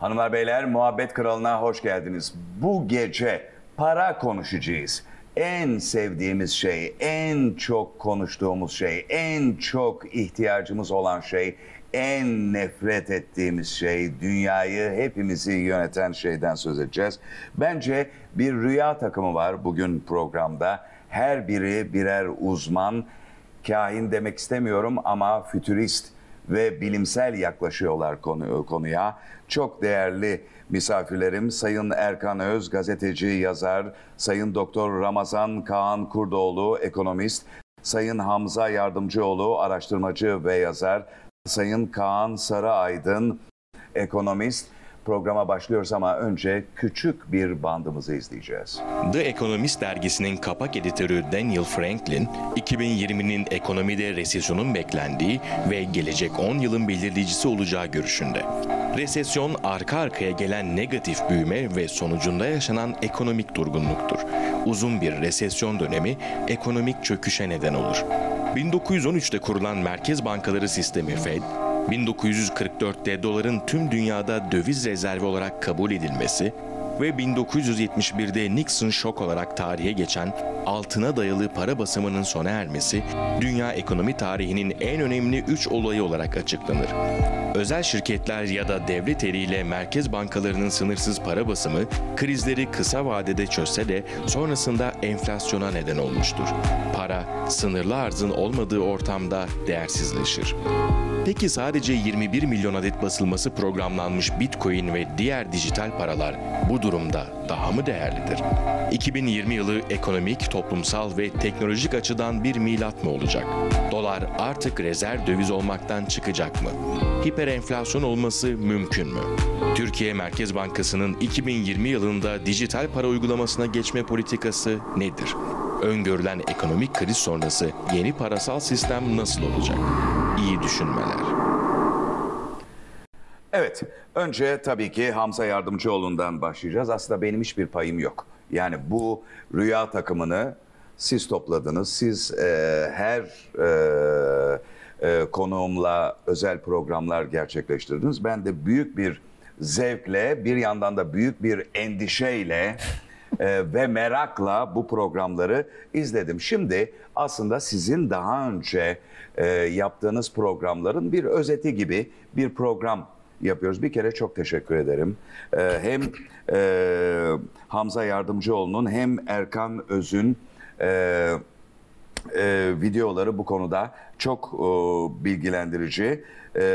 Hanımlar beyler, Muhabbet Kralı'na hoş geldiniz. Bu gece para konuşacağız. En sevdiğimiz şey, en çok konuştuğumuz şey, en çok ihtiyacımız olan şey, en nefret ettiğimiz şey, dünyayı, hepimizi yöneten şeyden söz edeceğiz. Bence bir rüya takımı var bugün programda. Her biri birer uzman, kahin demek istemiyorum ama fütürist ve bilimsel yaklaşıyorlar konuya. Çok değerli misafirlerim Sayın Erkan Öz, gazeteci, yazar, Sayın Doktor Ramazan Kaan Kurdoğlu, ekonomist, Sayın Hamza Yardımcıoğlu, araştırmacı ve yazar, Sayın Kaan Sarıaydın, ekonomist. Programa başlıyoruz ama önce küçük bir bandımızı izleyeceğiz. The Economist dergisinin kapak editörü Daniel Franklin, 2020'nin ekonomide resesyonun beklendiği ve gelecek 10 yılın belirleyicisi olacağı görüşünde. Resesyon arka arkaya gelen negatif büyüme ve sonucunda yaşanan ekonomik durgunluktur. Uzun bir resesyon dönemi ekonomik çöküşe neden olur. 1913'te kurulan Merkez Bankaları Sistemi Fed, 1944'te doların tüm dünyada döviz rezervi olarak kabul edilmesi ve 1971'de Nixon şok olarak tarihe geçen altına dayalı para basımının sona ermesi, dünya ekonomi tarihinin en önemli 3 olayı olarak açıklanır. Özel şirketler ya da devlet eliyle merkez bankalarının sınırsız para basımı, krizleri kısa vadede çözse de sonrasında enflasyona neden olmuştur. Para, sınırlı arzın olmadığı ortamda değersizleşir. Peki sadece 21 milyon adet basılması programlanmış Bitcoin ve diğer dijital paralar bu durumda daha mı değerlidir? 2020 yılı ekonomik, toplumsal ve teknolojik açıdan bir milat mı olacak? Dolar artık rezerv döviz olmaktan çıkacak mı? Hiperenflasyon olması mümkün mü? Türkiye Merkez Bankası'nın 2020 yılında dijital para uygulamasına geçme politikası nedir? Öngörülen ekonomik kriz sonrası yeni parasal sistem nasıl olacak? İyi düşünmeler. Evet, önce tabii ki Hamza Yardımcıoğlu'ndan başlayacağız. Aslında benim hiçbir payım yok. Yani bu rüya takımını siz topladınız. Siz her konuğumla özel programlar gerçekleştirdiniz. Ben de büyük bir zevkle, bir yandan da büyük bir endişeyle ve merakla bu programları izledim. Şimdi aslında sizin daha önce yaptığınız programların bir özeti gibi bir program yapıyoruz. Bir kere çok teşekkür ederim. Hem Hamza Yardımcıoğlu'nun hem Erkan Öz'ün videoları bu konuda çok bilgilendirici.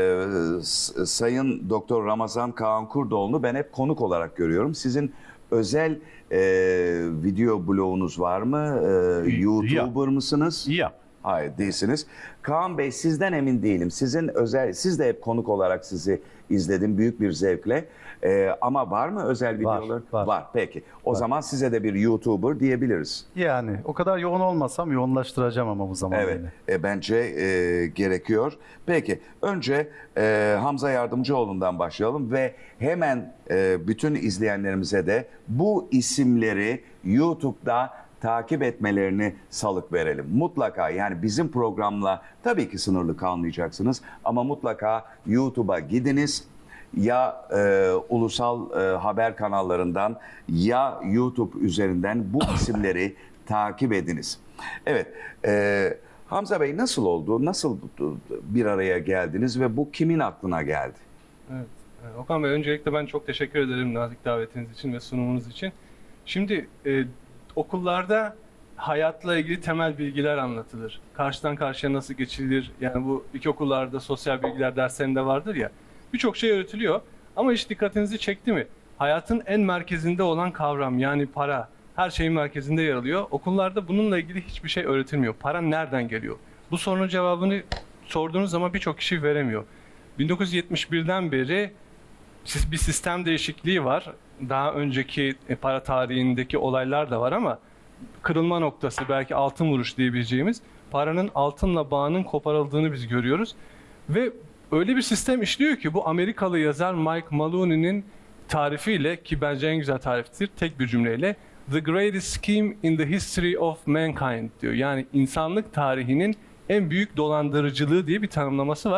Sayın Doktor Ramazan Kaan Kurdoğlu'nu ben hep konuk olarak görüyorum. Sizin özel video blogunuz var mı? YouTuber mısınız? Ya. Hayır, değilsiniz. Kaan Bey, sizden emin değilim. Siz de hep konuk olarak sizi izledim büyük bir zevkle. Ama var mı özel videolar? Var. Peki. O zaman size de bir YouTuber diyebiliriz. Yani o kadar yoğun olmasam yoğunlaştıracağım ama bu zaman Evet. beni. Bence gerekiyor. Peki. Önce Hamza Yardımcıoğlu'ndan başlayalım ve hemen bütün izleyenlerimize de bu isimleri YouTube'da takip etmelerini salık verelim. Mutlaka, yani bizim programla tabii ki sınırlı kalmayacaksınız ama mutlaka YouTube'a gidiniz. Ya ulusal haber kanallarından ya YouTube üzerinden bu isimleri takip ediniz. Evet, Hamza Bey, nasıl oldu? Nasıl bir araya geldiniz ve bu kimin aklına geldi? Evet. Okan Bey, öncelikle ben çok teşekkür ederim nazik davetiniz için ve sunumunuz için. Şimdi okullarda hayatla ilgili temel bilgiler anlatılır. Karşıdan karşıya nasıl geçilir? Yani bu ilkokullarda sosyal bilgiler derslerinde vardır ya. Birçok şey öğretiliyor ama hiç dikkatinizi çekti mi? Hayatın en merkezinde olan kavram, yani para, her şeyin merkezinde yer alıyor. Okullarda bununla ilgili hiçbir şey öğretilmiyor. Para nereden geliyor? Bu sorunun cevabını sorduğunuz zaman birçok kişi veremiyor. 1971'den beri bir sistem değişikliği var. Daha önceki para tarihindeki olaylar da var ama kırılma noktası, belki altın vuruş diyebileceğimiz, paranın altınla bağının koparıldığını biz görüyoruz. Ve öyle bir sistem işliyor ki bu Amerikalı yazar Mike Maloney'nin tarifiyle, ki bence en güzel tariftir, tek bir cümleyle "The greatest scheme in the history of mankind" diyor. Yani insanlık tarihinin en büyük dolandırıcılığı diye bir tanımlaması var.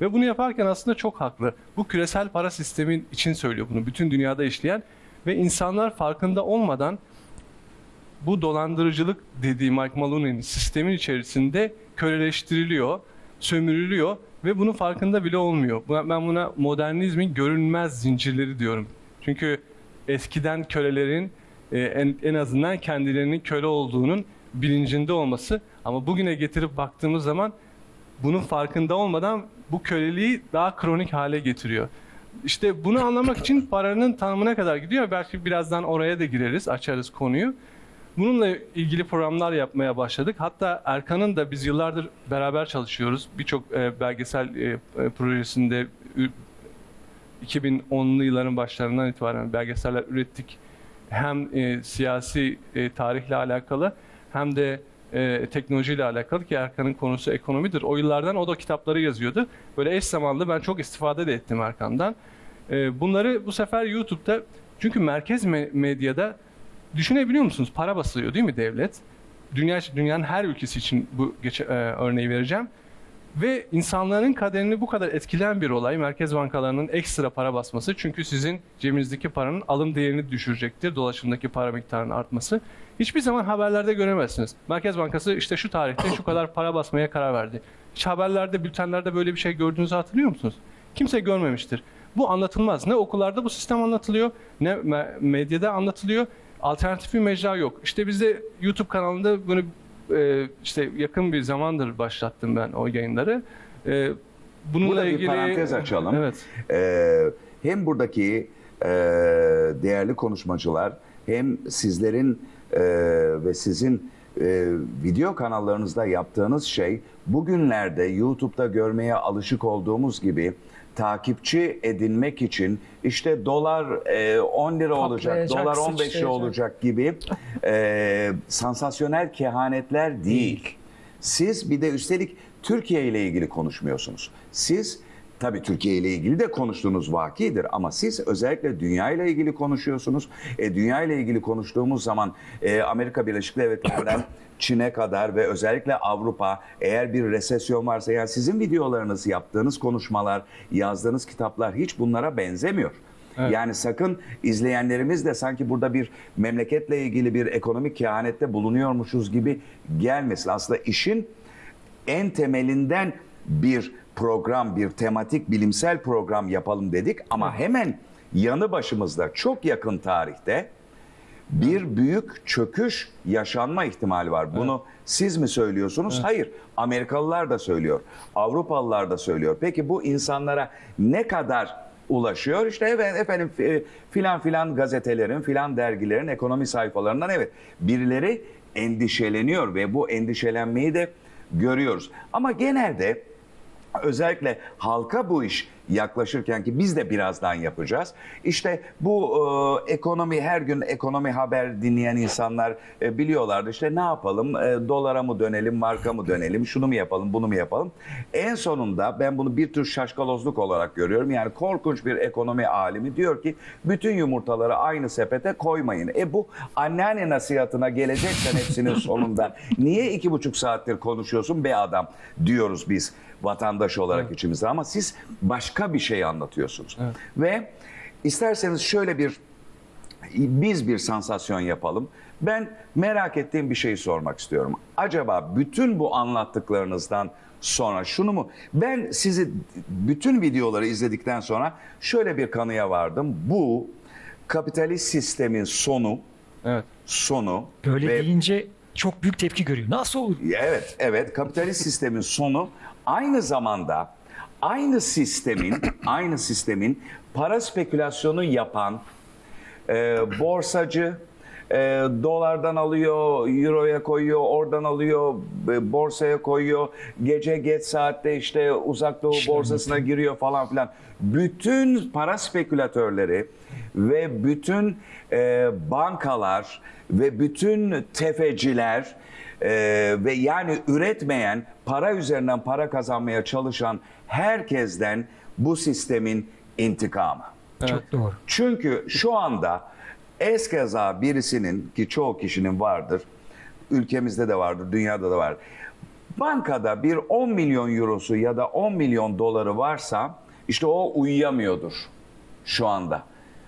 Ve bunu yaparken aslında çok haklı. Bu küresel para sistemin için söylüyor bunu. Bütün dünyada işleyen ve insanlar farkında olmadan bu dolandırıcılık dediği Mike Maloney'nin sistemin içerisinde köleleştiriliyor, sömürülüyor ve bunun farkında bile olmuyor. Ben buna modernizmin görünmez zincirleri diyorum. Çünkü eskiden kölelerin en azından kendilerinin köle olduğunun bilincinde olması, ama bugüne getirip baktığımız zaman bunun farkında olmadan bu köleliği daha kronik hale getiriyor. İşte bunu anlamak için paranın tanımına kadar gidiyor. Belki birazdan oraya da gireriz, açarız konuyu. Bununla ilgili programlar yapmaya başladık. Hatta Erkan'ın da biz yıllardır beraber çalışıyoruz. Birçok belgesel projesinde 2010'lu yılların başlarından itibaren belgeseller ürettik. Hem siyasi tarihle alakalı hem de teknolojiyle alakalı, ki Erkan'ın konusu ekonomidir. O yıllardan o da kitapları yazıyordu. Böyle eş zamanlı ben çok istifade de ettim Erkan'dan. Bunları bu sefer YouTube'da, çünkü merkez medyada düşünebiliyor musunuz? Para basılıyor değil mi devlet? Dünyanın her ülkesi için bu örneği vereceğim. Ve insanların kaderini bu kadar etkileyen bir olay, merkez bankalarının ekstra para basması. Çünkü sizin cebinizdeki paranın alım değerini düşürecektir, dolaşımdaki para miktarının artması. Hiçbir zaman haberlerde göremezsiniz. Merkez Bankası işte şu tarihte şu kadar para basmaya karar verdi. Hiç haberlerde, bültenlerde böyle bir şey gördüğünüzü hatırlıyor musunuz? Kimse görmemiştir. Bu anlatılmaz. Ne okullarda bu sistem anlatılıyor, ne medyada anlatılıyor. Alternatif bir mecra yok. İşte bizde YouTube kanalında bunu işte yakın bir zamandır başlattım ben o yayınları. Bununla Burada ilgili bir parantez açalım. Evet. Hem buradaki değerli konuşmacılar hem sizlerin ve sizin video kanallarınızda yaptığınız şey bugünlerde YouTube'da görmeye alışık olduğumuz gibi takipçi edinmek için işte dolar 10 lira olacak, Patlayacak, dolar 15 lira sıçrayacak. olacak gibi sansasyonel kehanetler değil. Siz bir de üstelik Türkiye ile ilgili konuşmuyorsunuz. Siz tabii Türkiye ile ilgili de konuştuğunuz vakidir ama siz özellikle dünya ile ilgili konuşuyorsunuz. Dünya ile ilgili konuştuğumuz zaman Amerika Birleşik Devletleri'nden Çin'e kadar ve özellikle Avrupa, eğer bir resesyon varsa, yani sizin videolarınız, yaptığınız konuşmalar, yazdığınız kitaplar hiç bunlara benzemiyor. Evet. Yani sakın izleyenlerimiz de sanki burada bir memleketle ilgili bir ekonomik kehanette bulunuyormuşuz gibi gelmesin. Aslında işin en temelinden bir program, bir tematik bilimsel program yapalım dedik ama hemen yanı başımızda çok yakın tarihte bir büyük çöküş yaşanma ihtimali var. Bunu siz mi söylüyorsunuz? Hayır. Amerikalılar da söylüyor. Avrupalılar da söylüyor. Peki bu insanlara ne kadar ulaşıyor? İşte efendim filan filan gazetelerin, filan dergilerin ekonomi sayfalarından birileri endişeleniyor ve bu endişelenmeyi de görüyoruz. Ama genelde özellikle halka bu iş yaklaşırken, ki biz de birazdan yapacağız. İşte bu ekonomi, her gün ekonomi haber dinleyen insanlar biliyorlardı. İşte ne yapalım, dolara mı dönelim, marka mı dönelim, şunu mu yapalım, bunu mu yapalım. En sonunda ben bunu bir tür şaşkalozluk olarak görüyorum. Yani korkunç bir ekonomi alimi diyor ki bütün yumurtaları aynı sepete koymayın. Bu anneanne nasihatına geleceksen hepsinin sonunda niye 2,5 saattir konuşuyorsun be adam diyoruz biz vatandaş olarak içimizde, ama siz başka bir şey anlatıyorsunuz. Evet. Ve isterseniz şöyle biz bir sansasyon yapalım. Ben merak ettiğim bir şeyi sormak istiyorum. Acaba bütün bu anlattıklarınızdan sonra şunu mu? Ben sizi bütün videoları izledikten sonra şöyle bir kanıya vardım. Bu kapitalist sistemin sonu. Evet. Sonu. Böyle ve deyince çok büyük tepki görüyor. Nasıl olur? Evet, kapitalist sistemin sonu aynı zamanda aynı sistemin para spekülasyonu yapan borsacı, dolardan alıyor, euroya koyuyor, oradan alıyor, borsaya koyuyor, gece geç saatte işte Uzak Doğu borsasına giriyor falan filan. Bütün para spekülatörleri ve bütün bankalar ve bütün tefeciler ve yani üretmeyen, para üzerinden para kazanmaya çalışan herkesten bu sistemin intikamı. Çok doğru. Çünkü şu anda eskeza birisinin, ki çoğu kişinin vardır, ülkemizde de vardır, dünyada da var, Bankada bir 10 milyon eurosu ya da 10 milyon doları varsa işte o uyuyamıyordur şu anda.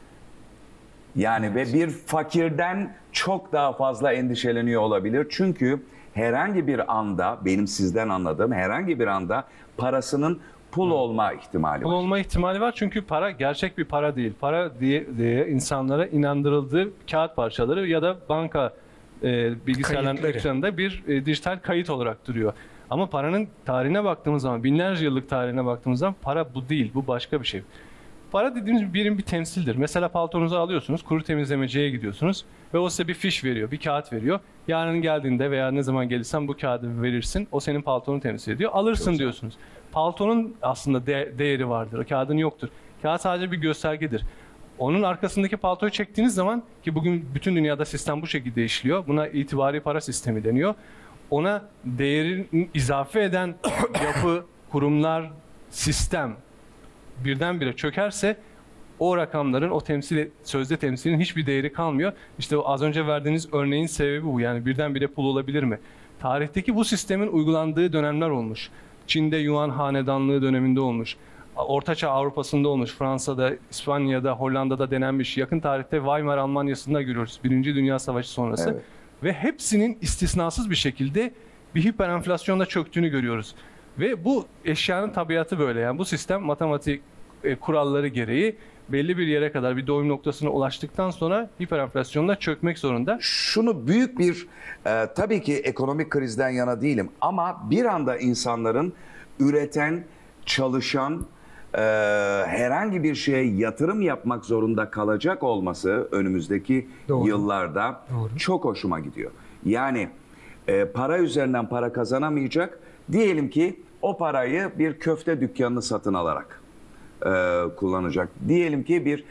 Yani ve bir fakirden çok daha fazla endişeleniyor olabilir. Çünkü herhangi bir anda, benim sizden anladığım herhangi bir anda parasının pul olma ihtimali Pul var. olma ihtimali var çünkü para gerçek bir para değil. Para diye insanlara inandırıldığı kağıt parçaları ya da banka bilgisayarların Kayıtları. ekranında bir dijital kayıt olarak duruyor. Ama paranın tarihine baktığımız zaman, binlerce yıllık tarihine baktığımız zaman para bu değil, bu başka bir şey. Para dediğimiz birim bir temsildir. Mesela paltonuzu alıyorsunuz, kuru temizlemeciye gidiyorsunuz ve o size bir fiş veriyor, bir kağıt veriyor. Yarın geldiğinde veya ne zaman gelirsen bu kağıdı verirsin, o senin paltonu temsil ediyor, alırsın diyorsunuz. Paltonun aslında değeri vardır, o kağıdın yoktur. Kağıt sadece bir göstergedir. Onun arkasındaki paltoyu çektiğiniz zaman, ki bugün bütün dünyada sistem bu şekilde işliyor, buna itibari para sistemi deniyor. Ona değerini izafe eden yapı, kurumlar, sistem birdenbire çökerse o rakamların, o sözde temsilin hiçbir değeri kalmıyor. İşte o az önce verdiğiniz örneğin sebebi bu. Yani birdenbire pul olabilir mi? Tarihteki bu sistemin uygulandığı dönemler olmuş. Çin'de Yuan Hanedanlığı döneminde olmuş. Ortaçağ Avrupa'sında olmuş. Fransa'da, İspanya'da, Hollanda'da denenmiş. Yakın tarihte Weimar Almanya'sında görüyoruz. Birinci Dünya Savaşı sonrası. Evet. Ve hepsinin istisnasız bir şekilde bir hiperenflasyonda çöktüğünü görüyoruz. Ve bu eşyanın tabiatı böyle. Yani bu sistem matematik kuralları gereği belli bir yere kadar, bir doyum noktasına ulaştıktan sonra hiperenflasyonda çökmek zorunda. Şunu büyük bir tabii ki ekonomik krizden yana değilim ama bir anda insanların üreten, çalışan, herhangi bir şeye yatırım yapmak zorunda kalacak olması önümüzdeki Doğru. yıllarda Doğru. çok hoşuma gidiyor. Yani para üzerinden para kazanamayacak. Diyelim ki o parayı bir köfte dükkanını satın alarak kullanacak. Diyelim ki bir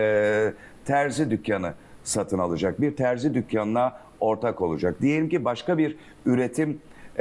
terzi dükkanı satın alacak. Bir terzi dükkanına ortak olacak. Diyelim ki başka bir üretim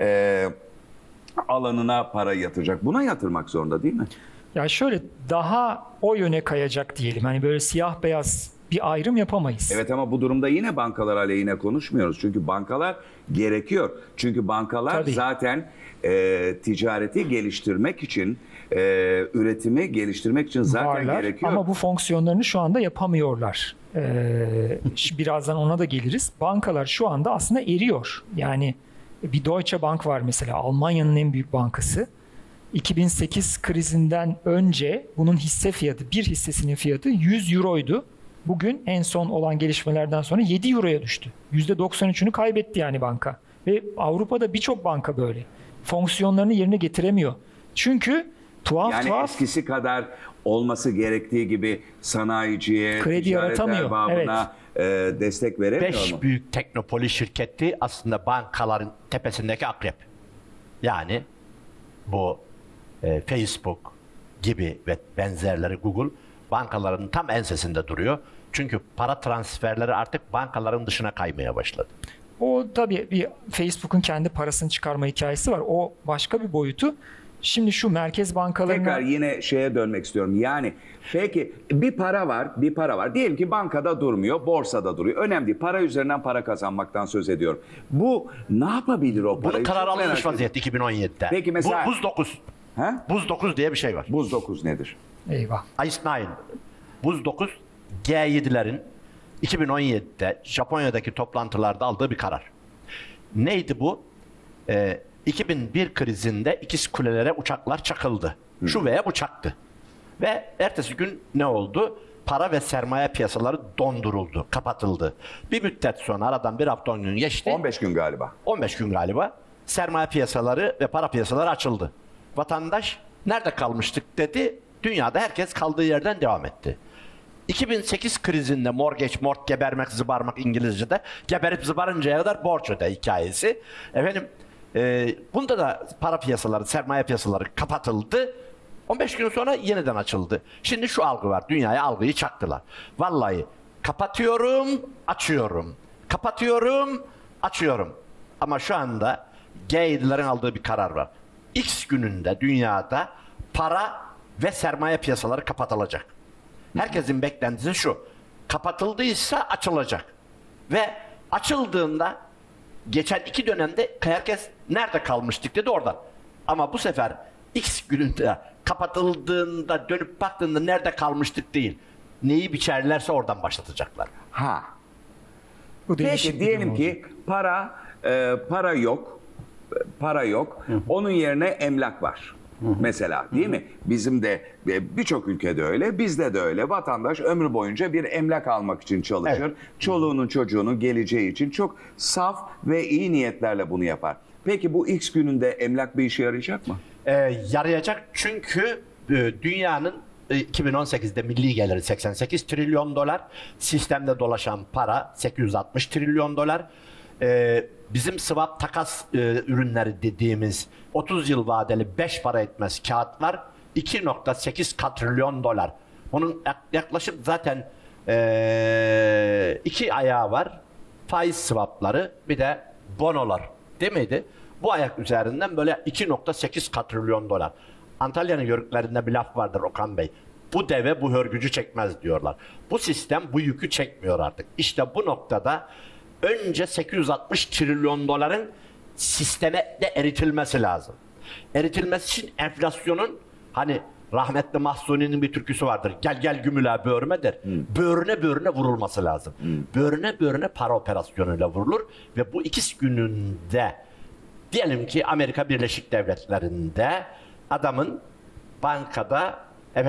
alanına para yatıracak. Buna yatırmak zorunda değil mi? Ya şöyle daha o yöne kayacak diyelim. Hani böyle siyah beyaz bir ayrım yapamayız. Evet ama bu durumda yine bankalar aleyhine konuşmuyoruz. Çünkü bankalar gerekiyor. Çünkü bankalar Tabii. zaten ticareti geliştirmek için, üretimi geliştirmek için zaten Varlar gerekiyor. ama bu fonksiyonlarını şu anda yapamıyorlar. Birazdan ona da geliriz. Bankalar şu anda aslında eriyor. Yani bir Deutsche Bank var mesela, Almanya'nın en büyük bankası. 2008 krizinden önce bunun hisse fiyatı, bir hissesinin fiyatı 100 euroydu. Bugün en son olan gelişmelerden sonra 7 euroya düştü. %93'ünü kaybetti yani banka. Ve Avrupa'da birçok banka böyle. Fonksiyonlarını yerine getiremiyor. Çünkü yani tuhaf eskisi kadar olması gerektiği gibi sanayiciye, Kredi ticaret yaratamıyor. erbabına destek veremiyor 5 mu? büyük teknopoli şirketi aslında bankaların tepesindeki akrep. Yani bu Facebook gibi ve benzerleri, Google bankaların tam ensesinde duruyor. Çünkü para transferleri artık bankaların dışına kaymaya başladı. O tabii bir Facebook'un kendi parasını çıkarma hikayesi var. O başka bir boyutu. Şimdi şu merkez bankalarına... Tekrar yine şeye dönmek istiyorum. Yani peki bir para var. Diyelim ki bankada durmuyor, borsada duruyor. Önemli değil. Para üzerinden para kazanmaktan söz ediyorum. Bu ne yapabilir o parayı? Bunun karar Çok merak alınmış ediyorum. vaziyette 2017'de. Peki mesela- Buz 9. Ha? Buz 9 diye bir şey var. Buz 9 nedir? Eyvah. Ice Nine. Buz 9 G7'lerin 2017'de Japonya'daki toplantılarda aldığı bir karar. Neydi bu? 2001 krizinde ikiz kulelere uçaklar çakıldı. Şu veya bu çaktı. Ve ertesi gün ne oldu? Para ve sermaye piyasaları donduruldu, kapatıldı. Bir müddet sonra aradan bir hafta 10 gün geçti. 15 gün galiba. 15 gün galiba. Sermaye piyasaları ve para piyasaları açıldı. Vatandaş nerede kalmıştık dedi. Dünyada herkes kaldığı yerden devam etti. 2008 krizinde gebermek, zıbarmak İngilizce'de, geberip zıbarıncaya kadar borç öde hikayesi. Efendim, bunda da para piyasaları, sermaye piyasaları kapatıldı. 15 gün sonra yeniden açıldı. Şimdi şu algı var, dünyaya algıyı çaktılar. Vallahi kapatıyorum, açıyorum. Kapatıyorum, açıyorum. Ama şu anda G7'lerin aldığı bir karar var. X gününde dünyada para ve sermaye piyasaları kapatılacak. Herkesin beklentisi şu. Kapatıldıysa açılacak. Ve açıldığında geçen 2 dönemde herkes Nerede kalmıştık dedi oradan. Ama bu sefer X gününde kapatıldığında dönüp baktığında nerede kalmıştık değil. Neyi biçerlerse oradan başlatacaklar. Ha. Bu değişik Peki bir diyelim durum ki para yok. Para yok. Onun yerine emlak var. Mesela değil mi? Bizim de birçok ülkede öyle, bizde de öyle. Vatandaş ömrü boyunca bir emlak almak için çalışır. Evet. Çoluğunun çocuğunun geleceği için çok saf ve iyi niyetlerle bunu yapar. Peki bu X gününde emlak bir işe yarayacak mı? Yarayacak çünkü dünyanın 2018'de milli geliri 88 trilyon dolar, sistemde dolaşan para 860 trilyon dolar. Bizim swap takas ürünleri dediğimiz 30 yıl vadeli 5 para etmez kağıtlar 2.8 katrilyon dolar. Bunun yaklaşık zaten 2 ayağı var. Faiz swapları bir de bonolar değil miydi? Bu ayak üzerinden böyle 2.8 katrilyon dolar. Antalya'nın yörüklerinde bir laf vardır Okan Bey. Bu deve bu hörgücü çekmez diyorlar. Bu sistem bu yükü çekmiyor artık. İşte bu noktada önce 860 trilyon doların sisteme de eritilmesi lazım. Eritilmesi için enflasyonun hani rahmetli Mahsuni'nin bir türküsü vardır. Gel gel gümüle böğrümedir. Böğrüne böğrüne vurulması lazım. Böğrüne böğrüne para operasyonuyla vurulur ve bu ikisi gününde diyelim ki Amerika Birleşik Devletleri'nde adamın bankada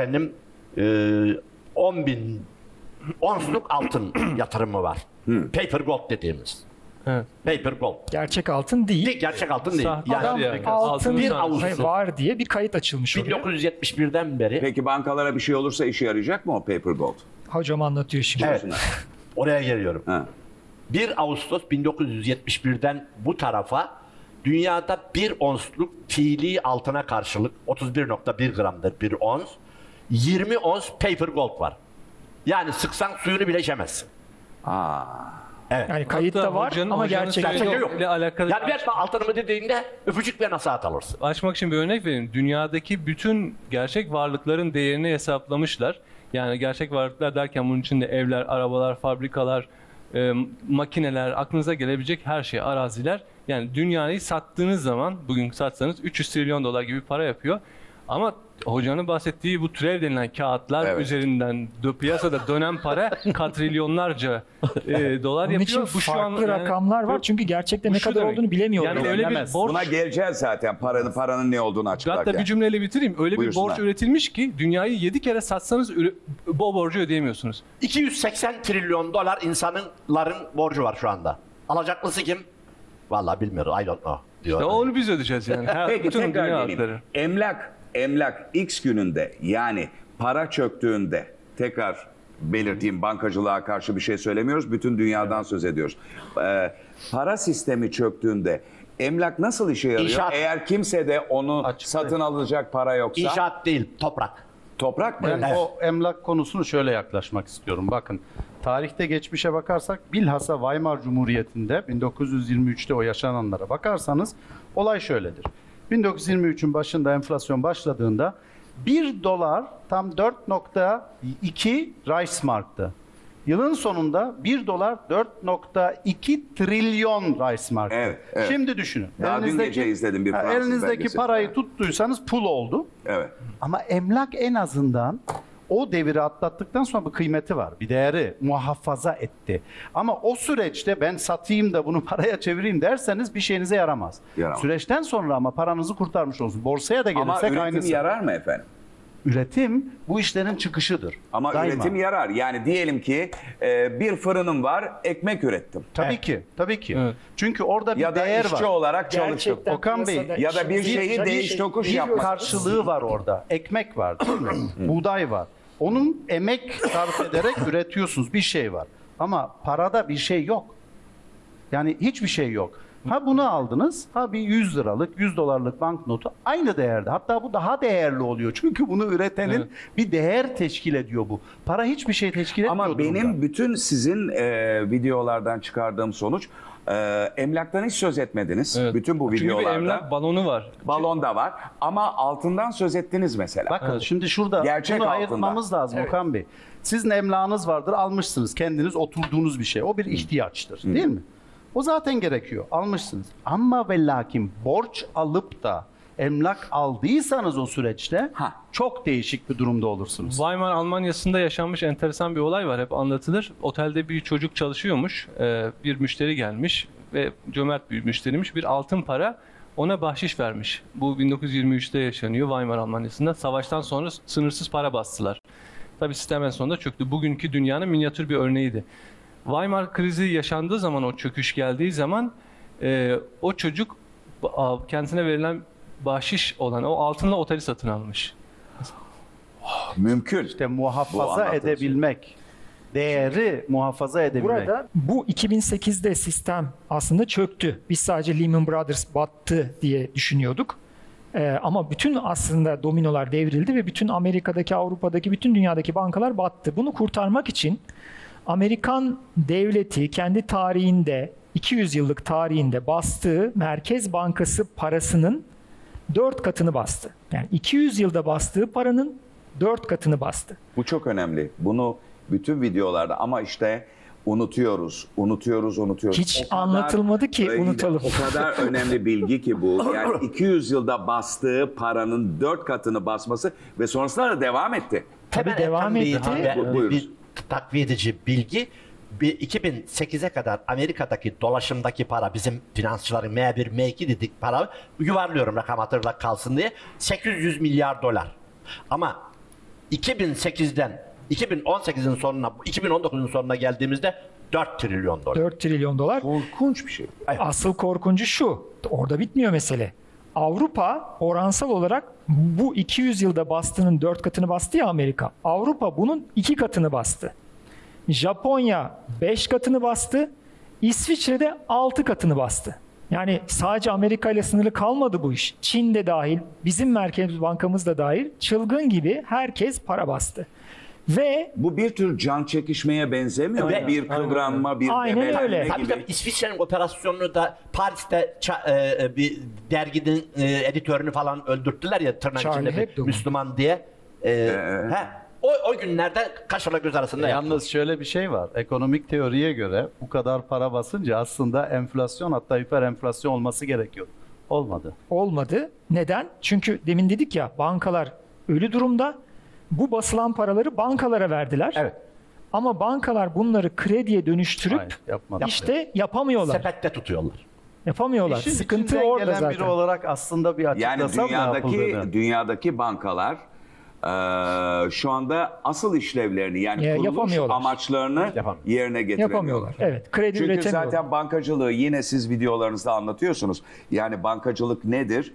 10 bin onsluk altın yatırımı var. Paper gold dediğimiz. Evet. Paper gold. Gerçek altın değil. Gerçek altın değil. Sahte Yani altın. Adam Altın altın bir avuç. var diye bir kayıt açılmış oraya. 1971'den beri Peki bankalara bir şey olursa işe yarayacak mı o paper gold? Hocam anlatıyor şimdi. evet, oraya geliyorum. Ha. 1 Ağustos 1971'den bu tarafa dünyada bir onsluk fiili altına karşılık 31.1 gramdır bir ons. 20 ons paper gold var. Yani sıksan suyunu bile içemezsin. Evet. Yani kayıtta var hocanın- ama hocanın gerçek Gerçek söylediği yok. ile alakalı Yani verme altınımı dediğinde öpücük ve nasihat alırsın. açmak için bir örnek vereyim. Dünyadaki bütün gerçek varlıkların değerini hesaplamışlar. Yani gerçek varlıklar derken bunun içinde evler, arabalar, fabrikalar, makineler, aklınıza gelebilecek her şey, araziler. Yani dünyayı sattığınız zaman, bugün satsanız 300 trilyon dolar gibi para yapıyor. Ama hocanın bahsettiği bu türev denilen kağıtlar Evet. üzerinden piyasada dönen para katrilyonlarca dolar Bunun için yapıyor. Bu şu an farklı yani- rakamlar var çünkü gerçekte Bu ne şu kadar demek. olduğunu bilemiyorlar. Yani öyle bir Bilemez. borç. Buna geleceğiz zaten paranın ne olduğunu açıklarken. Hatta bir cümleyle bitireyim. Öyle Buyursunlar. bir borç üretilmiş ki dünyayı 7 kere satsanız bu borcu ödeyemiyorsunuz. 280 trilyon dolar insanların borcu var şu anda. Alacaklısı kim? Vallahi bilmiyorum. I don't know diyor. Ya onu biz ödeyeceğiz yani. Peki Bütün tekrar dünya geleyim. halkları. Emlak X gününde yani para çöktüğünde tekrar belirteyim bankacılığa karşı bir şey söylemiyoruz. Bütün dünyadan söz ediyoruz. Para sistemi çöktüğünde emlak nasıl işe yarıyor? İnşaat. Eğer kimse de onu satın alacak para yoksa İnşaat değil, toprak. toprak mı? Ben o emlak konusunu şöyle yaklaşmak istiyorum. Bakın tarihte geçmişe bakarsak bilhassa Weimar Cumhuriyeti'nde 1923'te o yaşananlara bakarsanız olay şöyledir. 1923'ün başında enflasyon başladığında 1 dolar tam 4.2 Reichsmark'tı. Yılın sonunda 1 dolar 4.2 trilyon Reichsmark. Evet, evet. Şimdi düşünün. Daha dün gece izledim bir Fransız elinizdeki belgeseli. parayı tuttuysanız pul oldu. Evet. Ama emlak en azından o deviri atlattıktan sonra bir kıymeti var. Bir değeri muhafaza etti. Ama o süreçte ben satayım da bunu paraya çevireyim derseniz bir şeyinize yaramaz. Yaramaz. Süreçten sonra ama paranızı kurtarmış olsun. Borsaya da Ama gelirsek üretim aynısı. yarar mı efendim? Üretim bu işlerin çıkışıdır. Ama Daima. üretim yarar. Yani diyelim ki bir fırınım var, ekmek ürettim. Tabii ki, tabii ki. Evet. Çünkü orada bir Ya da değer işçi var. olarak çalıştım. Gerçekten Okan Bey, piyasada ya da bir işinizi- şeyi değiş tokuş yapmak. Karşılığı var orada. Ekmek var değil mi? Buğday var. Onun emek sarf ederek üretiyorsunuz. Bir şey var. Ama parada bir şey yok. Yani hiçbir şey yok. Ha bunu aldınız, ha bir 100 liralık, 100 dolarlık banknotu aynı değerde. Hatta bu daha değerli oluyor. Çünkü bunu üretenin bir değer teşkil ediyor bu. Para hiçbir şey teşkil etmiyor. Ama benim bütün sizin videolardan çıkardığım sonuç emlaktan hiç söz etmediniz. Evet. Bütün bu Çünkü bir videolarda. emlak balonu var. Balon da var ama altından söz ettiniz mesela. Bakın şimdi şurada Gerçek bunu altında. ayırtmamız lazım Okan Bey. Sizin emlakınız vardır, almışsınız kendiniz oturduğunuz bir şey. O bir ihtiyaçtır değil mi? O zaten gerekiyor. Almışsınız. Ama ve lakin borç alıp da emlak aldıysanız o süreçte çok değişik bir durumda olursunuz. Weimar Almanya'sında yaşanmış enteresan bir olay var, hep anlatılır. Otelde bir çocuk çalışıyormuş, bir müşteri gelmiş ve cömert bir müşteriymiş. Bir altın para ona bahşiş vermiş. Bu 1923'te yaşanıyor Weimar Almanya'sında. Savaştan sonra sınırsız para bastılar. Tabii sistem en sonunda çöktü. Bugünkü dünyanın minyatür bir örneğiydi. Weimar krizi yaşandığı zaman, o çöküş geldiği zaman o çocuk kendisine verilen bahşiş olan o altınla oteli satın almış. Mümkün. İşte Bu muhafaza anlattığınız edebilmek, değeri muhafaza edebilmek. Burada bu 2008'de sistem aslında çöktü. Biz sadece Lehman Brothers battı diye düşünüyorduk. Ama bütün aslında dominolar devrildi ve bütün Amerika'daki, Avrupa'daki, bütün dünyadaki bankalar battı. Bunu kurtarmak için Amerikan devleti kendi tarihinde, 200 yıllık tarihinde bastığı Merkez Bankası parasının 4 katını bastı. Yani 200 yılda bastığı paranın 4 katını bastı. Bu çok önemli. Bunu bütün videolarda ama işte unutuyoruz. Hiç O kadar anlatılmadı ki unutalım. O kadar önemli bilgi ki bu. Yani 200 yılda bastığı paranın 4 katını basması ve sonrasında da devam etti. Tabii Hemen devam eklemleyici etti. Buyurun. bir takviye edici bilgi. 2008'e kadar Amerika'daki dolaşımdaki para, bizim finansçıların M1, M2 dedik para, yuvarlıyorum rakam hatırla kalsın diye, 800 milyar dolar. Ama 2008'den 2018'in sonuna, 2019'un sonuna geldiğimizde 4 trilyon dolar. 4 trilyon dolar. Korkunç bir şey. Asıl korkuncu şu, orada bitmiyor mesele. Avrupa oransal olarak bu 200 yılda bastığının 4 katını bastı ya Amerika. Avrupa bunun 2 katını bastı. Japonya 5 katını bastı. İsviçre'de 6 katını bastı. Yani sadece Amerika ile sınırlı kalmadı bu iş. Çin de dahil, bizim Merkez Bankamız da dahil, çılgın gibi herkes para bastı. Ve Bu bir tür can çekişmeye benzemiyor mu? Evet. Bir kıvranma, bir Aynen debelenme öyle. Tabii gibi. tabii, İsviçre'nin operasyonunu da Paris'te bir derginin editörünü falan öldürttüler ya, tırnak Charlie içinde Hebdo bir mu? Müslüman diye. O günlerde kaşla göz arasında yaptılar. Yalnız şöyle bir şey var. Ekonomik teoriye göre bu kadar para basınca aslında enflasyon, hatta hiper enflasyon olması gerekiyor. Olmadı. olmadı. Neden? Çünkü demin dedik ya, bankalar ölü durumda. Bu basılan paraları bankalara verdiler. Evet. Ama bankalar bunları krediye dönüştürüp Hayır, yapmadı. işte yapamıyorlar. Sepette tutuyorlar. Yapamıyorlar. İşin Sıkıntı içinden orada gelen zaten. biri olarak aslında bir Yani açıklasam ne yapıldığını. dünyadaki bankalar şu anda asıl işlevlerini, yani kuruluş yapamıyorlar. amaçlarını Yapamıyor. yerine getiremiyorlar. Yapamıyorlar. Evet. Kredi Çünkü üretemiyorlar. zaten bankacılığı yine siz videolarınızda anlatıyorsunuz. Yani bankacılık nedir?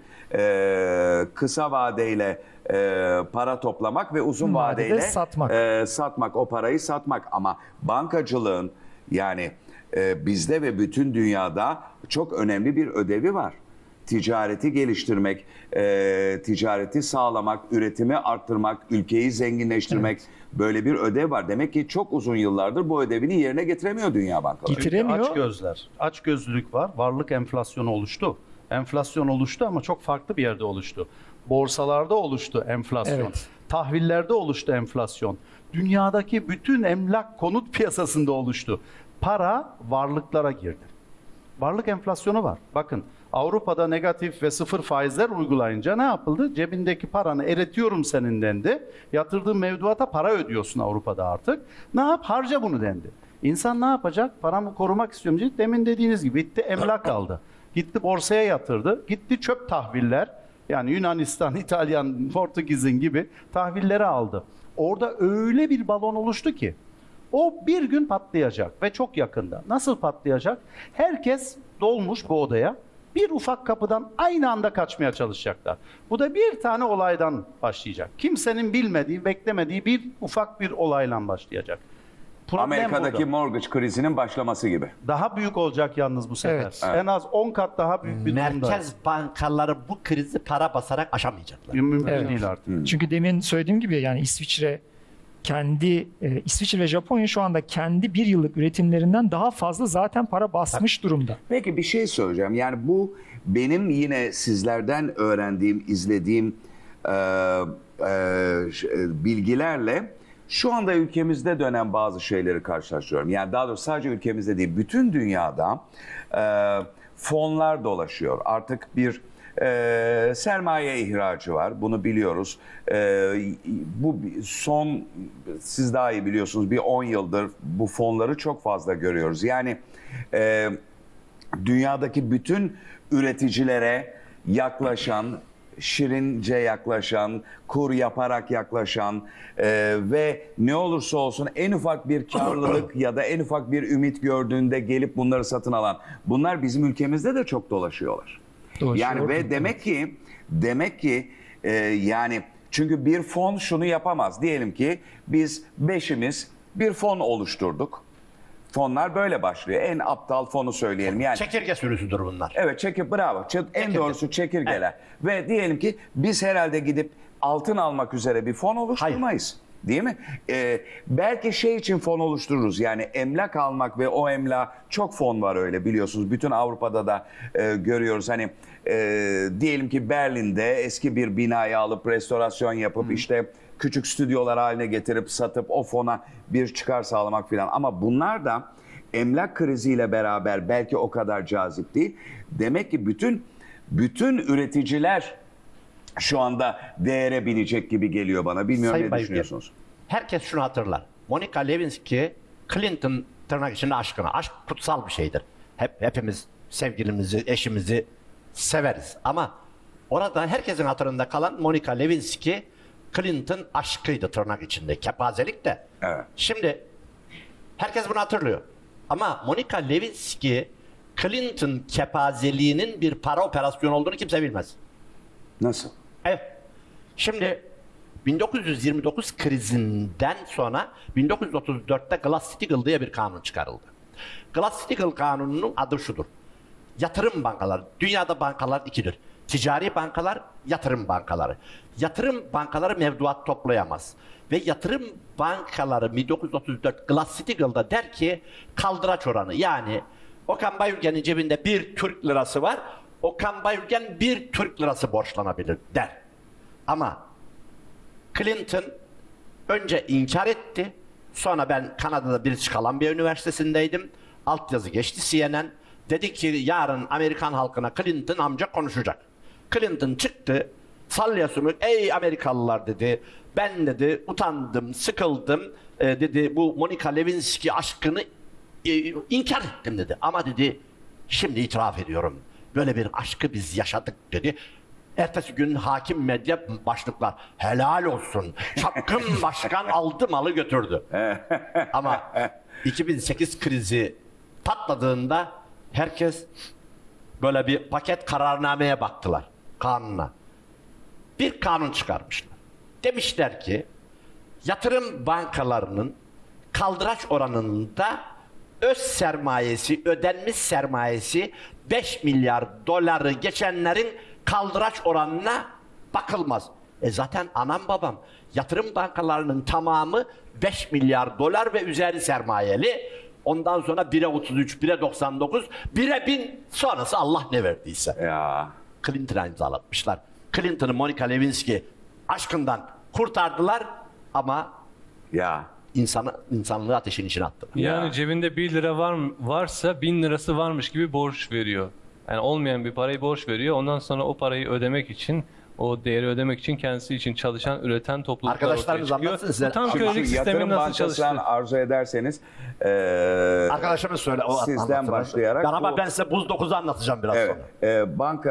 Kısa vadeyle para toplamak ve uzun Vadede vadeyle satmak. satmak, o parayı satmak. Ama bankacılığın yani bizde ve bütün dünyada çok önemli bir ödevi var. Ticareti geliştirmek, ticareti sağlamak, üretimi arttırmak, ülkeyi zenginleştirmek, böyle bir ödev var. Demek ki çok uzun yıllardır bu ödevini yerine getiremiyor dünya bankaları. Getiremiyor. Aç gözler, aç gözlülük var. Varlık enflasyonu oluştu. Enflasyon oluştu ama çok farklı bir yerde oluştu. Borsalarda oluştu enflasyon. Evet. Tahvillerde oluştu enflasyon. Dünyadaki bütün emlak konut piyasasında oluştu. Para varlıklara girdi. Varlık enflasyonu var. Bakın, Avrupa'da negatif ve sıfır faizler uygulayınca ne yapıldı? Cebindeki paranı eritiyorum senin dendi. Yatırdığın mevduata para ödüyorsun Avrupa'da artık. Ne yap? Harca bunu dendi. İnsan ne yapacak? Paramı korumak istiyorum diye, demin dediğiniz gibi gitti emlak aldı. Gitti borsaya yatırdı. Gitti çöp tahviller, yani Yunanistan, İtalyan, Portekiz'in gibi tahvilleri aldı. Orada öyle bir balon oluştu ki o bir gün patlayacak ve çok yakında. Nasıl patlayacak? Herkes dolmuş bu odaya. Bir ufak kapıdan aynı anda kaçmaya çalışacaklar. Bu da bir tane olaydan başlayacak. Kimsenin bilmediği, beklemediği bir ufak bir olayla başlayacak. Problem Amerika'daki burada. mortgage krizinin başlaması gibi. Daha büyük olacak yalnız bu sefer. Evet. En az 10 kat daha büyük bir durumda. Merkez bankaları bu krizi para basarak aşamayacaklar. Mümkün Evet. değil artık. Çünkü demin söylediğim gibi yani İsviçre ve Japonya şu anda kendi bir yıllık üretimlerinden daha fazla zaten para basmış durumda. Peki bir şey söyleyeceğim. Yani bu benim yine sizlerden öğrendiğim, izlediğim bilgilerle şu anda ülkemizde dönen bazı şeyleri karşılaştırıyorum. Yani daha doğrusu sadece ülkemizde değil, bütün dünyada fonlar dolaşıyor. Artık bir sermaye ihracı var. Bunu biliyoruz. Bu son, siz daha iyi biliyorsunuz, bir 10 yıldır bu fonları çok fazla görüyoruz. Yani dünyadaki bütün üreticilere yaklaşan, şirince yaklaşan, kur yaparak yaklaşan ve ne olursa olsun en ufak bir karlılık ya da en ufak bir ümit gördüğünde gelip bunları satın alan, bunlar bizim ülkemizde de çok dolaşıyorlar. Yani ve demek ki yani çünkü bir fon şunu yapamaz. Diyelim ki biz beşimiz bir fon oluşturduk. Fonlar böyle başlıyor. En aptal fonu söyleyelim. Yani Çekirge sürüsüdür bunlar. evet, bravo. En doğrusu çekirgeler. Ve diyelim ki biz herhalde gidip altın almak üzere bir fon oluşturmayız. Değil mi? Belki şey için fon oluştururuz. Yani emlak almak ve o emlak, çok fon var öyle biliyorsunuz. Bütün Avrupa'da da görüyoruz. Hani diyelim ki Berlin'de eski bir binayı alıp restorasyon yapıp işte küçük stüdyolar haline getirip satıp o fona bir çıkar sağlamak filan. Ama bunlar da emlak kriziyle beraber belki o kadar cazip değil. Demek ki bütün üreticiler şu anda değere binecek gibi geliyor bana. Bilmiyorum Sayın ne Bayülgen, düşünüyorsunuz? herkes şunu hatırlar. Monica Lewinsky, Clinton tırnak içinde aşkına. Aşk kutsal bir şeydir. Hepimiz sevgilimizi, eşimizi severiz. Ama orada herkesin hatırında kalan Monica Lewinsky, Clinton aşkıydı tırnak içinde. Kepazelik de. Evet. Şimdi herkes bunu hatırlıyor. Ama Monica Lewinsky, Clinton kepazeliğinin bir para operasyonu olduğunu kimse bilmez. Nasıl? Evet. Şimdi 1929 krizinden sonra 1934'te Glass-Steagall diye bir kanun çıkarıldı. Glass-Steagall kanununun adı şudur. Yatırım bankaları, dünyada bankalar ikidir. Ticari bankalar, yatırım bankaları. Yatırım bankaları mevduat toplayamaz. Ve yatırım bankaları 1934 Glass-Steagall'da der ki kaldıraç oranı, yani Okan Bayülgen'in cebinde 1 Türk lirası var. Okan Bayülgen 1 Türk lirası borçlanabilir der. Ama Clinton önce inkar etti. Sonra ben Kanada'da British Columbia Üniversitesi'ndeydim. Altyazı geçti CNN. Dedi ki yarın Amerikan halkına Clinton amca konuşacak. Clinton çıktı. Sallaya sümük, ey Amerikalılar dedi. Ben dedi utandım, sıkıldım. Dedi bu Monica Lewinsky aşkını inkar ettim dedi. Ama dedi şimdi itiraf ediyorum. Böyle bir aşkı biz yaşadık dedi. Ertesi gün hakim medya başlıklar. Helal olsun. Çapkın başkan aldı malı götürdü. Ama 2008 krizi patladığında herkes böyle bir paket kararnameye baktılar. Kanuna. Bir kanun çıkarmışlar. Demişler ki yatırım bankalarının kaldıraç oranında öz sermayesi, ödenmiş sermayesi 5 milyar doları geçenlerin kaldıraç oranına bakılmaz. Zaten anam babam yatırım bankalarının tamamı 5 milyar dolar ve üzeri sermayeli. Ondan sonra 1'e 33, 1'e 99, 1'e 1000, sonrası Allah ne verdiyse. Ya. Clinton'a imzalatmışlar. Clinton'ı Monica Lewinsky aşkından kurtardılar ama Ya. insanlığı ateşin içine attılar. Yani Ya. cebinde 1 lira varsa 1000 lirası varmış gibi borç veriyor. Yani olmayan bir parayı borç veriyor. Ondan sonra o parayı ödemek için, o değeri ödemek için kendisi için çalışan, üreten topluluklar ortaya Arkadaşlarımız çıkıyor. anlatsın size. Bu tam Şimdi kölelik Şu yatırım sistemin nasıl bankasından çalıştığı. arzu ederseniz Arkadaşımız söyle. O sizden anlatsın. başlayarak Ama bu- ben size Buz 9'u anlatacağım biraz evet, sonra. banka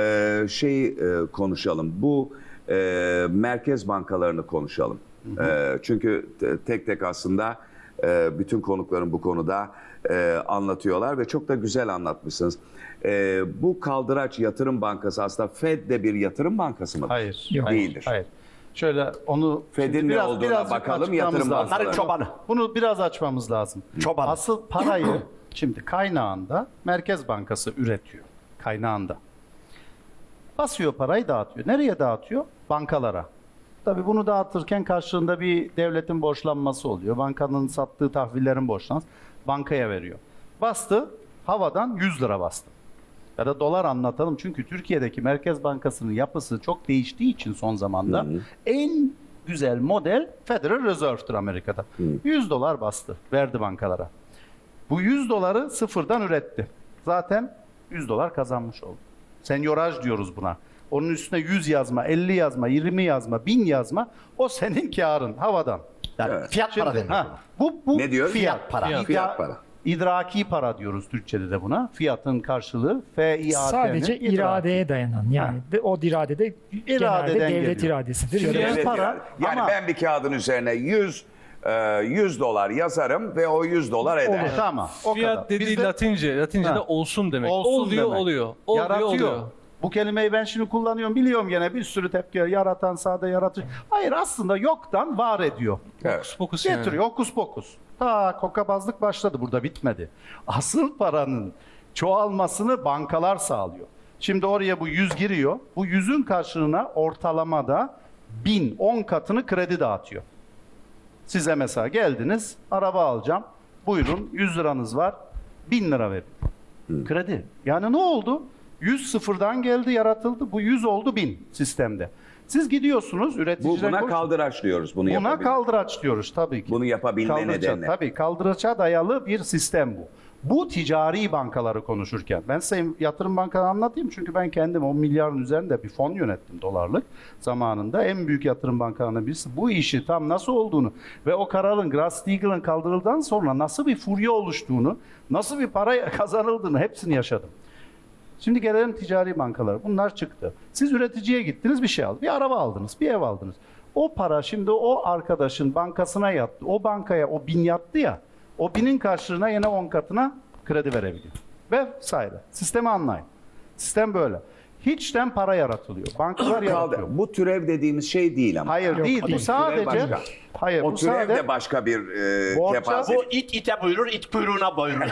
konuşalım. Bu merkez bankalarını konuşalım. Çünkü tek tek aslında bütün konukların bu konuda anlatıyorlar ve çok da güzel anlatmışsınız. Bu kaldıraç yatırım bankası aslında Fed de bir yatırım bankası mı? Hayır. Yok. Hayır. Değildir. Hayır. Şöyle onu Fed'in şimdi ne olduğuna birazcık bakalım, açıklamamız yatırım lazım. Onların çobanı. Bunu biraz açmamız lazım. Çoban. Asıl parayı şimdi kaynağında Merkez Bankası üretiyor. Kaynağında. Basıyor, parayı dağıtıyor. Nereye dağıtıyor? Bankalara. Tabii bunu dağıtırken karşılığında bir devletin borçlanması oluyor. Bankanın sattığı tahvillerin borçlanması bankaya veriyor. Bastı, havadan 100 lira bastı. Ya da dolar anlatalım. Çünkü Türkiye'deki Merkez Bankası'nın yapısı çok değiştiği için son zamanda en güzel model Federal Reserve'dır Amerika'da. 100 dolar bastı, verdi bankalara. Bu 100 doları sıfırdan üretti. Zaten 100 dolar kazanmış oldu. Senyoraj diyoruz buna. Onun üstüne 100 yazma, 50 yazma, 20 yazma, 1000 yazma, o senin karın havadan. Yani Evet. fiyat para deniyor. Ha, buna. bu Ne diyoruz? Fiyat para. Fiyat para. İdraki para diyoruz Türkçe'de de buna. Fiyatın karşılığı FİAT'nin Sadece iradeye dayanan, yani o iradede genelde İradeden devlet geliyor. iradesidir. Şimdi Ya da- Evet, para yani ama- ben bir kağıdın üzerine 100 dolar yazarım ve o 100 dolar eder. Olur, tamam. O Fiyat kadar. dediği Bizde Latince'de Ha. olsun demek. olsun Oluyor, demek. oluyor. Oluyor, Yaratıyor. oluyor. Bu kelimeyi ben şimdi kullanıyorum, biliyorum gene bir sürü tepki. Yaratan sade yaratıcı. Hayır, aslında yoktan var ediyor. Evet. Hokus pokus yani. Getiriyor, hokus pokus. Ta kokabazlık başladı, burada bitmedi. Asıl paranın çoğalmasını bankalar sağlıyor. Şimdi oraya bu 100 giriyor. Bu 100'ün karşılığına ortalamada 1010 katını kredi dağıtıyor. Size mesela geldiniz, araba alacağım. Buyurun, 100 liranız var, 1000 lira verin. Kredi. Yani ne oldu? 100 sıfırdan geldi, yaratıldı. Bu 100 oldu 1000 sistemde. Siz gidiyorsunuz, üreticiden Buna kaldıraç diyoruz. Bunu Buna yapabilmek. kaldıraç diyoruz tabii ki. Bunu yapabilme Kaldıraça, nedeni. tabii kaldıraça dayalı bir sistem bu. Bu ticari bankaları konuşurken, ben size yatırım bankaları anlatayım çünkü ben kendim 10 milyarın üzerinde bir fon yönettim dolarlık zamanında. En büyük yatırım bankalarından birisi. Bu işi tam nasıl olduğunu ve o kararın Glass-Steagall'ın kaldırıldıktan sonra nasıl bir furya oluştuğunu, nasıl bir para kazanıldığını hepsini yaşadım. Şimdi gelelim ticari bankalara. Bunlar çıktı. Siz üreticiye gittiniz, bir şey aldınız. Bir araba aldınız, bir ev aldınız. O para şimdi o arkadaşın bankasına yattı. O bankaya o 1000 yattı ya. O 1000'in karşılığına yine 10 katına kredi verebiliyor. Vesaire. Sistemi anlayın. Sistem böyle. Hiçten para yaratılıyor. Bankalar yaratıyor. Bu türev dediğimiz şey değil ama. Hayır, değil. Bu Türev sadece başka. hayır, O bu türev sadece de başka bir Borça- kepaze. Bu it ite buyurur, it kuyruğuna buyurur.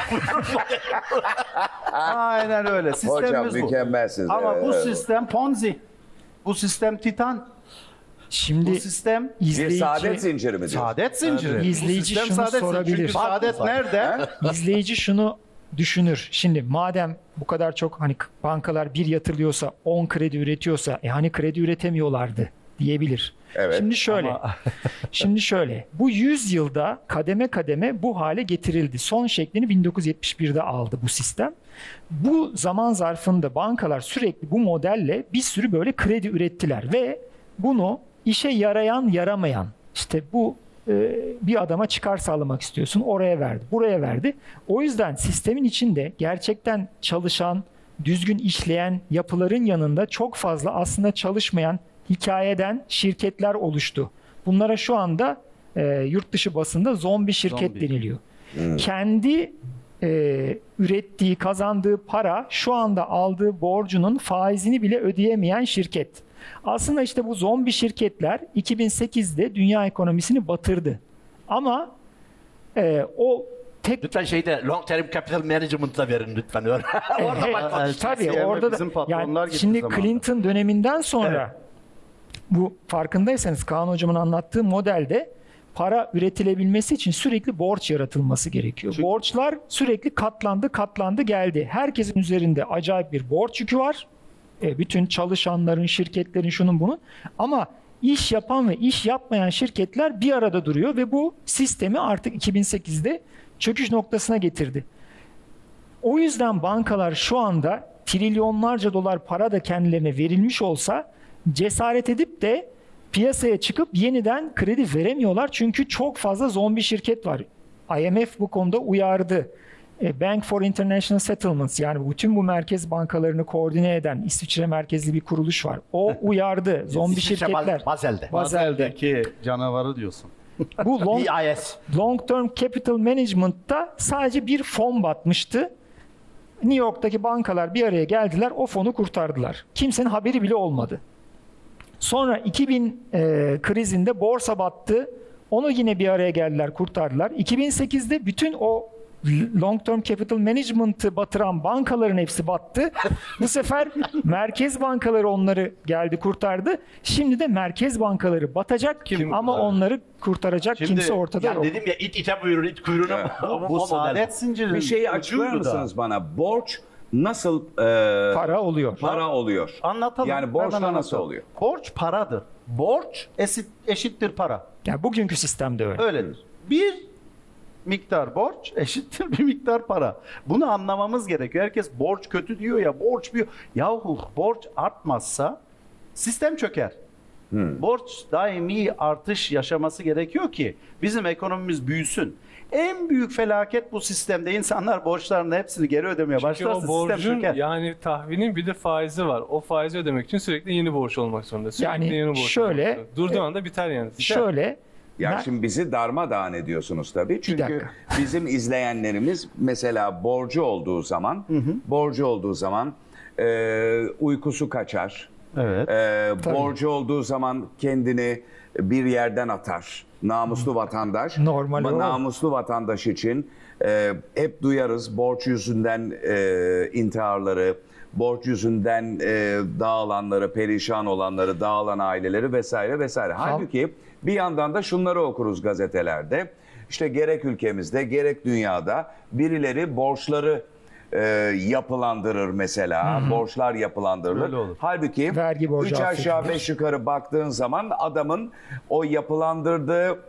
aynen öyle. Hocam Sistemimiz bu. mükemmelsiniz. Ama bu sistem Ponzi. Bu sistem Titan. Bu Şimdi sistem bir izleyici, saadet zinciri mi diyorsun? saadet zinciri. İzleyici Bu sistem şunu saadet zinciri. sorabilir. Çünkü saadet nerede? izleyici şunu düşünür. Şimdi madem bu kadar çok hani bankalar bir yatırılıyorsa 10 kredi üretiyorsa hani kredi üretemiyorlardı diyebilir. Evet. Şimdi şöyle. Şimdi şöyle. Bu 100 yılda kademe kademe bu hale getirildi. Son şeklini 1971'de aldı bu sistem. Bu zaman zarfında bankalar sürekli bu modelle bir sürü böyle kredi ürettiler ve bunu işe yarayan yaramayan işte bu bir adama çıkar sağlamak istiyorsun, oraya verdi, buraya verdi. O yüzden sistemin içinde gerçekten çalışan, düzgün işleyen yapıların yanında çok fazla aslında çalışmayan hikayeden şirketler oluştu. Bunlara şu anda yurt dışı basında zombi şirket Zombi. deniliyor. Kendi ürettiği, kazandığı para şu anda aldığı borcunun faizini bile ödeyemeyen şirket. Aslında işte bu zombi şirketler 2008'de dünya ekonomisini batırdı. Ama o tek Lütfen şeyde long term capital management'la verin lütfen. Orada bak. tabii CM'de orada bizim da patronlar yani gitti şimdi zamanında. Clinton döneminden sonra bu farkındaysanız Kaan Hocam'ın anlattığı modelde para üretilebilmesi için sürekli borç yaratılması gerekiyor. Borçlar sürekli katlandı geldi. Herkesin üzerinde acayip bir borç yükü var. Bütün çalışanların, şirketlerin, şunun bunun. Ama iş yapan ve iş yapmayan şirketler bir arada duruyor ve bu sistemi artık 2008'de çöküş noktasına getirdi. O yüzden bankalar şu anda trilyonlarca dolar para da kendilerine verilmiş olsa cesaret edip de piyasaya çıkıp yeniden kredi veremiyorlar. Çünkü çok fazla zombi şirket var. IMF bu konuda uyardı. Bank for International Settlements, yani bütün bu merkez bankalarını koordine eden İsviçre merkezli bir kuruluş var. O uyardı. Zombi İsviçre şirketler. Basel'de. Basel'deki canavarı diyorsun. Bu BIS. Long Term Capital Management'ta sadece bir fon batmıştı. New York'taki bankalar bir araya geldiler, o fonu kurtardılar. Kimsenin haberi bile olmadı. Sonra 2000 krizinde borsa battı. Onu yine bir araya geldiler, kurtardılar. 2008'de bütün o Long Term Capital Management'ı batıran bankaların hepsi battı. Bu sefer merkez bankaları onları geldi kurtardı. Şimdi de merkez bankaları batacak ama onları kurtaracak Şimdi, kimse ortada Yani yok. dedim ya it ite buyurur, it kuyruğuna. Bu saadet zincirinin Bir şeyi açıklar ucuydu da. mısınız bana? Borç nasıl Para oluyor. para oluyor? Anlatalım. Yani borçla Hemen nasıl anlatalım. oluyor? Borç paradır. Borç eşittir para. Yani bugünkü sistemde öyle. Öyledir. Bir miktar borç eşittir bir miktar para. Bunu anlamamız gerekiyor. Herkes borç kötü diyor ya, borç bir... Yahu borç artmazsa sistem çöker. Borç daimi artış yaşaması gerekiyor ki bizim ekonomimiz büyüsün. En büyük felaket bu sistemde. İnsanlar borçlarının hepsini geri ödemeye Çünkü başlarsa o sistem borcun çöker. yani tahvinin bir de faizi var. O faizi ödemek için sürekli yeni borç olmak zorunda. Sürekli Yani yeni borç şöyle, olmak zorunda. Durduğu anda biter yani. Şöyle, Ya ben- şimdi bizi darmadağın ediyorsunuz tabii. Çünkü dakika. bizim izleyenlerimiz mesela borcu olduğu zaman uykusu kaçar. Evet. Borcu olduğu zaman kendini bir yerden atar. Namuslu vatandaş. Normal o. Namuslu vatandaş için hep duyarız borç yüzünden intiharları, borç yüzünden dağılanları, perişan olanları, dağılan aileleri vesaire vesaire. Halbuki bir yandan da şunları okuruz gazetelerde. İşte gerek ülkemizde gerek dünyada birileri borçları yapılandırır mesela. Borçlar yapılandırılır. Öyle olur. Halbuki Vergi borcu 3 aşağı affedilir. 5 yukarı baktığın zaman adamın o yapılandırdığı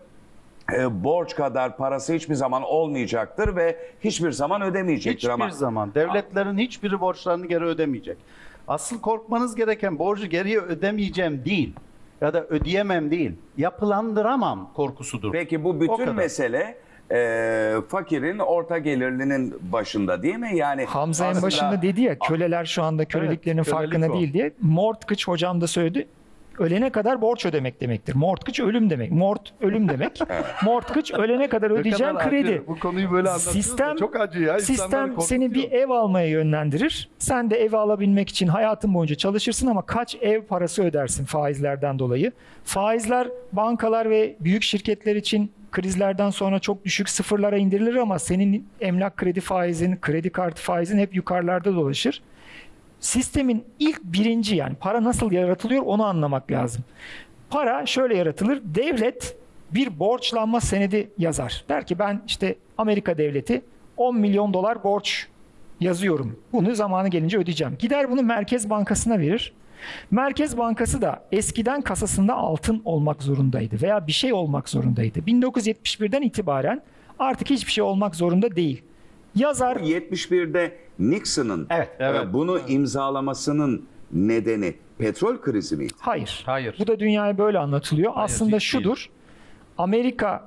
borç kadar parası hiçbir zaman olmayacaktır ve hiçbir zaman ödemeyecektir Hiçbir ama. zaman. Devletlerin hiçbiri borçlarını geri ödemeyecek. Asıl korkmanız gereken borcu geriye ödemeyeceğim değil. Ya da ödeyemem değil. Yapılandıramam korkusudur. Peki bu O bütün kadar. mesele fakirin, orta gelirlinin başında değil mi? Yani Hamza en aslında- başında dedi ya köleler şu anda köleliklerinin kölelik farkında o. değil diye. Mortgage hocam da söyledi. Ölene kadar borç ödemek demektir. Mortgage ölüm demek. Ölüm demek. Mortgage ölene kadar ödeyeceğin kadar kredi. acı. Bu konuyu böyle anlatıyoruz da Sistem, çok acı ya. İnsanları sistem seni korkutuyor. bir ev almaya yönlendirir. Sen de evi alabilmek için hayatın boyunca çalışırsın ama kaç ev parası ödersin faizlerden dolayı. Faizler bankalar ve büyük şirketler için krizlerden sonra çok düşük sıfırlara indirilir ama senin emlak kredi faizin, kredi kartı faizin hep yukarılarda dolaşır. Sistemin ilk birinci yani para nasıl yaratılıyor onu anlamak lazım. Para şöyle yaratılır. Devlet bir borçlanma senedi yazar. Der ki ben işte Amerika devleti 10 milyon dolar borç yazıyorum. Bunu zamanı gelince ödeyeceğim. Gider bunu Merkez Bankası'na verir. Merkez Bankası da eskiden kasasında altın olmak zorundaydı veya bir şey olmak zorundaydı. 1971'den itibaren artık hiçbir şey olmak zorunda değil. Yazar 71'de Nixon'ın Evet. bunu imzalamasının nedeni petrol krizi miydi? Hayır. Hayır. Bu da dünyaya böyle anlatılıyor. Aslında hiç şudur. Amerika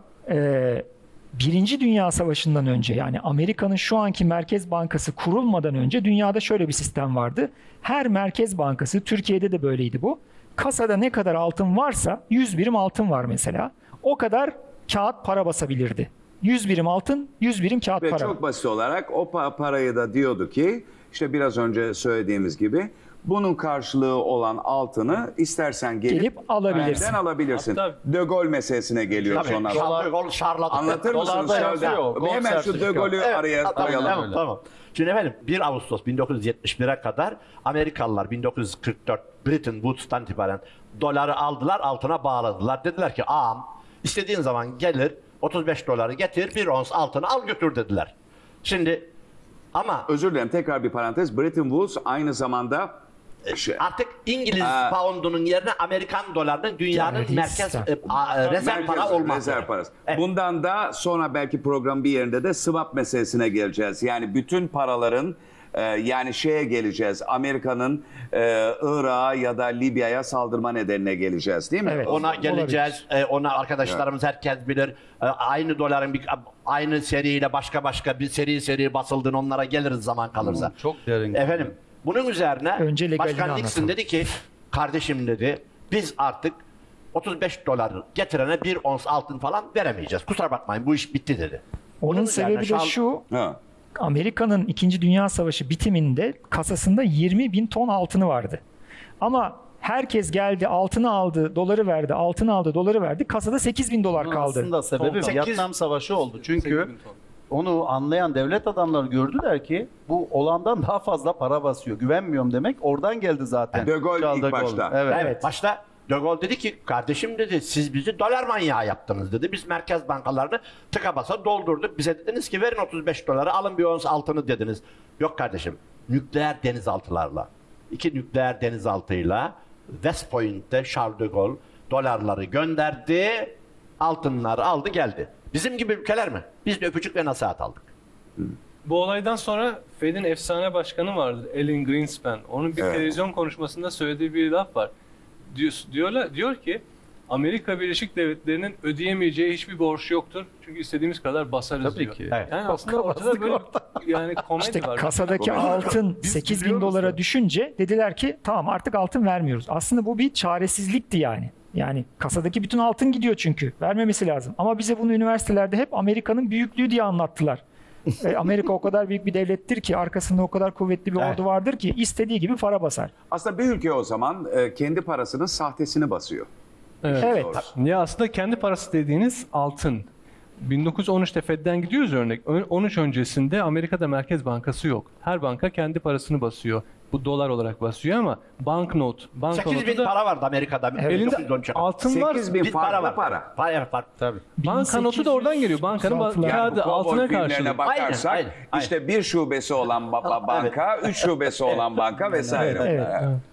Birinci Dünya Savaşı'ndan önce yani Amerika'nın şu anki Merkez Bankası kurulmadan önce dünyada şöyle bir sistem vardı. Her Merkez Bankası, Türkiye'de de böyleydi bu. Kasada ne kadar altın varsa 100 birim altın var mesela. O kadar kağıt para basabilirdi. 100 birim altın, 100 birim kağıt Ve para. çok basit olarak o parayı da diyordu ki işte biraz önce söylediğimiz gibi bunun karşılığı olan altını istersen gelip alabilirsin. benden alabilirsin. Hatta- De Gaulle meselesine geliyor sonra. Gol şarladı. Anlatır mısınız? Dolarda Şöyle? yazıyor, gol Hemen şu De sertifika. Gaulle'ü araya koyalım. Tamam. Şimdi efendim 1 Ağustos 1971'e kadar Amerikalılar 1944 Bretton Woods'tan itibaren doları aldılar, altına bağladılar. Dediler ki ağam istediğin zaman gelir 35 doları getir, bir ons altını al götür dediler. Şimdi ama Özür dilerim tekrar bir parantez. Bretton Woods aynı zamanda artık İngiliz poundunun yerine Amerikan dolarının dünyanın Yani merkez sistem. rezerv para olması. rezerv parası. Evet. Bundan da sonra belki program bir yerinde de swap meselesine geleceğiz. Yani bütün paraların yani şeye geleceğiz. Amerika'nın Irak'a ya da Libya'ya saldırma nedenine geleceğiz değil mi? Evet. Ona geleceğiz. Ona arkadaşlarımız herkes bilir. Aynı doların aynı seriyle başka bir seri basıldığını onlara geliriz zaman kalırsa. Çok derin. Efendim bunun üzerine Önce legalini Başkan Nixon anlatalım. dedi ki kardeşim dedi biz artık 35 dolar getirene bir ons altın falan veremeyeceğiz. Kusura bakmayın bu iş bitti dedi. Onun Bunun üzerine sebebi de şu. Ha. Amerika'nın 2. Dünya Savaşı bitiminde kasasında 20 bin ton altını vardı. Ama herkes geldi altını aldı, doları verdi, altını aldı, doları verdi. Kasada 8 bin dolar Bunun kaldı. aslında sebebi Sekiz- Vietnam Savaşı oldu. Çünkü 8.000 ton. onu anlayan devlet adamları gördüler ki bu olandan daha fazla para basıyor. Güvenmiyorum demek. Oradan geldi zaten. De Gaulle Charles ilk de Gaulle. başta. Evet. Evet. Başta De Gaulle dedi ki kardeşim dedi siz bizi dolar manyağı yaptınız dedi. Biz merkez bankalarını tıka basa doldurduk. Bize dediniz ki verin 35 doları alın bir ons altını dediniz. Yok kardeşim nükleer denizaltılarla 2 nükleer denizaltıyla West Point'te Charles de Gaulle dolarları gönderdi, altınları aldı geldi. Bizim gibi ülkeler mi? Biz de öpücük ve nasihat aldık. Bu olaydan sonra Fed'in efsane başkanı vardır, Alan Greenspan. Onun bir televizyon konuşmasında söylediği bir laf var. Diyor ki Amerika Birleşik Devletleri'nin ödeyemeyeceği hiçbir borç yoktur. Çünkü istediğimiz kadar basarız Tabii diyor. ki. Evet. Yani aslında ortada böyle yani komedi İşte var. kasadaki altın Biz 8 bin biliyoruz dolara da. düşünce dediler ki tamam artık altın vermiyoruz. Aslında bu bir çaresizlikti yani. Yani kasadaki bütün altın gidiyor çünkü. Vermemesi lazım. Ama bize bunu üniversitelerde hep Amerika'nın büyüklüğü diye anlattılar. Amerika o kadar büyük bir devlettir ki arkasında o kadar kuvvetli bir Evet. ordu vardır ki istediği gibi para basar. Aslında bir ülke o zaman kendi parasının sahtesini basıyor. Evet. Ya aslında kendi parası dediğiniz altın. 1913'te Fed'den gidiyoruz örnek. 13 öncesinde Amerika'da Merkez Bankası yok. Her banka kendi parasını basıyor. Bu dolar olarak basıyor ama banknot. 8 bin da para vardı Amerika'da. elinde 1913'e. altın var. 8 bin Bir para farklı var. para. Evet, var. Tabii. Banka da oradan geliyor. Bankanın Yani kağıdı Yani bu altına kovboy filmlerine karşılık. bakarsak Aynen, aynen. işte bir şubesi olan banka, 3 şubesi olan banka vesaire. Evet.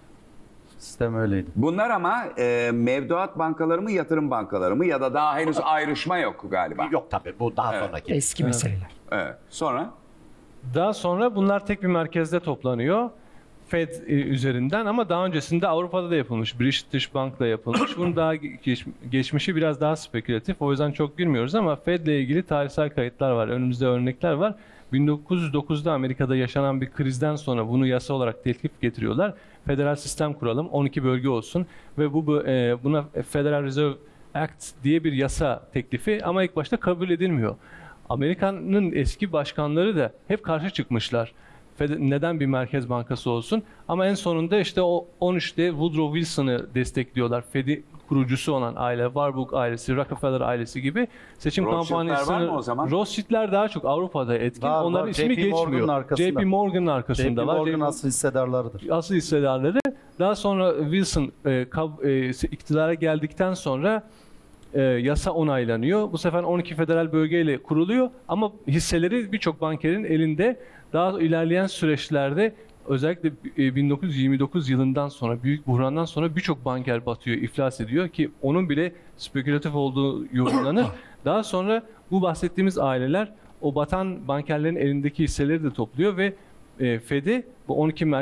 Sistem öyleydi. Bunlar ama mevduat bankaları mı, yatırım bankaları mı ya da daha henüz ayrışma yok galiba. Yok tabii, bu daha sonraki. Eski meseleler. Evet. Sonra Daha sonra bunlar tek bir merkezde toplanıyor. Fed üzerinden ama daha öncesinde Avrupa'da da yapılmış. British Bank'la yapılmış. Bunun daha geçmişi biraz daha spekülatif. O yüzden çok bilmiyoruz ama Fed'le ilgili tarihsel kayıtlar var. Önümüzde örnekler var. 1909'da Amerika'da yaşanan bir krizden sonra bunu yasa olarak teklif getiriyorlar. Federal sistem kuralım, 12 bölge olsun ve buna Federal Reserve Act diye bir yasa teklifi ama ilk başta kabul edilmiyor. Amerika'nın eski başkanları da hep karşı çıkmışlar. Neden bir merkez bankası olsun? Ama en sonunda işte o 13'te Woodrow Wilson'ı destekliyorlar. Fed'i kurucusu olan aile, Warburg ailesi, Rockefeller ailesi gibi seçim Rothschild'ler var kampanyasını... mı o zaman? Rothschild'ler daha çok Avrupa'da etkin. Var, Onların var. ismi JP Morgan'ın geçmiyor. arkasında. JP Morgan'ın arkasında JP var. Morgan asıl hissedarlarıdır. Asıl hissedarları. Daha sonra Wilson iktidara geldikten sonra yasa onaylanıyor. Bu sefer 12 federal bölgeyle kuruluyor ama hisseleri birçok bankerin elinde. Daha ilerleyen süreçlerde özellikle 1929 yılından sonra, büyük buhrandan sonra birçok banker batıyor, iflas ediyor ki onun bile spekülatif olduğu yorumlanır. Daha sonra bu bahsettiğimiz aileler o batan bankerlerin elindeki hisseleri de topluyor ve Fed'i bu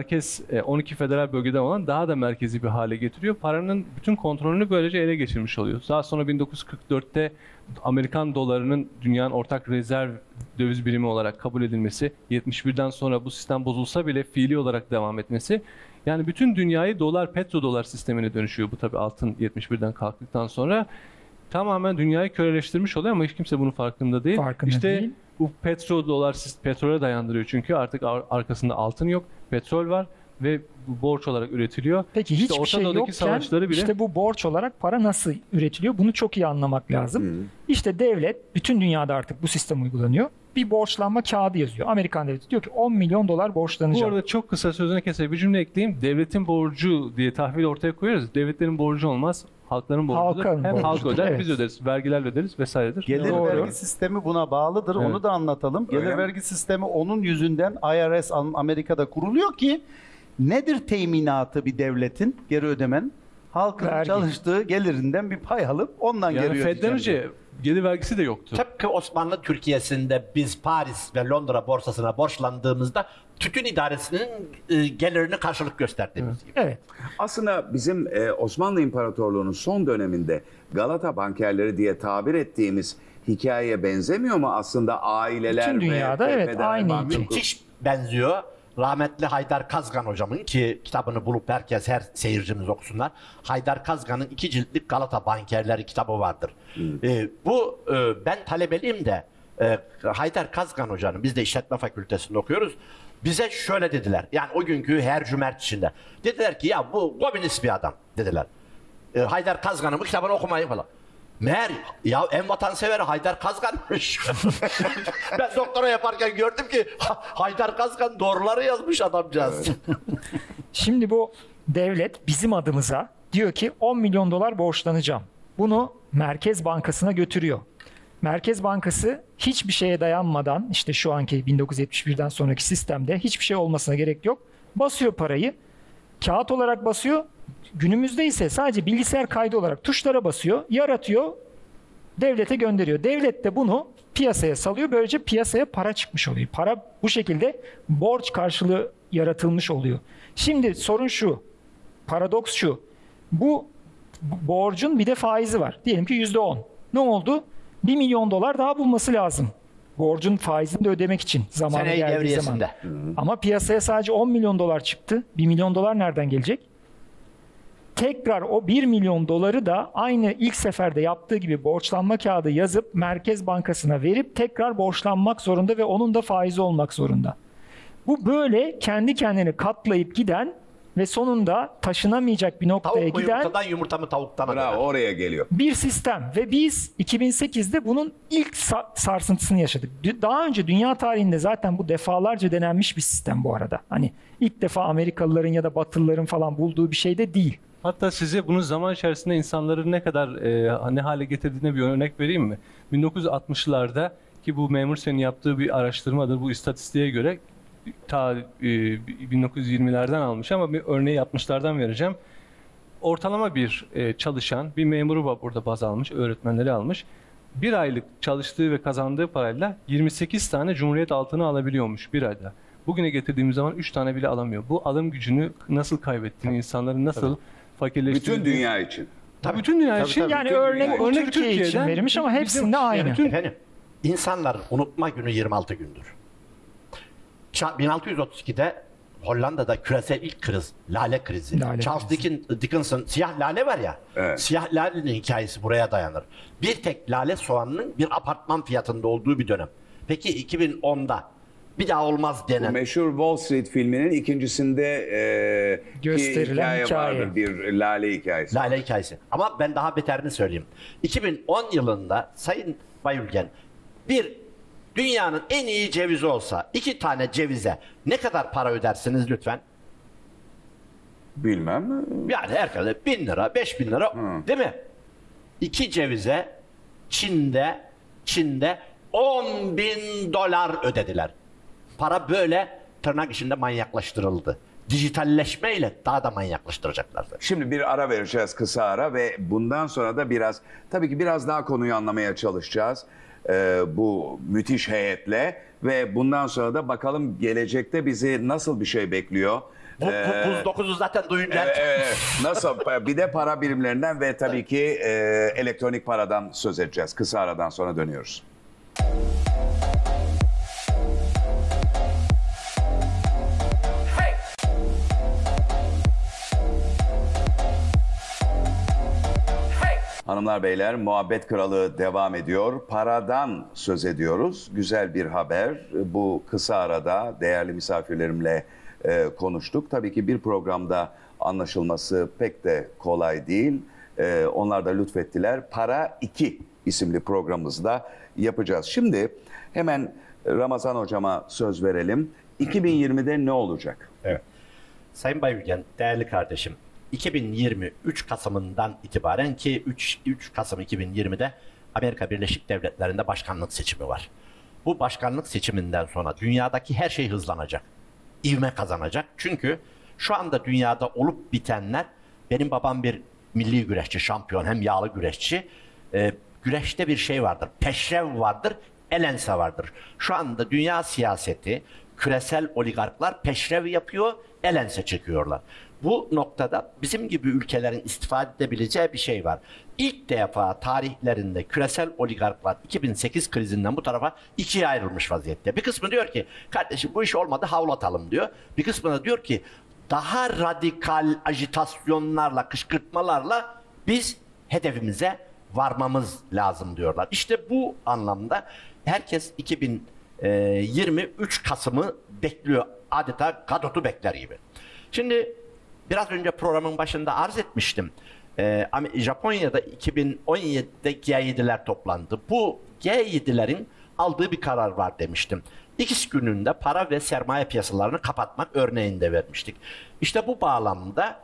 12 federal bölgeden olan daha da merkezi bir hale getiriyor. Paranın bütün kontrolünü böylece ele geçirmiş oluyor. Daha sonra 1944'te Amerikan dolarının dünyanın ortak rezerv döviz birimi olarak kabul edilmesi, 71'den sonra bu sistem bozulsa bile fiili olarak devam etmesi. Yani bütün dünyayı petrodolar sistemine dönüşüyor bu tabii altın 71'den kalktıktan sonra. Tamamen dünyayı köleleştirmiş oluyor ama hiç kimse bunun farkında değil. Farkında değil. Bu petrodolar petrole dayandırıyor çünkü artık arkasında altın yok, petrol var ve bu borç olarak üretiliyor. Peki İşte hiçbir Orta şey Doğu'daki yokken savaşları bile işte bu borç olarak para nasıl üretiliyor? Bunu çok iyi anlamak lazım. İşte devlet, bütün dünyada artık bu sistem uygulanıyor. Bir borçlanma kağıdı yazıyor. Amerikan devleti diyor ki 10 milyon dolar bu borçlanacağım. arada çok kısa sözünü keser bir cümle ekleyeyim. Devletin borcu diye tahvil ortaya koyuyoruz. Devletlerin borcu olmaz. Halkların borcudur. Halkın Hem borcudur, halk öder, evet. biz öderiz. Vergilerle öderiz vesairedir. Gelir Doğru. vergi sistemi buna bağlıdır. Evet. Onu da anlatalım. Öyle Gelir mi? vergi sistemi onun yüzünden IRS Amerika'da kuruluyor ki nedir teminatı bir devletin geri ödemen? Halkın Vergi. çalıştığı gelirinden bir pay alıp ondan Yani geri Fed'den ödeyeceğim. önce gelir vergisi de yoktu. Tıpkı Osmanlı Türkiye'sinde biz Paris ve Londra borsasına borçlandığımızda tütün idaresinin gelirini karşılık gösterdiğimiz gibi. Evet. aslında bizim Osmanlı İmparatorluğu'nun son döneminde Galata bankerleri diye tabir ettiğimiz hikayeye benzemiyor mu aslında aileler Bütün dünyada ve evet, federal aynı banka- hikaye. Müthiş benziyor. Rahmetli Haydar Kazgan hocamın ki kitabını bulup her seyircimiz okusunlar. Haydar Kazgan'ın 2 ciltlik Galata Bankerleri kitabı vardır. Ben talebeliyim de Haydar Kazgan hocanın, biz de işletme fakültesinde okuyoruz. Bize şöyle dediler. Yani o günkü her cümerç içinde. Dediler ki ya bu komünist bir adam dediler. Haydar Kazgan'ın bu kitabını okumayın falan. Meğer ya en vatansever Haydar Kazgan'mış. Ben doktora yaparken gördüm ki Haydar Kazgan doğruları yazmış adamcağız. Şimdi bu devlet bizim adımıza diyor ki 10 milyon dolar borçlanacağım. Bunu Merkez Bankası'na götürüyor. Merkez Bankası hiçbir şeye dayanmadan işte şu anki 1971'den sonraki sistemde hiçbir şey olmasına gerek yok. Basıyor parayı. Kağıt olarak basıyor Günümüzde ise sadece bilgisayar kaydı olarak tuşlara basıyor, yaratıyor, devlete gönderiyor. Devlet de bunu piyasaya salıyor. Böylece piyasaya para çıkmış oluyor. Para bu şekilde borç karşılığı yaratılmış oluyor. Şimdi sorun şu, paradoks şu. Bu borcun bir de faizi var. Diyelim ki %10. Ne oldu? 1 milyon dolar daha bulması lazım. Borcun faizini de ödemek için zamanı Seneyi geldiği zaman. devriyesinde. Ama piyasaya sadece 10 milyon dolar çıktı. 1 milyon dolar nereden gelecek? Tekrar o 1 milyon doları da aynı ilk seferde yaptığı gibi borçlanma kağıdı yazıp Merkez Bankası'na verip tekrar borçlanmak zorunda ve onun da faizi olmak zorunda. Bu böyle kendi kendini katlayıp giden ve sonunda taşınamayacak bir noktaya Tavuk mu giden yumurtadan, yumurta mı tavuktan? Bravo, döner. oraya geliyor. bir sistem ve biz 2008'de bunun ilk sarsıntısını yaşadık. Daha önce dünya tarihinde zaten bu defalarca denenmiş bir sistem bu arada. Hani ilk defa Amerikalıların ya da Batılıların falan bulduğu bir şey de değil. Hatta size bunu zaman içerisinde insanları ne kadar ne hale getirdiğine bir örnek vereyim mi? 1960'larda ki bu Memur Sen'in yaptığı bir araştırmadır. Bu istatistiğe göre ta 1920'lerden almış ama bir örneği 60'lardan vereceğim. Ortalama bir çalışan, bir memuru burada baz almış, öğretmenleri almış. Bir aylık çalıştığı ve kazandığı parayla 28 tane Cumhuriyet altını alabiliyormuş bir ayda. Bugüne getirdiğimiz zaman 3 tane bile alamıyor. Bu alım gücünü nasıl kaybettiğini, insanların nasıl fakirleştirdiğini... Bütün dünya için. Bütün dünya için. tabii. Yani Bütün örnek dünya- bu Örnek Türkiye için Türkiye'den verilmiş ama bizim- hepsinde aynı. bütün- Efendim, insanların unutma günü 26 gündür. 1632'de Hollanda'da küresel ilk kriz, lale krizi. Lale Charles Dickens'ın Siyah Lale var ya, Evet. Siyah Lale'nin hikayesi buraya dayanır. Bir tek lale soğanının bir apartman fiyatında olduğu bir dönem. Peki 2010'da bir daha olmaz Bu denen meşhur Wall Street filminin ikincisinde Gösterilen hikaye. vardır, bir lale hikayesi. lale hikayesi. Ama ben daha beterini söyleyeyim. 2010 yılında Sayın Bayülgen bir dünyanın en iyi cevizi olsa 2 tane cevize ne kadar para ödersiniz lütfen? Bilmem. Yani herkese 1000 lira, 5000 lira değil mi? 2 cevize Çin'de 10.000 dolar ödediler. Para böyle tırnak içinde manyaklaştırıldı. Dijitalleşmeyle daha da manyaklaştıracaklardı. Şimdi bir ara vereceğiz, kısa ara, ve bundan sonra da tabii ki biraz daha konuyu anlamaya çalışacağız. Bu müthiş heyetle ve bundan sonra da bakalım gelecekte bizi nasıl bir şey bekliyor. Buz 9'u zaten duyunca Evet, nasıl? Bir de para birimlerinden ve tabii ki elektronik paradan söz edeceğiz. Kısa aradan sonra dönüyoruz. Hanımlar beyler, Muhabbet Kralı devam ediyor. Paradan söz ediyoruz. Güzel bir haber. Bu kısa arada değerli misafirlerimle konuştuk. Tabii ki bir programda anlaşılması pek de kolay değil. Onlar da lütfettiler. Para 2 isimli programımızda yapacağız. Şimdi hemen Ramazan hocama söz verelim. 2020'de ne olacak? Evet. Sayın Bayülgen, değerli kardeşim, 2023 Kasım'ından itibaren ki 3 Kasım 2020'de Amerika Birleşik Devletleri'nde başkanlık seçimi var. Bu başkanlık seçiminden sonra dünyadaki her şey hızlanacak. İvme kazanacak. Çünkü şu anda dünyada olup bitenler, benim babam bir milli güreşçi, şampiyon, hem yağlı güreşçi. Güreşte bir şey vardır. Peşrev vardır, elense vardır. Şu anda dünya siyaseti, küresel oligarklar peşrev yapıyor, elense çekiyorlar. Bu noktada bizim gibi ülkelerin istifade edebileceği bir şey var. İlk defa tarihlerinde küresel oligarklar 2008 krizinden bu tarafa ikiye ayrılmış vaziyette. Bir kısmı diyor ki kardeşim bu iş olmadı, havlatalım diyor. Bir kısmı da diyor ki daha radikal ajitasyonlarla, kışkırtmalarla biz hedefimize varmamız lazım diyorlar. İşte bu anlamda herkes 2023 Kasım'ı bekliyor. Adeta Gadot'u bekler gibi. Şimdi biraz önce programın başında arz etmiştim. Japonya'da 2017'de G7'ler toplandı. Bu G7'lerin aldığı bir karar var demiştim. X gününde para ve sermaye piyasalarını kapatmak örneğini de vermiştik. İşte bu bağlamda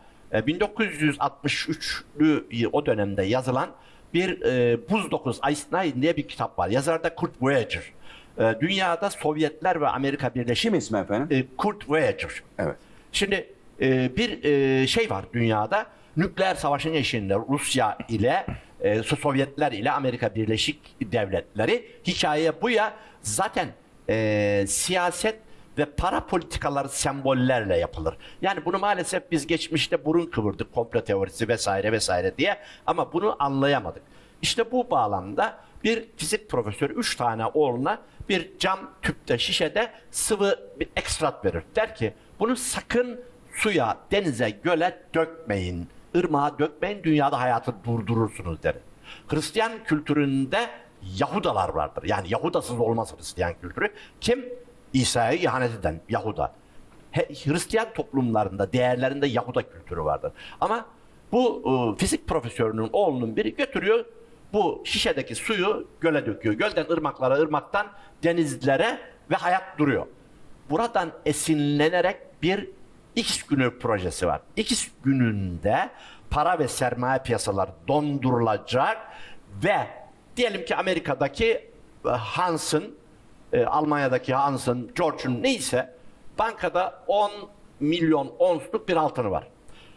1963'lü o dönemde yazılan bir Buz 9 Ice Nine diye bir kitap var. Yazar da Kurt Voyager. Dünyada Sovyetler ve Amerika Birleşik... Kim ismi efendim? Kurt Voyager. Evet. Şimdi bir şey var dünyada. Nükleer savaşın eşiğinde Rusya ile Sovyetler ile Amerika Birleşik Devletleri hikayeye bu ya zaten siyaset ve para politikaları sembollerle yapılır. Yani bunu maalesef biz geçmişte burun kıvırdık, komplo teorisi vesaire vesaire diye, ama bunu anlayamadık. İşte bu bağlamda bir fizik profesörü 3 tane oğluna bir cam tüpte, şişede sıvı bir ekstrat verir. Der ki bunu sakın suya, denize, göle dökmeyin, ırmağa dökmeyin, dünyada hayatı durdurursunuz der. Hristiyan kültüründe Yahudalar vardır. Yani Yahudasız olmaz Hristiyan kültürü. Kim? İsa'ya ihanet eden Yahuda. Hristiyan toplumlarında, değerlerinde Yahuda kültürü vardır. Ama bu fizik profesörünün oğlunun biri götürüyor, bu şişedeki suyu göle döküyor. Gölden ırmaklara, ırmaktan denizlere ve hayat duruyor. Buradan esinlenerek bir X günü projesi var. X gününde para ve sermaye piyasaları dondurulacak ve diyelim ki Amerika'daki Hans'ın, Almanya'daki Hans'ın, George'un neyse bankada 10 milyon onsluk bir altını var.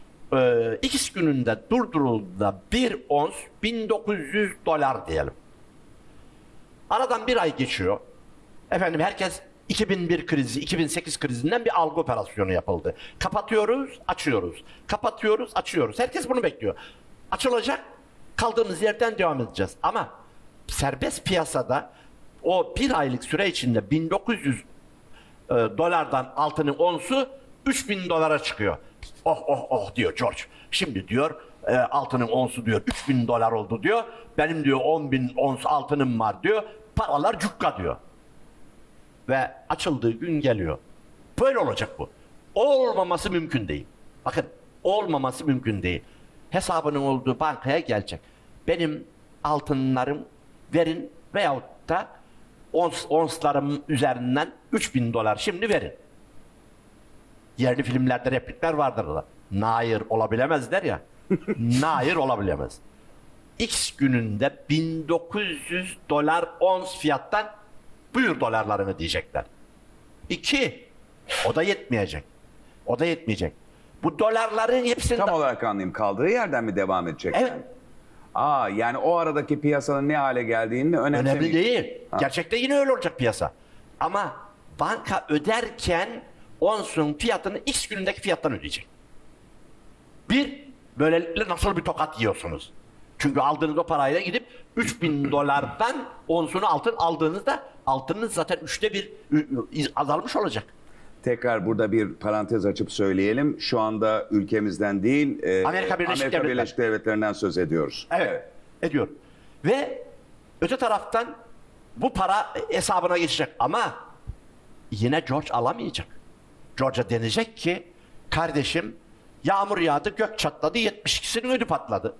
X gününde durdurulduğunda bir ons $1900 diyelim. Aradan bir ay geçiyor. Efendim herkes 2001 krizi, 2008 krizinden bir algı operasyonu yapıldı. Kapatıyoruz, açıyoruz. Kapatıyoruz, açıyoruz. Herkes bunu bekliyor. Açılacak, kaldığımız yerden devam edeceğiz. Ama serbest piyasada o bir aylık süre içinde 1900 dolardan altının onsu $3000 çıkıyor. Oh oh oh diyor George. Şimdi diyor altının onsu diyor $3000 oldu diyor. Benim diyor 10.000 ons altınım var diyor. Paralar cukka diyor. Ve açıldığı gün geliyor. Böyle olacak bu. Olmaması mümkün değil. Bakın, olmaması mümkün değil. Hesabının olduğu bankaya gelecek. Benim altınlarım verin veyahut da onslarım üzerinden $3000 şimdi verin. Yerli filmlerde replikler vardır da. Nair olabilemezler ya. Nair olabilemez. X gününde $1900 ons fiyattan buyur dolarlarını diyecekler. 2. O da yetmeyecek. O da yetmeyecek. Bu dolarların hepsini... Tam olarak anlayayım. Kaldığı yerden mi devam edecek? Evet. Yani o aradaki piyasanın ne hale geldiğini Önemli değil. Ha. Gerçekte yine öyle olacak piyasa. Ama banka öderken onsun fiyatını X günündeki fiyattan ödeyecek. Böylelikle nasıl bir tokat yiyorsunuz? Çünkü aldığınız o parayla gidip $3000'dan onsunu altın aldığınızda altınız zaten 1/3 azalmış olacak. Tekrar burada bir parantez açıp söyleyelim. Şu anda ülkemizden değil, Amerika Birleşik Devletleri'nden söz ediyoruz. Evet, ediyor. Ve öte taraftan bu para hesabına geçecek ama yine George alamayacak. George'a denecek ki kardeşim yağmur yağdı, gök çatladı, 72'sinin ödü patladı.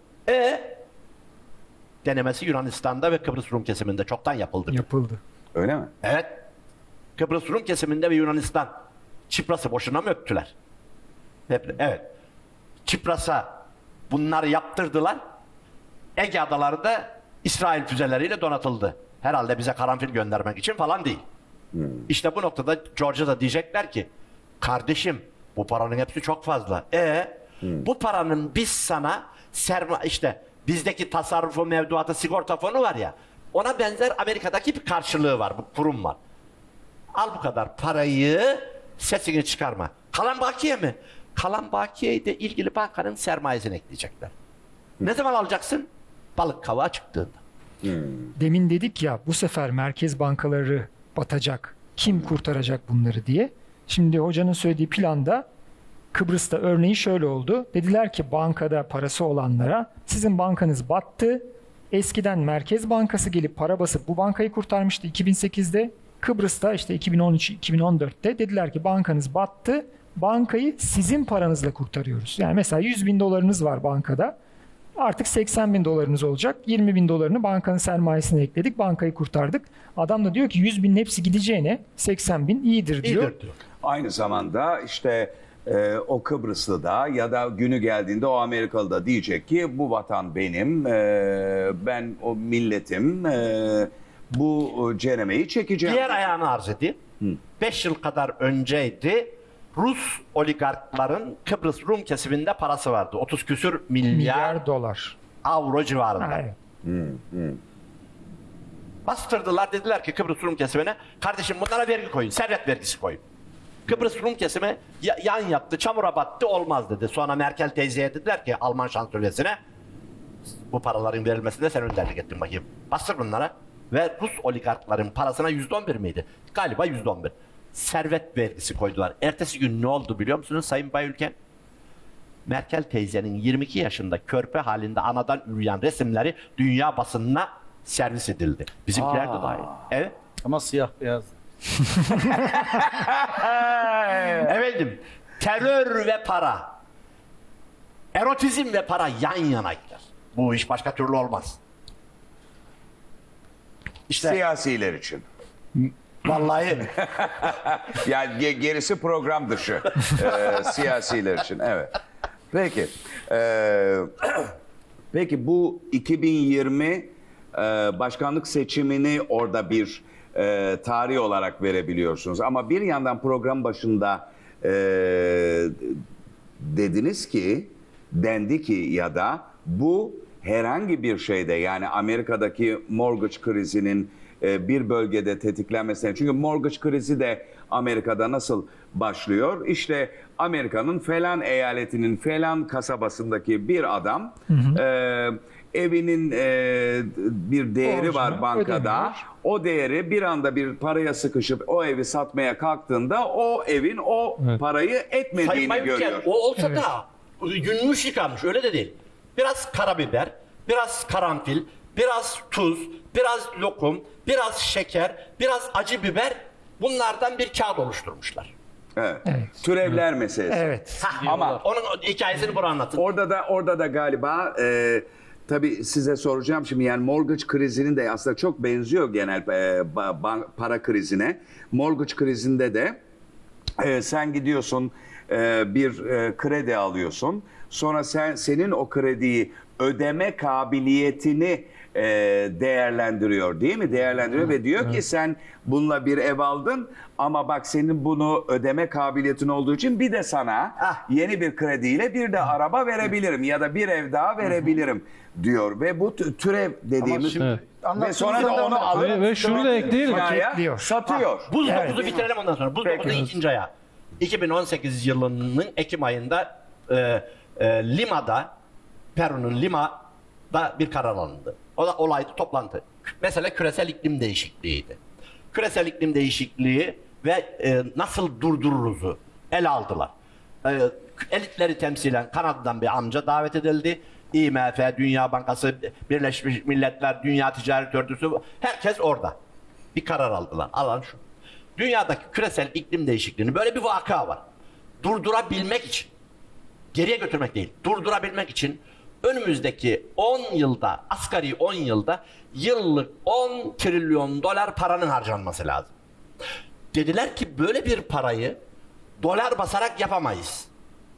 Denemesi Yunanistan'da ve Kıbrıs Rum kesiminde çoktan yapıldı. Yapıldı. Öyle mi? Evet. Kıbrıs Rum kesiminde ve Yunanistan Çipras'ı boşuna mı öptüler? Evet. Çipras'a bunları yaptırdılar. Ege adaları da İsrail füzeleriyle donatıldı. Herhalde bize karanfil göndermek için falan değil. İşte bu noktada George'a da diyecekler ki kardeşim bu paranın hepsi çok fazla. Bu paranın biz sana işte bizdeki tasarrufu mevduatı sigorta fonu var ya, ona benzer Amerika'daki bir karşılığı var, bu kurum var. Al bu kadar parayı, sesini çıkarma. Kalan bakiye mi? Kalan bakiyeyi de ilgili bankanın sermayesine ekleyecekler. Ne zaman alacaksın? Balık kavağı çıktığında. Demin dedik ya bu sefer merkez bankaları batacak. Kim kurtaracak bunları diye. Şimdi hocanın söylediği planda Kıbrıs'ta örneği şöyle oldu. Dediler ki bankada parası olanlara sizin bankanız battı. Eskiden Merkez Bankası gelip para basıp bu bankayı kurtarmıştı 2008'de. Kıbrıs'ta işte 2013-2014'te dediler ki bankanız battı. Bankayı sizin paranızla kurtarıyoruz. Yani mesela $100.000 var bankada. Artık $80.000 olacak. $20.000 bankanın sermayesine ekledik. Bankayı kurtardık. Adam da diyor ki 100.000'in hepsi gideceğine 80.000 iyidir diyor. İyidir diyor. Aynı zamanda işte o Kıbrıslı da ya da günü geldiğinde o Amerikalı da diyecek ki bu vatan benim, ben o milletim, bu cenemeyi çekeceğim. Diğer ayağını arz edeyim. 5 yıl kadar önceydi. Rus oligarkların Kıbrıs Rum kesiminde parası vardı. 30 küsür milyar Milyar dolar. avro civarında. Ha, evet. Bastırdılar, dediler ki Kıbrıs Rum kesimine, kardeşim bunlara vergi koyun, servet vergisi koyun. Kıbrıs Rum kesimi yan yattı, çamura battı, olmaz dedi. Sonra Merkel teyzeye dediler ki Alman şansölyesine, bu paraların verilmesinde sen önderlik ettin bakayım. Bastır bunlara. Ve Rus oligarkların parasına %11 miydi? Galiba %11. Servet vergisi koydular. Ertesi gün ne oldu biliyor musunuz Sayın Bayülken? Merkel teyzenin 22 yaşında körpe halinde anadan üreyen resimleri dünya basınına servis edildi. Bizimkiler de dahil. Evet. Ama siyah beyaz. Efendim, terör ve para, erotizm ve para yan yana gider. Bu iş başka türlü olmaz. İşte Siyasiler için. vallahi Yani gerisi program dışı. Siyasiler için. Evet. Peki. Peki bu 2020 başkanlık seçimini orada bir tarih olarak verebiliyorsunuz. Ama bir yandan program başında dediniz ki, dendi ki ya da bu herhangi bir şeyde, yani Amerika'daki mortgage krizinin bir bölgede tetiklenmesine, çünkü mortgage krizi de Amerika'da nasıl başlıyor? İşte Amerika'nın falan eyaletinin falan kasabasındaki bir adam evinin bir değeri Borcunu var bankada. ödemiyor. O değeri bir anda bir paraya sıkışıp o evi satmaya kalktığında o evin o parayı Sayın etmediğini Bayülken, görüyor. o olsa da yünmüş yıkanmış, öyle de değil. Biraz karabiber, biraz karanfil, biraz tuz, biraz lokum, biraz şeker, biraz acı biber, bunlardan bir kağıt oluşturmuşlar. Evet. Evet. Türevler meselesi. Evet. Ama Onun hikayesini bana anlatın. orada da galiba tabii size soracağım şimdi, yani mortgage krizinin de aslında çok benziyor genel para krizine. Mortgage krizinde de sen gidiyorsun bir kredi alıyorsun. Sonra senin o krediyi ödeme kabiliyetini değerlendiriyor, değil mi? Değerlendiriyor ve diyor ki sen bununla bir ev aldın ama bak senin bunu ödeme kabiliyetin olduğu için bir de sana yeni bir krediyle bir de araba verebilirim ya da bir ev daha verebilirim diyor ve bu türev dediğimiz şimdi ve sonra da onu alıp Ve şunu da ekleyelim. Paketliyor. satıyor. Buz 9'u bitirelim ondan sonra. Buz 9'un Peki. ikinci ayağı. 2018 yılının Ekim ayında Lima'da, Peru'nun Lima'da bir karar alındı. O da olaydı, toplantı. Mesele küresel iklim değişikliğiydi. Küresel iklim değişikliği ve nasıl durdururuzu ele aldılar. Elitleri temsilen Kanada'dan bir amca davet edildi. IMF, Dünya Bankası, Birleşmiş Milletler, Dünya Ticaret Örgütü, herkes orada. Bir karar aldılar. Alan şu. Dünyadaki küresel iklim değişikliğini, böyle bir vaka var. Durdurabilmek için, geriye götürmek değil, durdurabilmek için önümüzdeki 10 yılda, asgari 10 yılda yıllık 10 trilyon dolar paranın harcanması lazım. Dediler ki böyle bir parayı dolar basarak yapamayız.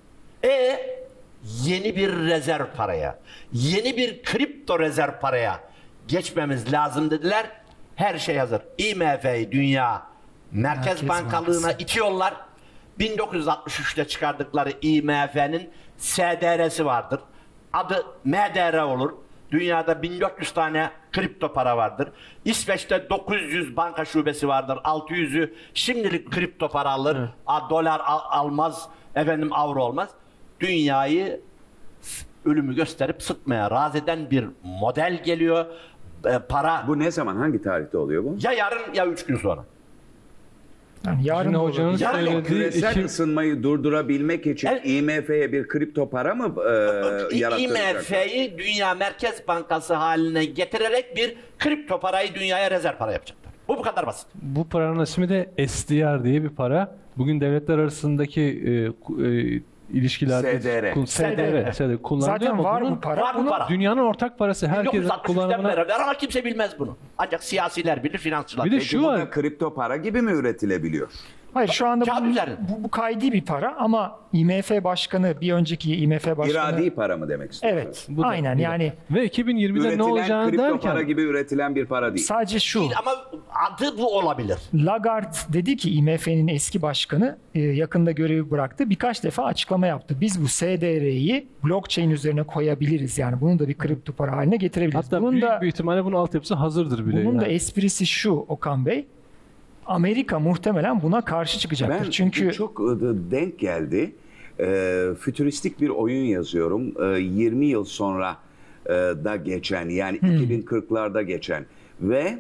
Yeni bir rezerv paraya, yeni bir kripto rezerv paraya geçmemiz lazım dediler. Her şey hazır. IMF'yi Dünya Merkez Bankalığı'na Bankası itiyorlar. 1963'te çıkardıkları IMF'nin SDR'si vardır. Adı MDR olur. Dünyada 1400 tane kripto para vardır. İsveç'te 900 banka şubesi vardır. 600'ü şimdilik kripto para alır. Dolar almaz, avro olmaz. Dünyayı ölümü gösterip sıtmaya razı eden bir model geliyor. Para Bu ne zaman, hangi tarihte oluyor bu? ya yarın ya 3 gün sonra. Yani yarın Şimdi da hocanın olabilir. Yani söylediği Küresel ısınmayı durdurabilmek için Evet. IMF'ye bir kripto para mı yarattıracak? IMF'yi Dünya Merkez Bankası haline getirerek bir kripto parayı dünyaya rezerv para yapacaklar. Bu kadar basit. bu paranın ismi de SDR diye bir para. Bugün devletler arasındaki ilişkilerde SDR kullanılıyor Zaten ama var bunun bu para. Var bu para. dünyanın ortak parası, herkesin 1963'ten kullanımına. beraber ama kimse bilmez bunu. Ancak siyasiler bilir, finansçılar. Bir de Peki şu bu var. da kripto para gibi mi üretilebiliyor? Hayır şu anda Kağıt üzerinde. bu kaydi bir para ama IMF Başkanı, bir önceki IMF Başkanı... İradi para mı demek istiyorsun? Evet, Bu da- aynen yani Ve 2020'de ne Üretilen olacağını kripto derken para gibi üretilen bir para değil. sadece şu, Değil ama adı bu olabilir. Lagarde dedi ki IMF'nin eski başkanı yakında görevi bıraktı. Birkaç defa açıklama yaptı. Biz bu SDR'yi blockchain üzerine koyabiliriz. Yani bunu da bir kripto para haline getirebiliriz. hatta bunun büyük da bir ihtimalle bunun altyapısı hazırdır bile. bunun da yani. esprisi şu Okan Bey. Amerika muhtemelen buna karşı çıkacaktır. Ben Çünkü çok denk geldi. Fütüristik bir oyun yazıyorum. 20 yıl sonra da geçen, yani 2040'larda geçen ve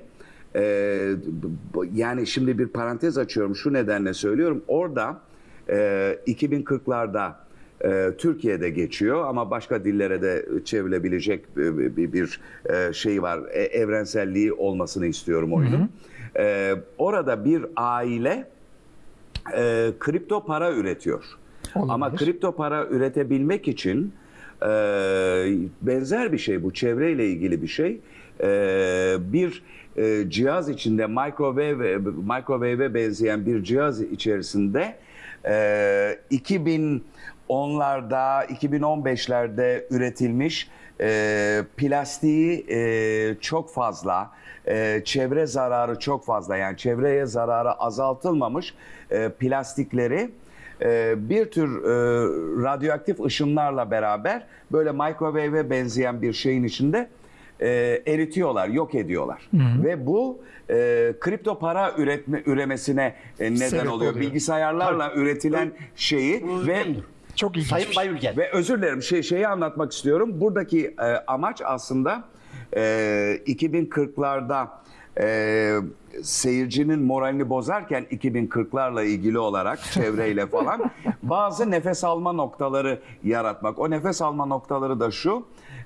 yani şimdi bir parantez açıyorum, şu nedenle söylüyorum. Orada 2040'larda Türkiye'de geçiyor ama başka dillere de çevrilebilecek bir şey var. Evrenselliği olmasını istiyorum oyunun. Orada bir aile kripto para üretiyor. Olabilir. Ama kripto para üretebilmek için benzer bir şey, bu çevreyle ilgili bir şey. Bir cihaz içinde microwave'e benzeyen bir cihaz içerisinde 2010'larda, 2015'lerde üretilmiş plastiği çok fazla, çevre zararı çok fazla, yani çevreye zararı azaltılmamış plastikleri bir tür radyoaktif ışınlarla beraber böyle microwave'e benzeyen bir şeyin içinde eritiyorlar, yok ediyorlar. Ve bu kripto para üremesine neden Sebep oluyor. oluyor. Bilgisayarlarla üretilen şeyi ve çok ilginç. Sayın Bayülgen. ve özür dilerim şeyi anlatmak istiyorum. Buradaki amaç aslında 2040'larda seyircinin moralini bozarken 2040'larla ilgili olarak çevreyle falan bazı nefes alma noktaları yaratmak. O nefes alma noktaları da şu: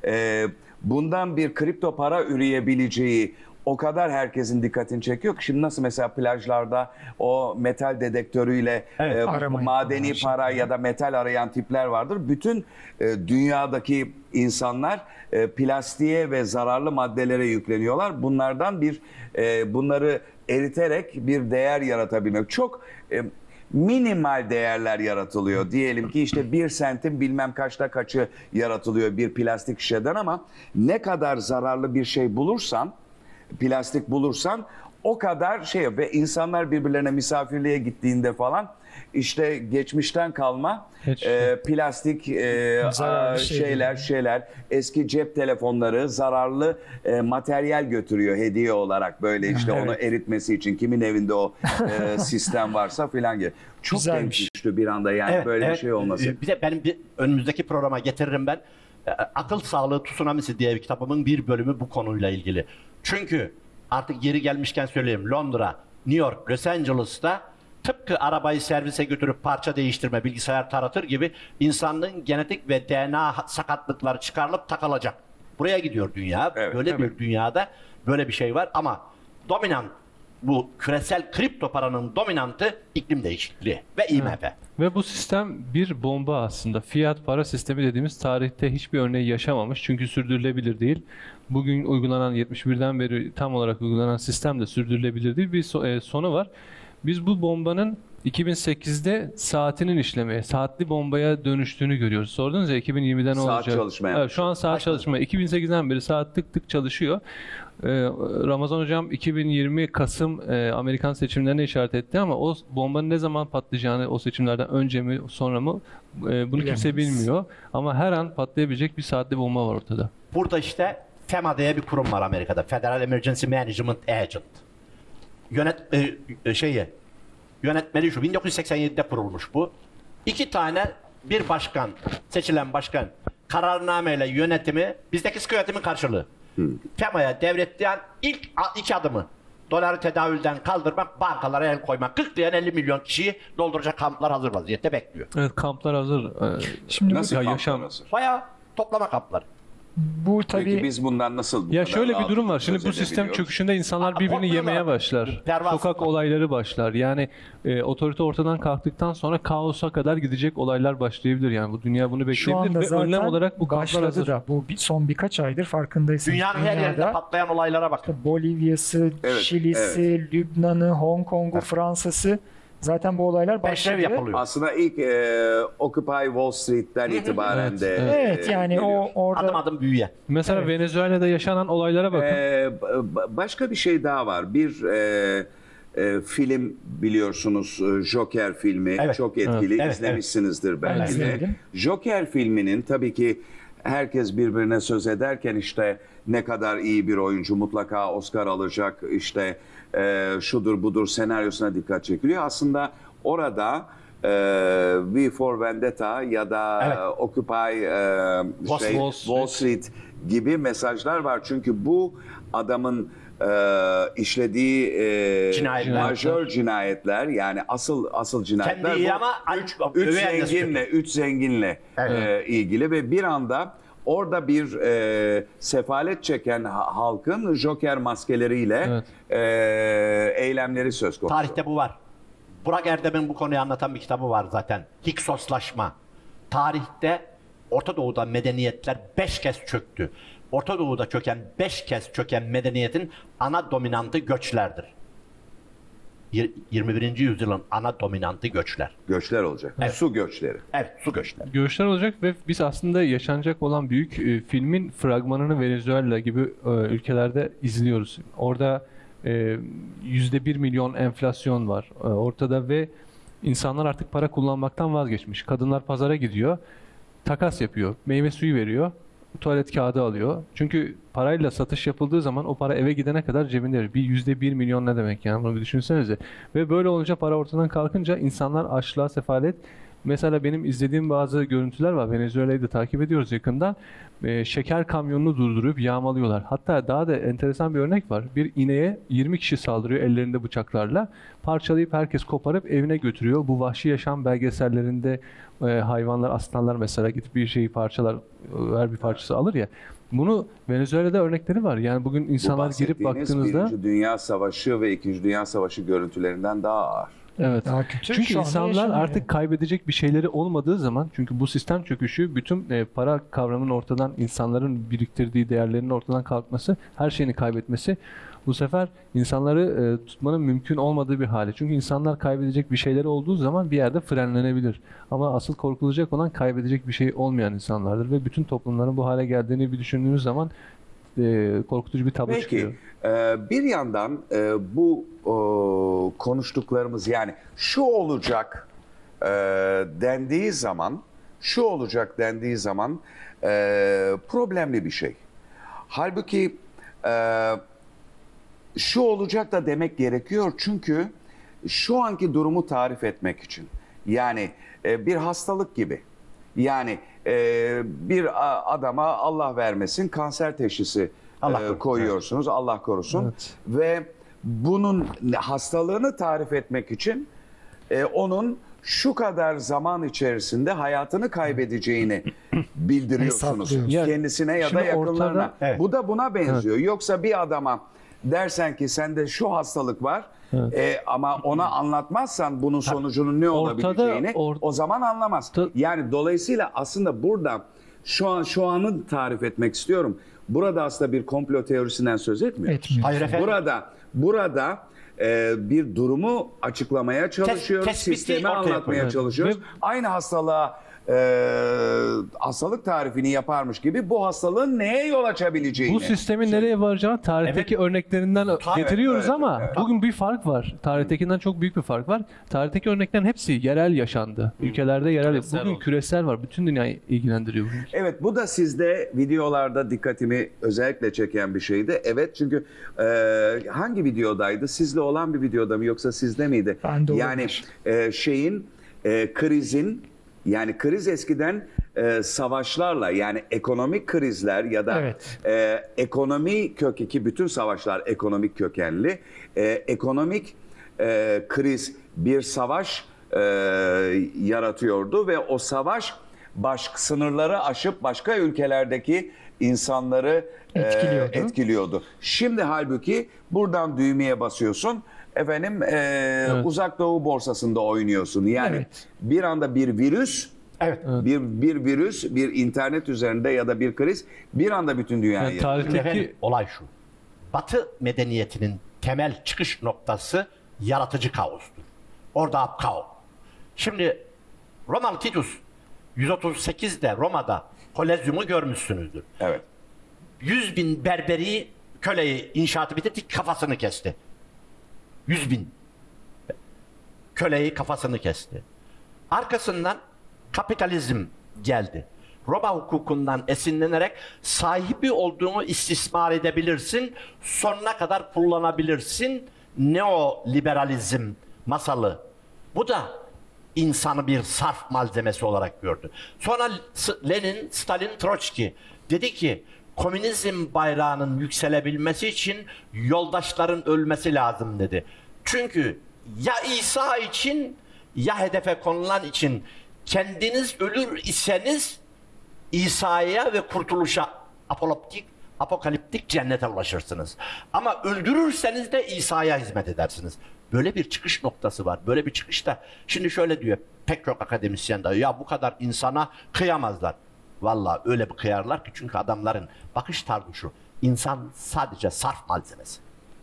bundan bir kripto para üreyebileceği o kadar herkesin dikkatini çekiyor ki, şimdi nasıl mesela plajlarda o metal dedektörüyle Aramayın. madeni para ya da metal arayan tipler vardır. Bütün dünyadaki insanlar plastiğe ve zararlı maddelere yükleniyorlar. Bunlardan bunları eriterek bir değer yaratabilmek. Çok minimal değerler yaratılıyor. Diyelim ki işte 1 sentin bilmem kaçta kaçı yaratılıyor bir plastik şişeden, ama ne kadar zararlı bir şey bulursan, plastik bulursan o kadar şey. Ve insanlar birbirlerine misafirliğe gittiğinde falan işte geçmişten kalma plastik Zararlı şeyler, eski cep telefonları, zararlı materyal götürüyor hediye olarak, böyle işte Evet. onu eritmesi için kimin evinde o sistem varsa filan gibi. Çok denk Güzelmiş. düştü bir anda yani böyle bir şey olması. Bir de benim önümüzdeki programa getiririm ben. Akıl Sağlığı Tsunamisi diye bir kitabımın bir bölümü bu konuyla ilgili. Çünkü artık yeri gelmişken söyleyeyim, Londra, New York, Los Angeles'ta tıpkı arabayı servise götürüp parça değiştirme, bilgisayar taratır gibi insanlığın genetik ve DNA sakatlıkları çıkarılıp takılacak. Buraya gidiyor dünya. Evet, böyle evet. bir dünyada böyle bir şey var ama dominant, bu küresel kripto paranın dominantı iklim değişikliği ve IMF. Ve bu sistem bir bomba aslında. Fiyat para sistemi dediğimiz tarihte hiçbir örneği yaşamamış. Çünkü sürdürülebilir değil. Bugün uygulanan 71'den beri tam olarak uygulanan sistem de sürdürülebilir değil. Bir sonu var. Biz bu bombanın 2008'de saatinin işlemeye, saatli bombaya dönüştüğünü görüyoruz. Sordunuz ya 2020'de ne Saat olacak? çalışmaya Evet, şu an saat çalışma. 2008'den beri saat tık tık çalışıyor. Ramazan hocam 2020 Kasım Amerikan seçimlerine işaret etti ama o bombanın ne zaman patlayacağını, o seçimlerden önce mi sonra mı bunu kimse bilmiyor. Ama her an patlayabilecek bir saatli bomba var ortada. Burada işte FEMA diye bir kurum var Amerika'da. Federal Emergency Management Agent. Yönetmeli şu. 1987'de kurulmuş bu. 2 tane, bir başkan, seçilen başkan kararnameyle yönetimi, bizdeki sıkı yönetimin karşılığı. FEMA'ya devrettiği ilk 2 adımı doları tedavülden kaldırmak, bankalara el koymak. 40 diyen 50 milyon kişiyi dolduracak kamplar hazır vaziyette bekliyor. Evet, kamplar hazır. Şimdi Nasıl Ya kamplar yaşam- hazır? Bayağı toplama kampları. bu tabii Peki biz bundan nasıl bu Ya kadar şöyle bir rahat durum var. Şimdi söz bu sistem edebiliyoruz? çöküşünde insanlar birbirini korkuyorlar. yemeye başlar. Pervasız. Sokak olayları başlar. Yani otorite ortadan kalktıktan sonra kaosa kadar gidecek olaylar başlayabilir. Yani bu dünya bunu şu bekleyebilir anda ve önlem zaten olarak bu kamplar başladı hazır. da. Bu son birkaç aydır farkındaysanız. Dünyanın her yerinde dünyada patlayan olaylara bakın. Bolivya'sı, Evet, Şili'si, Lübnan'ı, Hong Kong'u, Fransa'sı Zaten bu olaylar Peşrev başladı. yapılıyor. Aslında ilk Occupy Wall Street'ten itibaren de Evet, yani geliyor. orada Adım adım büyüyen. Mesela Venezuela'da yaşanan olaylara bakın. Başka bir şey daha var. Bir film biliyorsunuz, Joker filmi, Evet. çok etkili. Evet, İzlemişsinizdir belki de. izledim. Joker filminin tabii ki herkes birbirine söz ederken işte ne kadar iyi bir oyuncu, mutlaka Oscar alacak, işte şudur budur senaryosuna dikkat çekiliyor. Aslında orada V for Vendetta ya da Evet. Occupy Wall Wall Street gibi mesajlar var. Çünkü bu adamın işlediği Cinayetler. majör cinayetler, yani asıl cinayetler Kendi iyi bu. ama Üç övüyen de zenginle, üç zenginle Evet. ilgili ve bir anda orada bir sefalet çeken halkın Joker maskeleriyle eylemleri söz konusu. Tarihte bu var. Burak Erdem'in bu konuyu anlatan bir kitabı var zaten. Hiksoslaşma. Tarihte Orta Doğu'da medeniyetler 5 kez çöktü. Orta Doğu'da 5 kez çöken medeniyetin ana dominantı göçlerdir. 21. yüzyılın ana dominantı göçler. Göçler olacak. Su göçleri. Evet, su göçleri. Görüşler olacak ve biz aslında yaşanacak olan büyük filmin fragmanını Venezuela gibi ülkelerde izliyoruz. Orada %1 milyon enflasyon var ortada ve insanlar artık para kullanmaktan vazgeçmiş. Kadınlar pazara gidiyor, takas yapıyor, meyve suyu veriyor, tuvalet kağıdı alıyor. Çünkü parayla satış yapıldığı zaman o para eve gidene kadar cebinde. Bir %1 milyon ne demek yani, bunu bir düşünsenize. Ve böyle olunca, para ortadan kalkınca insanlar açlığa, sefalet. Mesela benim izlediğim bazı görüntüler var. Venezuela'yı da takip ediyoruz yakından. Şeker kamyonunu durdurup yağmalıyorlar. Hatta daha da enteresan bir örnek var. Bir ineğe 20 kişi saldırıyor ellerinde bıçaklarla. Parçalayıp herkes koparıp evine götürüyor. Bu vahşi yaşam belgesellerinde hayvanlar, aslanlar mesela gidip bir şeyi parçalar, her bir parçası alır ya. Bunu Venezuela'da örnekleri var. Yani bugün insanlar girip bahsettiğiniz baktığınızda... Birinci Dünya Savaşı ve İkinci Dünya Savaşı görüntülerinden daha ağır. Evet. daha kötü. Çünkü Şu anda insanlar yaşanıyor. artık kaybedecek bir şeyleri olmadığı zaman, çünkü bu sistem çöküşü, bütün para kavramının ortadan, insanların biriktirdiği değerlerin ortadan kalkması, her şeyini kaybetmesi, bu sefer insanları tutmanın mümkün olmadığı bir hale. Çünkü insanlar kaybedecek bir şeyleri olduğu zaman bir yerde frenlenebilir. Ama asıl korkulacak olan kaybedecek bir şey olmayan insanlardır ve bütün toplumların bu hale geldiğini bir düşündüğünüz zaman korkutucu bir tablo çıkıyor. Peki, bir yandan bu konuştuklarımız, yani şu olacak dendiği zaman, problemli bir şey. Halbuki şu olacak da demek gerekiyor, çünkü şu anki durumu tarif etmek için. Yani bir hastalık gibi. Yani bir adama Allah vermesin kanser teşhisi koyuyorsunuz, Allah korusun. Evet. Ve bunun hastalığını tarif etmek için onun şu kadar zaman içerisinde hayatını kaybedeceğini bildiriyorsunuz. Hesaplıyoruz. Kendisine ya da Şimdi yakınlarına. ortada- Evet. Bu da buna benziyor. Yoksa bir adama dersen ki sende şu hastalık var, ama ona anlatmazsan bunun sonucunun ne olabileceğini, o zaman anlamaz. Yani dolayısıyla aslında burada şu anı tarif etmek istiyorum. Burada aslında bir komplo teorisinden söz etmiyoruz. Etmiyor. Hayır efendim. Burada bir durumu açıklamaya çalışıyoruz, tespiti sistemi ortaya anlatmaya koyuyoruz. çalışıyoruz. Ve- Aynı hastalık tarifini yaparmış gibi bu hastalığın neye yol açabileceğini. Bu sistemin nereye varacağını tarihteki örneklerinden getiriyoruz evet, ama bugün bir fark var. Tarihtekinden çok büyük bir fark var. Tarihteki örneklerin hepsi yerel yaşandı. Ülkelerde yerel. Bugün küresel var. Bütün dünyayı ilgilendiriyor. Evet, bu da sizde videolarda dikkatimi özellikle çeken bir şeydi. Evet, çünkü hangi videodaydı? Sizle olan bir videoda mı yoksa sizde miydi? Bende Yani krizin, yani kriz eskiden savaşlarla, yani ekonomik krizler ya da Evet. ekonomi kökeki, bütün savaşlar ekonomik kökenli. Ekonomik kriz bir savaş yaratıyordu ve o savaş sınırları aşıp başka ülkelerdeki insanları etkiliyordu. Şimdi halbuki buradan düğmeye basıyorsun. Efendim Uzak Doğu borsasında oynuyorsun. Yani Evet. bir anda bir virüs, bir virüs, bir internet üzerinde ya da bir kriz bir anda bütün dünyayı Yani yıkıyor. Şimdi tarihteki efendim, olay şu. Batı medeniyetinin temel çıkış noktası yaratıcı kaostur. Orada apkao. Şimdi Romalı Titus 138'de Roma'da Kolezyum'u görmüşsünüzdür. Evet. 100.000 berberi köleyi inşaatı bitirdi, kafasını kesti. 100.000 köleyi kafasını kesti. Arkasından kapitalizm geldi. Roma hukukundan esinlenerek sahibi olduğunu istismar edebilirsin, sonuna kadar kullanabilirsin. Neoliberalizm masalı. Bu da insanı bir sarf malzemesi olarak gördü. Sonra Lenin, Stalin, Troçki dedi ki komünizm bayrağının yükselebilmesi için yoldaşların ölmesi lazım dedi. Çünkü ya İsa için ya hedefe konulan için kendiniz ölür iseniz İsa'ya ve kurtuluşa apokaliptik cennete ulaşırsınız. Ama öldürürseniz de İsa'ya hizmet edersiniz. Böyle bir çıkış noktası var. Böyle bir çıkışta şimdi şöyle diyor pek çok akademisyen de ya bu kadar insana kıyamazlar. Vallahi öyle bir kıyarlar ki çünkü adamların bakış tarzı şu. İnsan sadece sarf malzemesi.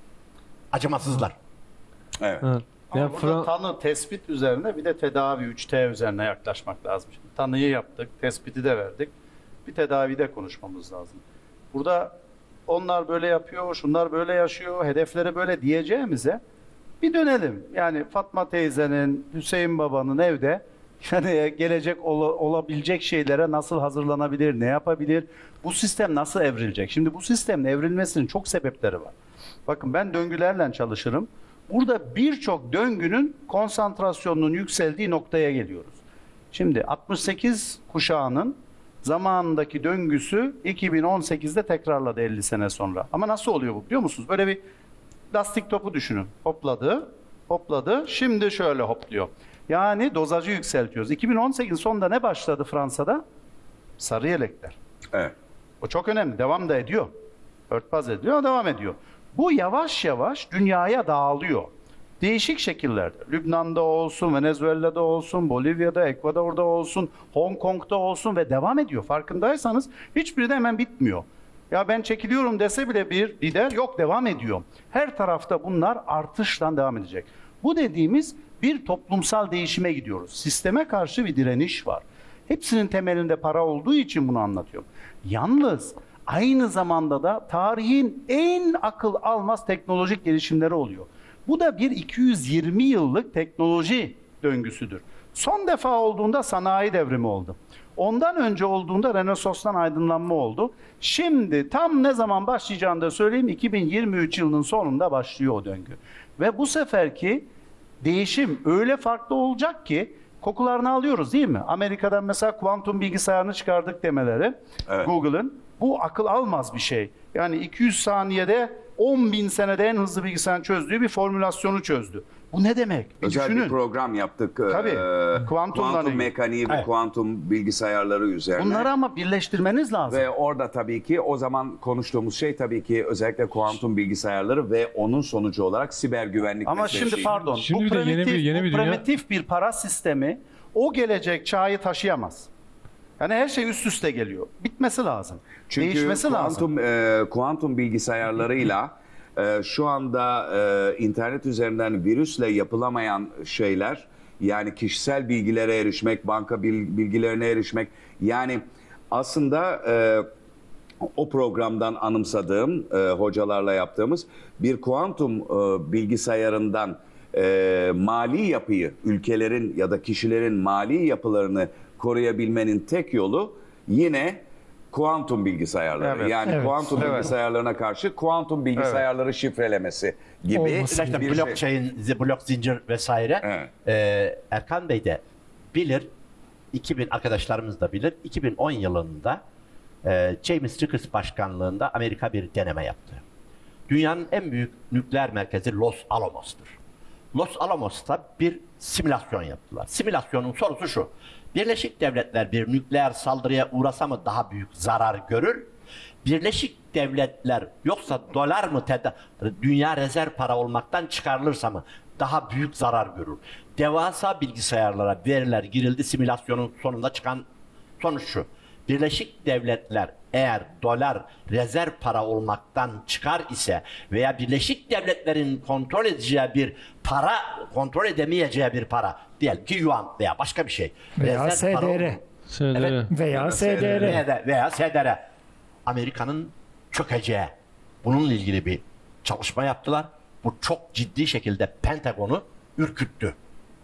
Acımasızlar. Evet. Evet. Ama Yani burada tanı, tespit üzerine bir de tedavi 3T üzerine yaklaşmak lazım. Şimdi tanıyı yaptık, tespiti de verdik. Bir tedavide konuşmamız lazım. Burada onlar böyle yapıyor, şunlar böyle yaşıyor, hedefleri böyle diyeceğimize bir dönelim. Yani Fatma teyzenin, Hüseyin babanın evde yani gelecek olabilecek şeylere nasıl hazırlanabilir, ne yapabilir, bu sistem nasıl evrilecek? Şimdi bu sistemin evrilmesinin çok sebepleri var. Bakın ben döngülerle çalışırım. Burada birçok döngünün konsantrasyonunun yükseldiği noktaya geliyoruz. Şimdi 68 kuşağının zamanındaki döngüsü 2018'de tekrarladı 50 sene sonra. Ama nasıl oluyor bu biliyor musunuz? Böyle bir lastik topu düşünün. Hopladı, hopladı, şimdi şöyle hopluyor. Yani dozajı yükseltiyoruz. 2018 sonunda ne başladı Fransa'da? Sarı yelekler. Evet. O çok önemli. Devam da ediyor. Örtbas ediliyor, devam ediyor. Bu yavaş yavaş dünyaya dağılıyor. Değişik şekillerde. Lübnan'da olsun, Venezuela'da olsun, Bolivya'da, Ekvador'da olsun, Hong Kong'da olsun ve devam ediyor. Farkındaysanız hiçbiri de hemen bitmiyor. Ya ben çekiliyorum dese bile bir lider yok devam ediyor. Her tarafta bunlar artışla devam edecek. Bu dediğimiz bir toplumsal değişime gidiyoruz. Sisteme karşı bir direniş var. Hepsinin temelinde para olduğu için bunu anlatıyorum. Yalnız aynı zamanda da tarihin en akıl almaz teknolojik gelişimleri oluyor. Bu da bir 220 yıllık teknoloji döngüsüdür. Son defa olduğunda sanayi devrimi oldu. Ondan önce olduğunda Rönesans'tan aydınlanma oldu. Şimdi tam ne zaman başlayacağını da söyleyeyim 2023 yılının sonunda başlıyor o döngü. Ve bu seferki değişim öyle farklı olacak ki kokularını alıyoruz değil mi? Amerika'dan mesela kuantum bilgisayarını çıkardık demeleri Evet. Google'ın. Bu akıl almaz bir şey. Yani 200 saniyede 10.000 senede en hızlı bilgisayarın çözdüğü bir formülasyonu çözdü. Bu ne demek? Bir Özel düşünün. bir program yaptık. Tabii, kuantumla Kuantum ilgili. mekaniği ve Evet. kuantum bilgisayarları üzerine. Bunları ama birleştirmeniz lazım. Ve orada tabii ki o zaman konuştuğumuz şey tabii ki özellikle kuantum bilgisayarları ve onun sonucu olarak siber güvenlik Ama meselesi. şimdi pardon, Şimdi bu bir de yeni bir dünya- primitif bir para sistemi o gelecek çağı taşıyamaz. Yani her şey üst üste geliyor. Bitmesi lazım. Çünkü Değişmesi lazım. kuantum bilgisayarlarıyla şu anda internet üzerinden virüsle yapılamayan şeyler, yani kişisel bilgilere erişmek, banka bilgilerine erişmek, yani aslında o programdan anımsadığım, hocalarla yaptığımız bir kuantum bilgisayarından mali yapıyı, ülkelerin ya da kişilerin mali yapılarını koruyabilmenin tek yolu yine kuantum bilgisayarları. Evet. Yani Evet. kuantum Evet. bilgisayarlarına karşı kuantum bilgisayarları şifrelemesi gibi Olması İşte bir şey. blockchain, blok zincir vesaire. Evet. Erkan Bey de bilir, 2000 arkadaşlarımız da bilir. 2010 yılında James Ricketts başkanlığında Amerika bir deneme yaptı. Dünyanın en büyük nükleer merkezi Los Alamos'tur. Los Alamos'ta bir simülasyon yaptılar. Simülasyonun sorusu şu: Birleşik Devletler bir nükleer saldırıya uğrasa mı daha büyük zarar görür? Birleşik Devletler yoksa dolar mı dünya rezerv para olmaktan çıkarılırsa mı daha büyük zarar görür? Devasa bilgisayarlara veriler girildi. Simülasyonun sonunda çıkan sonuç şu: Birleşik Devletler eğer dolar rezerv para olmaktan çıkar ise veya Birleşik Devletler'in kontrol edeceği bir para, kontrol edemeyeceği bir para, diyelim ki yuan veya başka bir şey. Veya rezerv para SDR. Evet. Veya SDR. veya SDR. Amerika'nın çökeceği. Bununla ilgili bir çalışma yaptılar. Bu çok ciddi şekilde Pentagon'u ürküttü.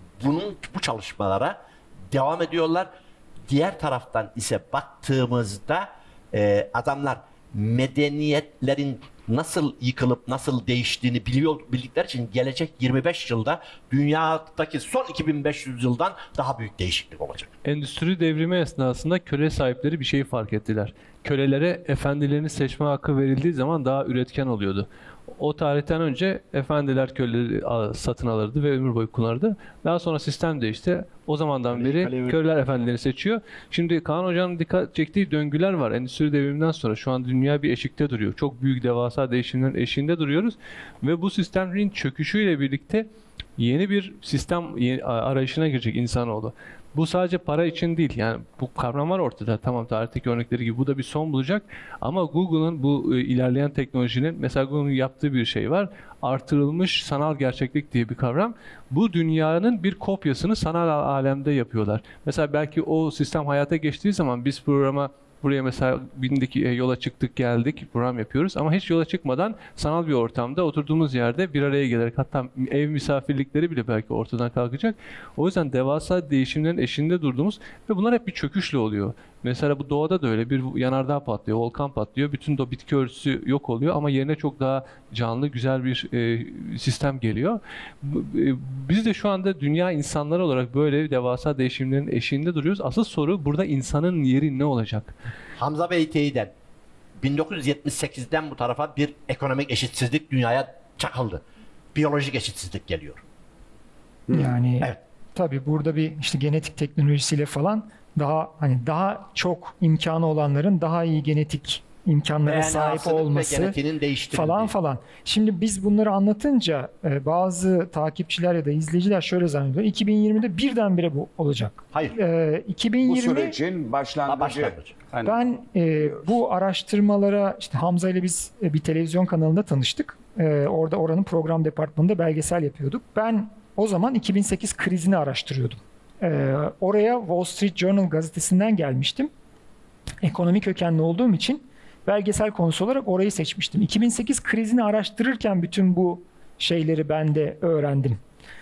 Bu çalışmalara devam ediyorlar. Diğer taraftan ise baktığımızda adamlar medeniyetlerin nasıl yıkılıp nasıl değiştiğini bildikleri için gelecek 25 yılda dünyadaki son 2500 yıldan daha büyük değişiklik olacak. Endüstri devrimi esnasında köle sahipleri bir şeyi fark ettiler. Kölelere efendilerini seçme hakkı verildiği zaman daha üretken oluyordu. O tarihten önce efendiler köleleri satın alırdı ve ömür boyu kullanırdı. Daha sonra sistem değişti. O zamandan beri köleler efendileri seçiyor. Şimdi Kaan Hoca'nın dikkat çektiği döngüler var. Endüstri devriminden sonra şu an dünya bir eşikte duruyor. Çok büyük devasa değişimlerin eşiğinde duruyoruz. Ve bu sistemin çöküşüyle birlikte yeni bir sistem arayışına girecek insanoğlu. Bu sadece para için değil. Yani bu kavramlar ortada. Tamam, tarihteki örnekleri gibi bu da bir son bulacak. Ama Google'ın bu ilerleyen teknolojinin, mesela Google'ın yaptığı bir şey var. Artırılmış sanal gerçeklik diye bir kavram. Bu dünyanın bir kopyasını sanal alemde yapıyorlar. Mesela belki o sistem hayata geçtiği zaman biz buraya mesela bindik, yola çıktık, geldik, program yapıyoruz ama hiç yola çıkmadan sanal bir ortamda oturduğumuz yerde bir araya gelerek, hatta ev misafirlikleri bile belki ortadan kalkacak. O yüzden devasa değişimlerin eşiğinde durduğumuz ve bunlar hep bir çöküşle oluyor. Mesela bu doğada da öyle, bir yanardağ patlıyor, volkan patlıyor, bütün de bitki örtüsü yok oluyor ama yerine çok daha canlı, güzel bir sistem geliyor. Biz de şu anda dünya insanları olarak böyle devasa değişimlerin eşiğinde duruyoruz. Asıl soru burada insanın yeri ne olacak? Hamza Bey teyiden 1978'den bu tarafa bir ekonomik eşitsizlik dünyaya çakıldı. Biyolojik eşitsizlik geliyor. Yani Evet. tabii burada bir işte genetik teknolojisiyle falan daha çok imkanı olanların daha iyi genetik imkanlara sahip DNA'sının ve olması genetiğinin değiştirildiği. falan. Şimdi biz bunları anlatınca bazı takipçiler ya da izleyiciler şöyle zannediyor. 2020'de birdenbire bu olacak. Hayır. 2020 Bu sürecin başlangıcı. Başlangıç. ben bu araştırmalara işte Hamza ile biz bir televizyon kanalında tanıştık. Orada oranın program departmanında belgesel yapıyorduk. Ben o zaman 2008 krizini araştırıyordum. Oraya Wall Street Journal gazetesinden gelmiştim. Ekonomi kökenli olduğum için belgesel konusu olarak orayı seçmiştim. 2008 krizini araştırırken bütün bu şeyleri ben de öğrendim.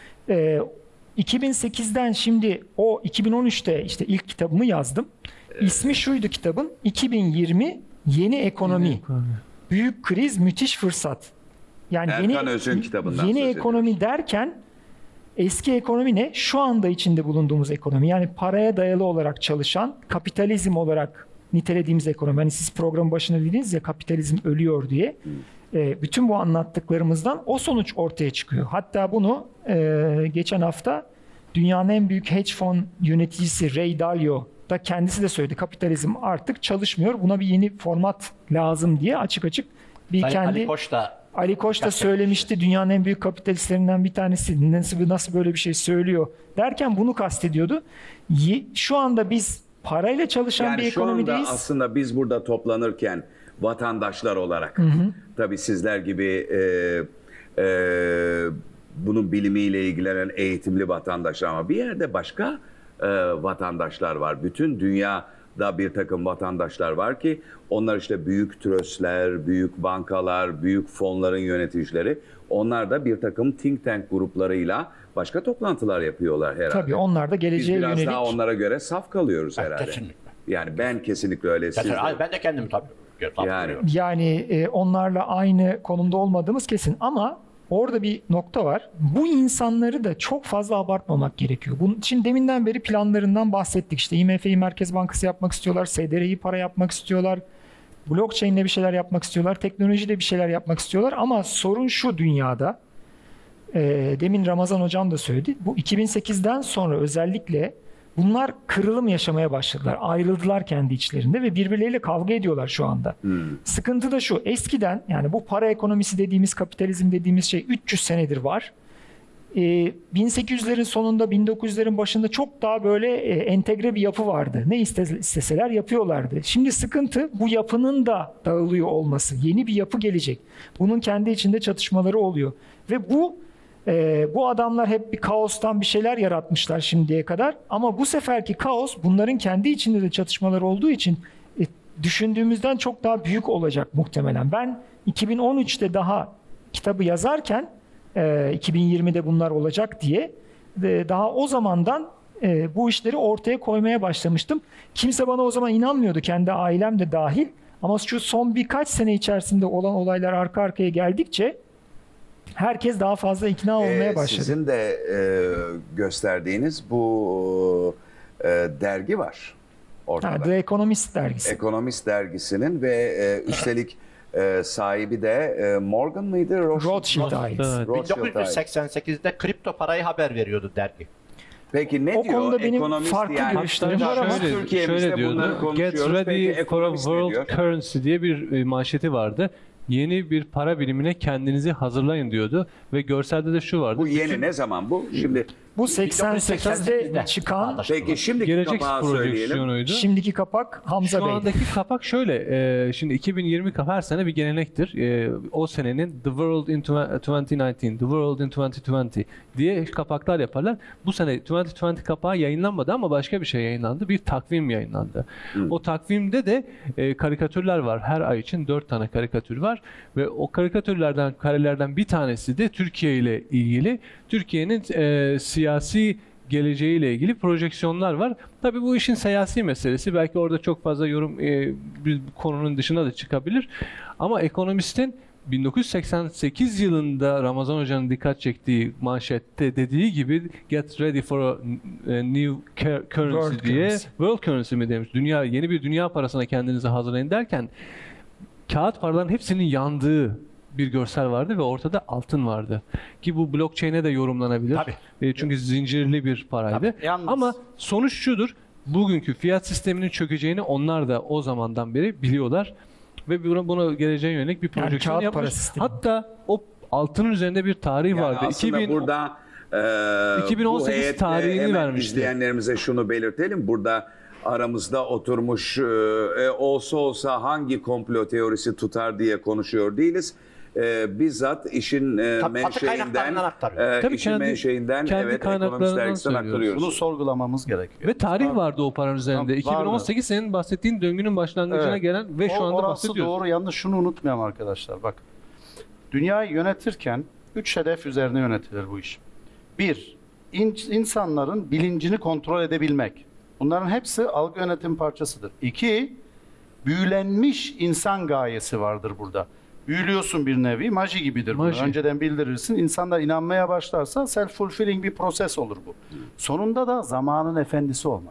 2008'den şimdi o 2013'te işte ilk kitabımı yazdım. İsmi şuydu kitabın: 2020 Yeni Ekonomi. Büyük kriz, müthiş fırsat. Yani Erkan Öz'ün kitabından yeni söz ekonomi derken eski ekonomi ne? Şu anda içinde bulunduğumuz ekonomi. Yani paraya dayalı olarak çalışan, kapitalizm olarak nitelediğimiz ekonomi. Hani siz programın başında dediniz ya, kapitalizm ölüyor diye. Bütün bu anlattıklarımızdan o sonuç ortaya çıkıyor. Hatta bunu geçen hafta dünyanın en büyük hedge fon yöneticisi Ray Dalio da kendisi de söyledi. Kapitalizm artık çalışmıyor. Buna bir yeni format lazım diye açık bir Sayın kendi... Ali Koç da söylemişti, dünyanın en büyük kapitalistlerinden bir tanesi. Nasıl böyle bir şey söylüyor derken bunu kastediyordu. Şu anda biz parayla çalışan Yani bir şu anda ekonomideyiz. aslında biz burada toplanırken vatandaşlar olarak, tabii sizler gibi bunun bilimiyle ilgilenen eğitimli vatandaşlar, ama bir yerde başka vatandaşlar var. Bütün dünyada bir takım vatandaşlar var ki onlar işte büyük tröstler, büyük bankalar, büyük fonların yöneticileri. Onlar da bir takım think tank gruplarıyla başka toplantılar yapıyorlar herhalde. Tabii onlar da geleceğe Biz biraz yönelik. daha onlara göre saf kalıyoruz herhalde. Kesinlikle. Yani ben kesinlikle öyle. Siz de. Ben de kendim tabii. Yani onlarla aynı konumda olmadığımız kesin, ama orada bir nokta var. Bu insanları da çok fazla abartmamak gerekiyor. Bunun için deminden beri planlarından bahsettik. İşte IMF'yi Merkez Bankası yapmak istiyorlar, SDR'yi para yapmak istiyorlar, blockchain'le bir şeyler yapmak istiyorlar, teknolojiyle bir şeyler yapmak istiyorlar. Ama sorun şu dünyada, demin Ramazan Hocam da söyledi. Bu 2008'den sonra özellikle bunlar kırılım yaşamaya başladılar. Ayrıldılar kendi içlerinde ve birbirleriyle kavga ediyorlar şu anda. Sıkıntı da şu: eskiden, yani bu para ekonomisi dediğimiz, kapitalizm dediğimiz şey 300 senedir var. 1800'lerin sonunda 1900'lerin başında çok daha böyle entegre bir yapı vardı. Ne isteseler yapıyorlardı. Şimdi sıkıntı bu yapının da dağılıyor olması. Yeni bir yapı gelecek. Bunun kendi içinde çatışmaları oluyor. Ve bu adamlar hep bir kaostan bir şeyler yaratmışlar şimdiye kadar. Ama bu seferki kaos bunların kendi içinde de çatışmaları olduğu için düşündüğümüzden çok daha büyük olacak muhtemelen. Ben 2013'te daha kitabı yazarken 2020'de bunlar olacak diye daha o zamandan bu işleri ortaya koymaya başlamıştım. Kimse bana o zaman inanmıyordu, kendi ailem de dahil. Ama şu son birkaç sene içerisinde olan olaylar arka arkaya geldikçe herkes daha fazla ikna olmaya başladı. Sizin de gösterdiğiniz bu dergi var ortada. The Economist dergisi. Economist dergisinin ve üstelik sahibi de Morgan mıydı? Rothschild'a ait. Evet. Rothschild'a ait. 1988'de kripto parayı haber veriyordu dergi. Peki ne O diyor? konuda benim Ekonomist farklı yani. görüşlerim var ama Türkiye'mizde bunları diyordu. Get konuşuyoruz. ready Peki for a ekonomist ne world diyor? currency diye bir manşeti vardı. Yeni bir para birimine kendinizi hazırlayın diyordu ve görselde de şu vardı. Bu yeni ne zaman bu? Şimdi bu 1988'de 88'de çıkan peki şimdiki Gelecek kapağı söyleyelim. projeksiyonuydu. şimdiki kapak Hamza Şu Bey. andaki kapak şöyle, şimdi 2020 her sene bir gelenektir. O senenin The World in 2019, The World in 2020 diye kapaklar yaparlar. Bu sene 2020 kapağı yayınlanmadı ama başka bir şey yayınlandı. Bir takvim yayınlandı. O takvimde de karikatürler var. Her ay için 4 tane karikatür var ve o karelerden bir tanesi de Türkiye ile ilgili. Türkiye'nin siyasi geleceğiyle ilgili projeksiyonlar var. Tabii bu işin siyasi meselesi. Belki orada çok fazla yorum bir konunun dışına da çıkabilir. Ama ekonomistin 1988 yılında Ramazan Hoca'nın dikkat çektiği manşette dediği gibi get ready for a new currency World diye currency. world currency mi demiş. Yeni bir dünya parasına kendinizi hazırlayın derken kağıt paraların hepsinin yandığı bir görsel vardı ve ortada altın vardı. Ki bu blockchain'e de yorumlanabilir. Çünkü zincirli bir paraydı. Tabii, yalnız- Ama sonuç şudur. Bugünkü fiyat sisteminin çökeceğini onlar da o zamandan beri biliyorlar. Ve buna geleceğe yönelik bir Yani projeksiyon kağıt para yapmış. sistemi. Hatta o altının üzerinde bir tarih Yani vardı. aslında burada 2018 bu heyetle tarihini hemen vermişti. izleyenlerimize şunu belirtelim. Burada aramızda oturmuş olsa hangi komplo teorisi tutar diye konuşuyor değiliz. Bizzat işin Batı kaynaklarından aktarıyor. Tabii işin kendi menşeinden Ekonomist kaynaklarından dergisinden söylüyoruz. aktarıyoruz. Bunu sorgulamamız gerekiyor. Ve tarih vardı o paranın üzerinde. Vardı. 2018 senin bahsettiğin döngünün başlangıcına Evet. gelen ve şu anda Orası bahsediyoruz. doğru, yalnız şunu unutmayalım arkadaşlar. Bak, dünyayı yönetirken 3 hedef üzerine yönetilir bu iş. 1. insanların bilincini kontrol edebilmek. Bunların hepsi algı yönetim parçasıdır. 2. Büyülenmiş insan gayesi vardır burada. Büyülüyorsun bir nevi, maji gibidir bu. Maji. Önceden bildirirsin. İnsanlar inanmaya başlarsa self-fulfilling bir proses olur bu. Sonunda da zamanın efendisi olmak.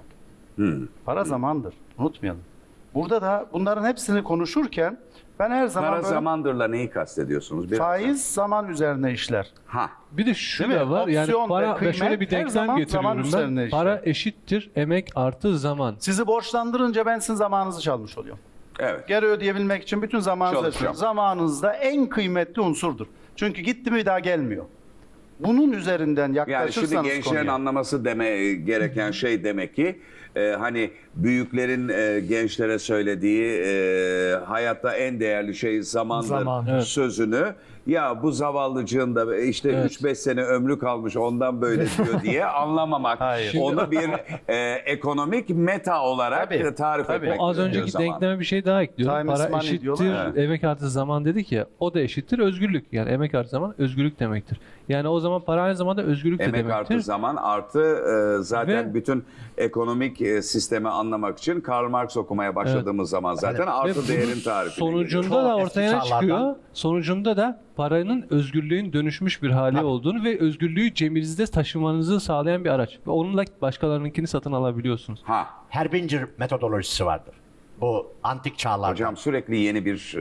Para zamandır. Unutmayalım. Burada da bunların hepsini konuşurken ben her zaman Para böyle zamandırla neyi kastediyorsunuz? Biraz faiz zaman üzerine işler. Ha. Bir de şu Değil mi? da var. Yani Opsiyon ve para ve kıymet şöyle bir her denklem zaman zaman getiriyorum üzerine ben. işler. Para eşittir emek artı zaman. Sizi borçlandırınca ben sizin zamanınızı çalmış oluyorum. Evet. Geri ödeyebilmek için bütün zamanınızı Çalışacağım. harcıyorum. Zamanınızda en kıymetli unsurdur. Çünkü gitti mi bir daha gelmiyor. Bunun üzerinden Yani yaklaşırsanız şimdi gençlerin konuya. anlaması gereken şey demek ki hani büyüklerin gençlere söylediği hayatta en değerli şey zamandır Zaman. Evet. sözünü ya bu zavallıcığın da işte Evet. 3-5 sene ömrü kalmış ondan böyle diyor diye anlamamak. Hayır. Onu bir ekonomik meta olarak Tabii, tarif tabii. etmek O az gerekiyor önceki zaman. denkleme bir şey daha ekliyorum. Time is Para money eşittir diyorlar ya. emek artı zaman dedik ya. O da eşittir özgürlük. Yani emek artı zaman özgürlük demektir. Yani o zaman para aynı zamanda özgürlük de Emek demektir. artı zaman artı zaten Ve- bütün ekonomik sistemi anlamak için Karl Marx okumaya başladığımız zaman zaten Ve artı bunun değerin tarifini sonucunda Çok da eski ortaya çağlardan- çıkıyor. Sonucunda da paranın özgürlüğün dönüşmüş bir hali olduğunu ve özgürlüğü cebinizde taşımanızı sağlayan bir araç. Ve onunla başkalarınınkini satın alabiliyorsunuz. Ha. Herbinger metodolojisi vardır. Bu antik çağlarda. Hocam sürekli yeni bir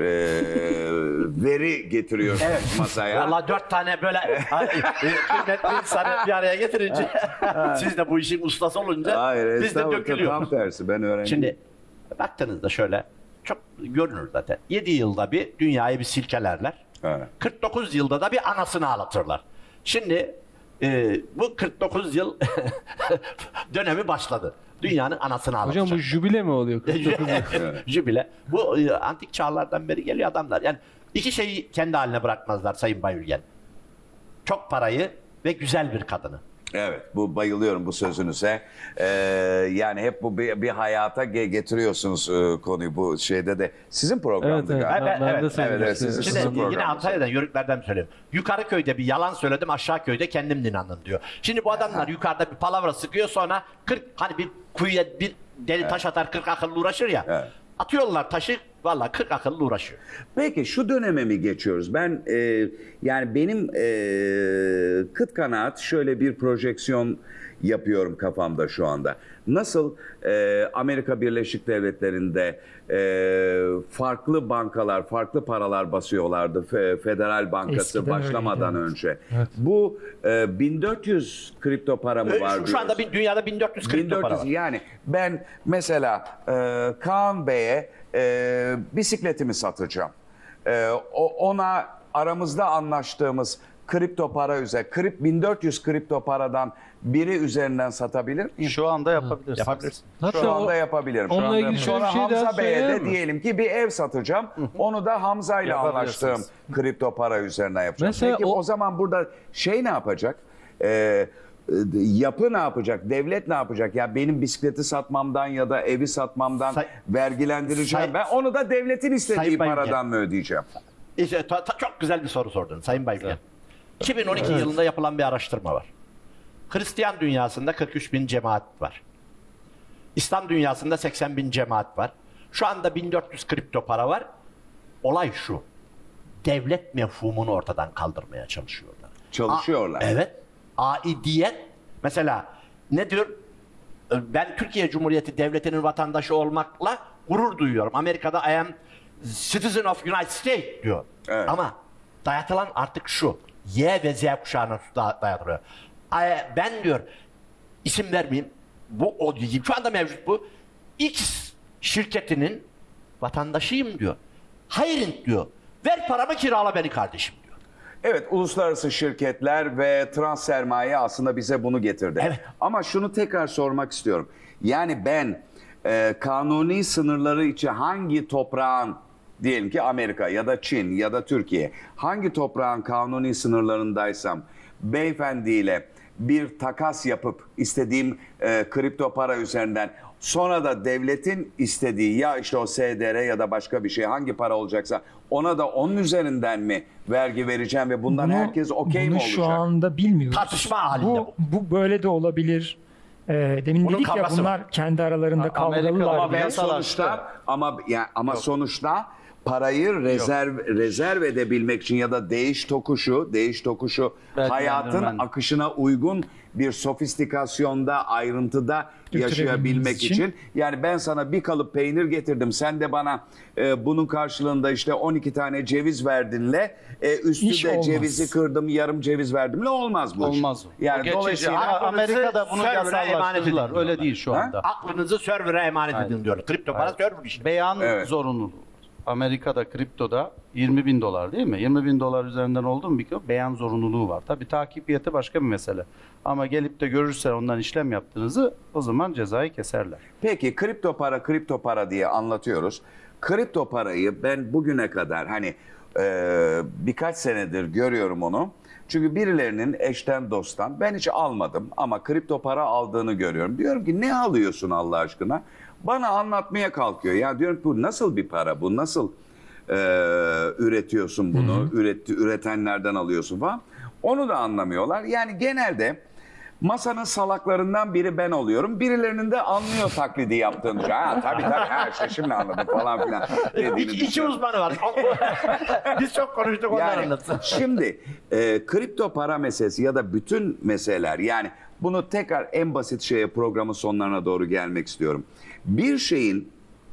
veri getiriyor masaya. Valla 4 tane böyle kıymetli insanı bir araya getirince siz de bu işin ustası olunca Hayır, biz de estağfurullah, dökülüyor. tam tersi. Ben öğrendim. Şimdi baktığınızda şöyle çok görünür zaten. 7 yılda bir dünyayı bir silkelerler. Evet. 49 yılda da bir anasını ağlatırlar. Şimdi Bu 49 yıl dönemi başladı. Dünyanın anasını ağlatacak. Hocam bu jübile mi oluyor? 49 yıl. Jübile. Bu antik çağlardan beri geliyor adamlar. Yani iki şeyi kendi haline bırakmazlar Sayın Bayülgen. Çok parayı ve güzel bir kadını. Evet, bu bayılıyorum bu sözünüze. Yani hep bu bir hayata getiriyorsunuz konuyu bu şeyde de. Sizin Evet, programdı evet. galiba. Ben de evet, söylemiştim. sizin Şimdi programınız. yine Antalya'dan, Yörükler'den söylüyorum. Yukarı köyde bir yalan söyledim, aşağı köyde kendim inandım diyor. Şimdi bu adamlar yukarıda bir palavra sıkıyor, sonra 40 hani bir kuyuya bir deli taş atar 40 akıllı uğraşır ya. Evet. Atıyorlar taşı, vallahi 40 akıllı uğraşıyor. Peki şu döneme mi geçiyoruz? Ben yani benim kıt kanaat şöyle bir projeksiyon yapıyorum kafamda şu anda. Nasıl Amerika Birleşik Devletleri'nde farklı bankalar, farklı paralar basıyorlardı Federal Bankası Eskiden başlamadan öyleydi, önce. Bu 1400 kripto para mı var Şu anda diyoruz? dünyada 1400 kripto para var. Yani ben mesela Kaan Bey'e bisikletimi satacağım. Ona aramızda anlaştığımız kripto para üzerine 1400 kripto paradan biri üzerinden satabilir miyim? Şu anda yapabilirsiniz. Yapabilirsin. Hatta Şu anda yapabilirim. Şu onunla anda ilgili şöyle bir sonra şey daha Hamza Bey'e de söyleyeyim mi? diyelim ki bir ev satacağım. Onu da Hamza ile Yapabilirsiniz. anlaştığım kripto para üzerinden yapacağım. Mesela Peki o zaman burada şey ne yapacak? Yapı ne yapacak? Devlet ne yapacak? Ya benim bisikleti satmamdan ya da evi satmamdan vergilendireceğim. Ben onu da devletin istediği Sayın Bayülgen. paradan mı ödeyeceğim? İşte, çok güzel bir soru sordun Sayın Bayülgen. 2012 yılında yapılan bir araştırma var. Hristiyan dünyasında 43 bin cemaat var. İslam dünyasında 80 bin cemaat var. Şu anda 1400 kripto para var. Olay şu. Devlet mefhumunu ortadan kaldırmaya çalışıyorlar. Çalışıyorlar. Evet. Aidiyet. Mesela ne diyor? Ben Türkiye Cumhuriyeti Devleti'nin vatandaşı olmakla gurur duyuyorum. Amerika'da I am citizen of United States diyor. Evet. Ama dayatılan artık şu. Y ve Z kuşağına dayatılıyor. Ben diyor isim vermeyeyim. Bu o diyeyim. Şu anda mevcut bu. X şirketinin vatandaşıyım diyor. Hayır diyor. Ver paramı kirala beni kardeşim diyor. Evet, uluslararası şirketler ve trans sermaye aslında bize bunu getirdi. Evet. Ama şunu tekrar sormak istiyorum. Yani ben kanuni sınırları içi hangi toprağın, diyelim ki Amerika ya da Çin ya da Türkiye, hangi toprağın kanuni sınırlarındaysam beyefendiyle bir takas yapıp istediğim kripto para üzerinden sonra da devletin istediği ya işte o SDR ya da başka bir şey hangi para olacaksa ona da onun üzerinden mi vergi vereceğim ve bundan herkes okey mi bunu olacak? şu anda bilmiyoruz. Tartışma halinde Bu böyle de olabilir. Demin Bunun dedik ya kavgası bunlar kendi aralarında Amerika'da kavgalılar. ama diye. Ama sonuçta parayı rezerv edebilmek için ya da değiş tokuşu hayatın Vergilendirmen. akışına uygun bir sofistikasyonda, ayrıntıda yaşayabilmek için. için. Yani ben sana bir kalıp peynir getirdim. Sen de bana bunun karşılığında işte 12 tane ceviz verdinle üstü İş de olmaz. cevizi kırdım, yarım ceviz verdimle olmaz bu. iş. Olmaz o. Yani O geçici. dolayısıyla Amerika'da bunu server'a emanet yasallaştırdılar. edin Öyle değil şu Ha? anda. Aklınızı server'a emanet edin diyor. Kripto para server işi. Beyan Evet. zorunluluğu. Amerika'da kriptoda 20 bin dolar değil mi? 20 bin dolar üzerinden oldu mu bir beyan zorunluluğu var. Tabii takipiyeti başka bir mesele. Ama gelip de görürse ondan işlem yaptığınızı o zaman cezayı keserler. Peki kripto para diye anlatıyoruz. Kripto parayı ben bugüne kadar hani birkaç senedir görüyorum onu. Çünkü birilerinin eşten dosttan ben hiç almadım ama kripto para aldığını görüyorum. Diyorum ki ne alıyorsun Allah aşkına? Bana anlatmaya kalkıyor. Ya diyorum bu nasıl bir para? Bu nasıl üretiyorsun bunu? Üretenlerden alıyorsun falan. Onu da anlamıyorlar. Yani genelde masanın salaklarından biri ben oluyorum. Birilerinin de anlıyor taklidi yaptığını. Ha tabii ha işte şimdi anladım falan filan dediğini İki düşünüyorum. uzmanı var. Biz çok konuştuk onlar Yani anlatsın. şimdi kripto para meselesi ya da bütün meseleler yani bunu tekrar en basit şeye programın sonlarına doğru gelmek istiyorum. Bir şeyin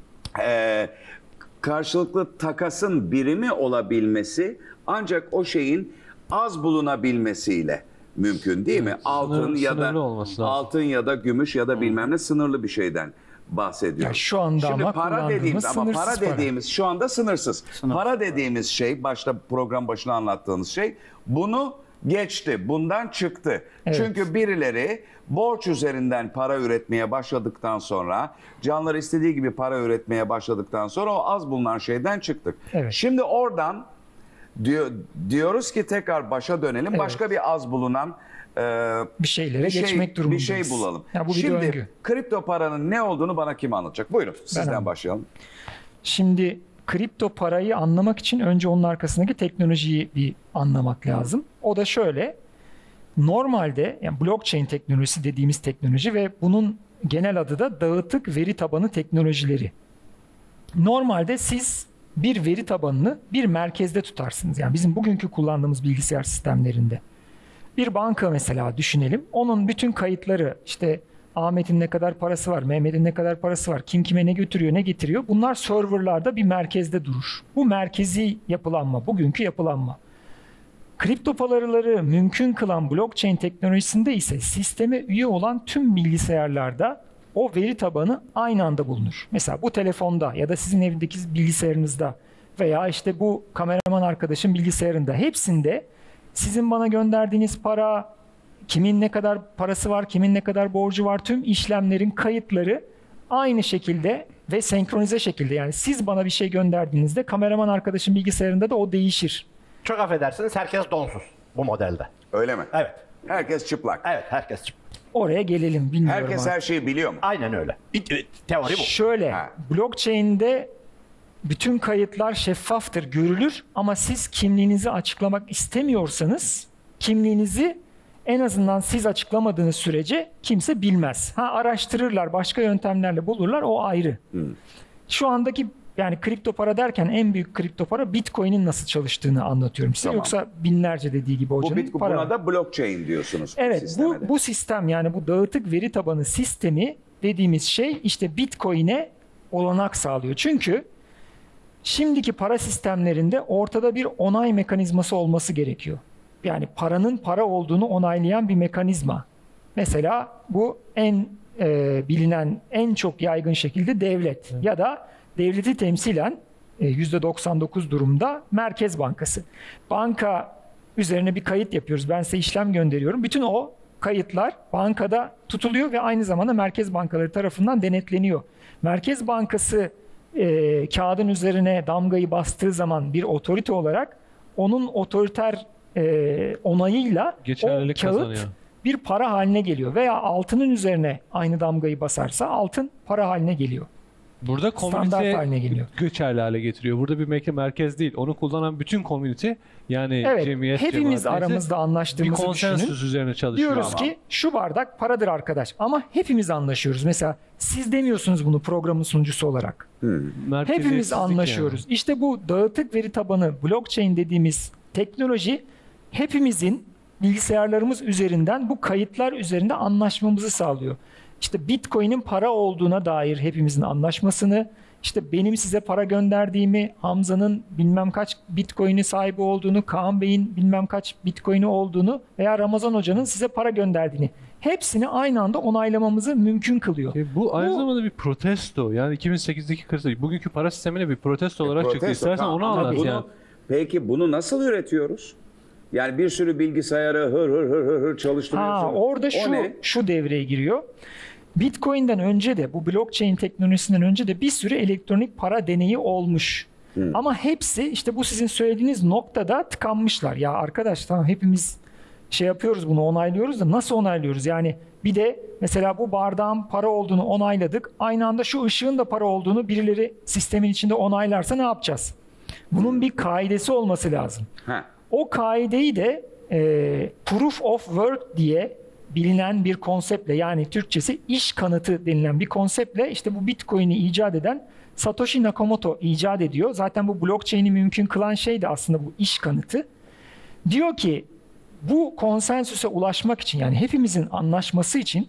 karşılıklı takasın birimi olabilmesi ancak o şeyin az bulunabilmesiyle mümkün değil mi? Altın ya da sınırlı olması lazım. altın ya da gümüş ya da bilmem ne sınırlı bir şeyden bahsediyoruz. Ya şu anda Şimdi ama para kullandığımız dediğimiz ama para sınırsız para. dediğimiz şu anda sınırsız. Para dediğimiz şey başta program başına anlattığınız şey bunu geçti. Bundan çıktı. Evet. Çünkü birileri borç üzerinden para üretmeye başladıktan sonra, canları istediği gibi para üretmeye başladıktan sonra o az bulunan şeyden çıktık. Evet. Şimdi oradan diyoruz ki tekrar başa dönelim. Evet. Başka bir az bulunan Bir şeylere geçmek durumundayız. bir şey bulalım. Ya bu bir Şimdi döngü. kripto paranın ne olduğunu bana kim anlatacak? Buyurun sizden anlatayım. başlayalım. Şimdi kripto parayı anlamak için önce onun arkasındaki teknolojiyi bir anlamak lazım. O da şöyle. Normalde yani blockchain teknolojisi dediğimiz teknoloji ve bunun genel adı da dağıtık veri tabanı teknolojileri. Normalde siz bir veri tabanını bir merkezde tutarsınız. Yani bizim bugünkü kullandığımız bilgisayar sistemlerinde. Bir banka mesela düşünelim. Onun bütün kayıtları işte Ahmet'in ne kadar parası var, Mehmet'in ne kadar parası var, kim kime ne götürüyor, ne getiriyor. Bunlar serverlarda bir merkezde durur. Bu merkezi yapılanma, bugünkü yapılanma. Kripto paraları mümkün kılan blockchain teknolojisinde ise sisteme üye olan tüm bilgisayarlarda o veri tabanı aynı anda bulunur. Mesela bu telefonda ya da sizin evindeki bilgisayarınızda veya işte bu kameraman arkadaşın bilgisayarında hepsinde sizin bana gönderdiğiniz para, kimin ne kadar parası var, kimin ne kadar borcu var, tüm işlemlerin kayıtları aynı şekilde ve senkronize şekilde. Yani siz bana bir şey gönderdiğinizde kameraman arkadaşın bilgisayarında da o değişir. Çok affedersiniz, herkes donsuz bu modelde. Öyle mi? Evet. Herkes çıplak. Evet, herkes. Oraya gelelim, bilmiyorum. Herkes artık. her şeyi biliyor mu? Aynen öyle. Teori bu. Şöyle, Ha. blockchain'de bütün kayıtlar şeffaftır, görülür ama siz kimliğinizi açıklamak istemiyorsanız kimliğinizi en azından siz açıklamadığınız sürece kimse bilmez. Araştırırlar, başka yöntemlerle bulurlar, o ayrı. Şu andaki yani kripto para derken en büyük kripto para Bitcoin'in nasıl çalıştığını anlatıyorum size. Tamam. Yoksa binlerce dediği gibi Bu hocanın para. buna da blockchain diyorsunuz. Evet, sisteme de. bu sistem yani bu dağıtık veri tabanı sistemi dediğimiz şey işte Bitcoin'e olanak sağlıyor. Çünkü şimdiki para sistemlerinde ortada bir onay mekanizması olması gerekiyor. Yani paranın para olduğunu onaylayan bir mekanizma. Mesela bu en bilinen, en çok yaygın şekilde devlet ya da devleti temsilen %99 durumda Merkez Bankası. Banka üzerine bir kayıt yapıyoruz. Ben size işlem gönderiyorum. Bütün o kayıtlar bankada tutuluyor ve aynı zamanda merkez bankaları tarafından denetleniyor. Merkez Bankası kağıdın üzerine damgayı bastığı zaman bir otorite olarak onun otoriter onayıyla Geçerlilik o kağıt kazanıyor. bir para haline geliyor. Veya altının üzerine aynı damgayı basarsa altın para haline geliyor. Burada Standart haline komünite geliyor. geçerli hale getiriyor. Burada bir merkez değil. Onu kullanan bütün komünite yani Evet, cemiyet, hepimiz cemaat neyse, aramızda bir anlaştığımızı düşünün. konsensus üzerine çalışıyor. Diyoruz ki şu bardak paradır arkadaş. Ama hepimiz anlaşıyoruz. Mesela siz demiyorsunuz bunu programın sunucusu olarak. Hepimiz Merkeziyetsizlik anlaşıyoruz. İşte bu dağıtık veri tabanı blockchain dediğimiz teknoloji hepimizin bilgisayarlarımız üzerinden bu kayıtlar üzerinde anlaşmamızı sağlıyor. İşte Bitcoin'in para olduğuna dair hepimizin anlaşmasını, işte benim size para gönderdiğimi, Hamza'nın bilmem kaç Bitcoin'i sahibi olduğunu, Kaan Bey'in bilmem kaç Bitcoin'i olduğunu veya Ramazan Hoca'nın size para gönderdiğini hepsini aynı anda onaylamamızı mümkün kılıyor. Bu aynı zamanda bir protesto. Yani 2008'deki kriz, bugünkü para sistemine bir protesto olarak çıktı. Protesto, İstersen tamam. onu Ama anlat yani. Peki bunu nasıl üretiyoruz? Yani bir sürü bilgisayarı hır çalıştırıyorsun. Orada O ne? şu devreye giriyor. Bitcoin'den önce de bu blockchain teknolojisinden önce de bir sürü elektronik para deneyi olmuş. Ama hepsi işte bu sizin söylediğiniz noktada tıkanmışlar. Ya arkadaş tamam hepimiz şey yapıyoruz bunu onaylıyoruz da nasıl onaylıyoruz? Yani bir de mesela bu bardağın para olduğunu onayladık. Aynı anda şu ışığın da para olduğunu birileri sistemin içinde onaylarsa ne yapacağız? Bunun bir kaidesi olması lazım. Ha. O kaideyi de proof of work diye bilinen bir konseptle yani Türkçesi iş kanıtı denilen bir konseptle işte bu Bitcoin'i icat eden Satoshi Nakamoto icat ediyor. Zaten bu blockchain'i mümkün kılan şey de aslında bu iş kanıtı. Diyor ki bu konsensüse ulaşmak için yani hepimizin anlaşması için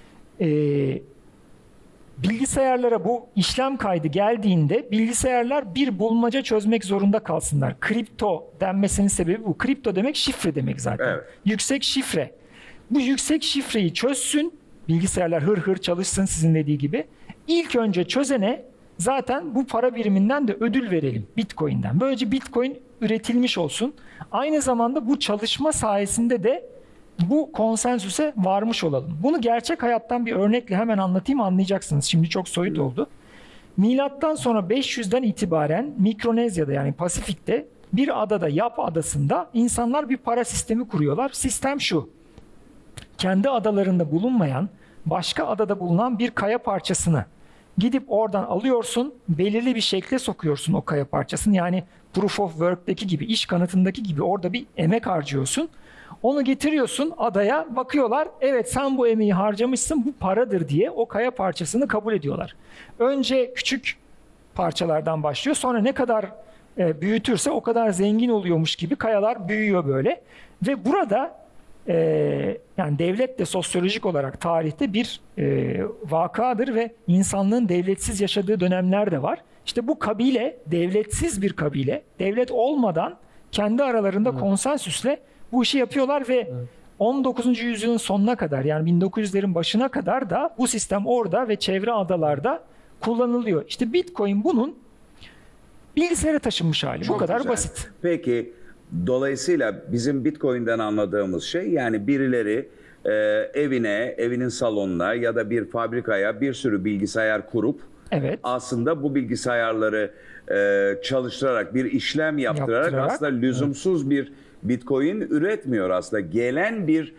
bilgisayarlara bu işlem kaydı geldiğinde bilgisayarlar bir bulmaca çözmek zorunda kalsınlar. Kripto denmesinin sebebi bu. Kripto demek şifre demek zaten. Evet. Yüksek şifre. Bu yüksek şifreyi çözsün, bilgisayarlar hır hır çalışsın sizin dediği gibi. İlk önce çözene zaten bu para biriminden de ödül verelim Bitcoin'den. Böylece Bitcoin üretilmiş olsun. Aynı zamanda bu çalışma sayesinde de bu konsensüse varmış olalım. Bunu gerçek hayattan bir örnekle hemen anlatayım, anlayacaksınız. Şimdi çok soyut oldu. Milattan sonra 500'den itibaren Mikronezya'da, yani Pasifik'te bir adada, Yap adasında insanlar bir para sistemi kuruyorlar. Sistem şu: kendi adalarında bulunmayan, başka adada bulunan bir kaya parçasını gidip oradan alıyorsun, belirli bir şekle sokuyorsun o kaya parçasını. Yani Proof of Work'teki gibi, iş kanıtındaki gibi orada bir emek harcıyorsun. Onu getiriyorsun adaya, bakıyorlar, evet sen bu emeği harcamışsın, bu paradır diye o kaya parçasını kabul ediyorlar. Önce küçük parçalardan başlıyor, sonra ne kadar büyütürse o kadar zengin oluyormuş gibi kayalar büyüyor böyle. Ve burada yani devlet de sosyolojik olarak tarihte bir vakadır ve insanlığın devletsiz yaşadığı dönemler de var. İşte bu kabile devletsiz bir kabile, devlet olmadan kendi aralarında konsensüsle bu işi yapıyorlar ve 19. yüzyılın sonuna kadar, yani 1900'lerin başına kadar da bu sistem orada ve çevre adalarda kullanılıyor. İşte Bitcoin bunun bilgisayara taşınmış hali. Çok bu kadar güzel. basit. Peki dolayısıyla bizim Bitcoin'den anladığımız şey, yani birileri evine, evinin salonuna ya da bir fabrikaya bir sürü bilgisayar kurup Evet. aslında bu bilgisayarları çalıştırarak, bir işlem yaptırarak aslında lüzumsuz bir Bitcoin üretmiyor aslında. Gelen bir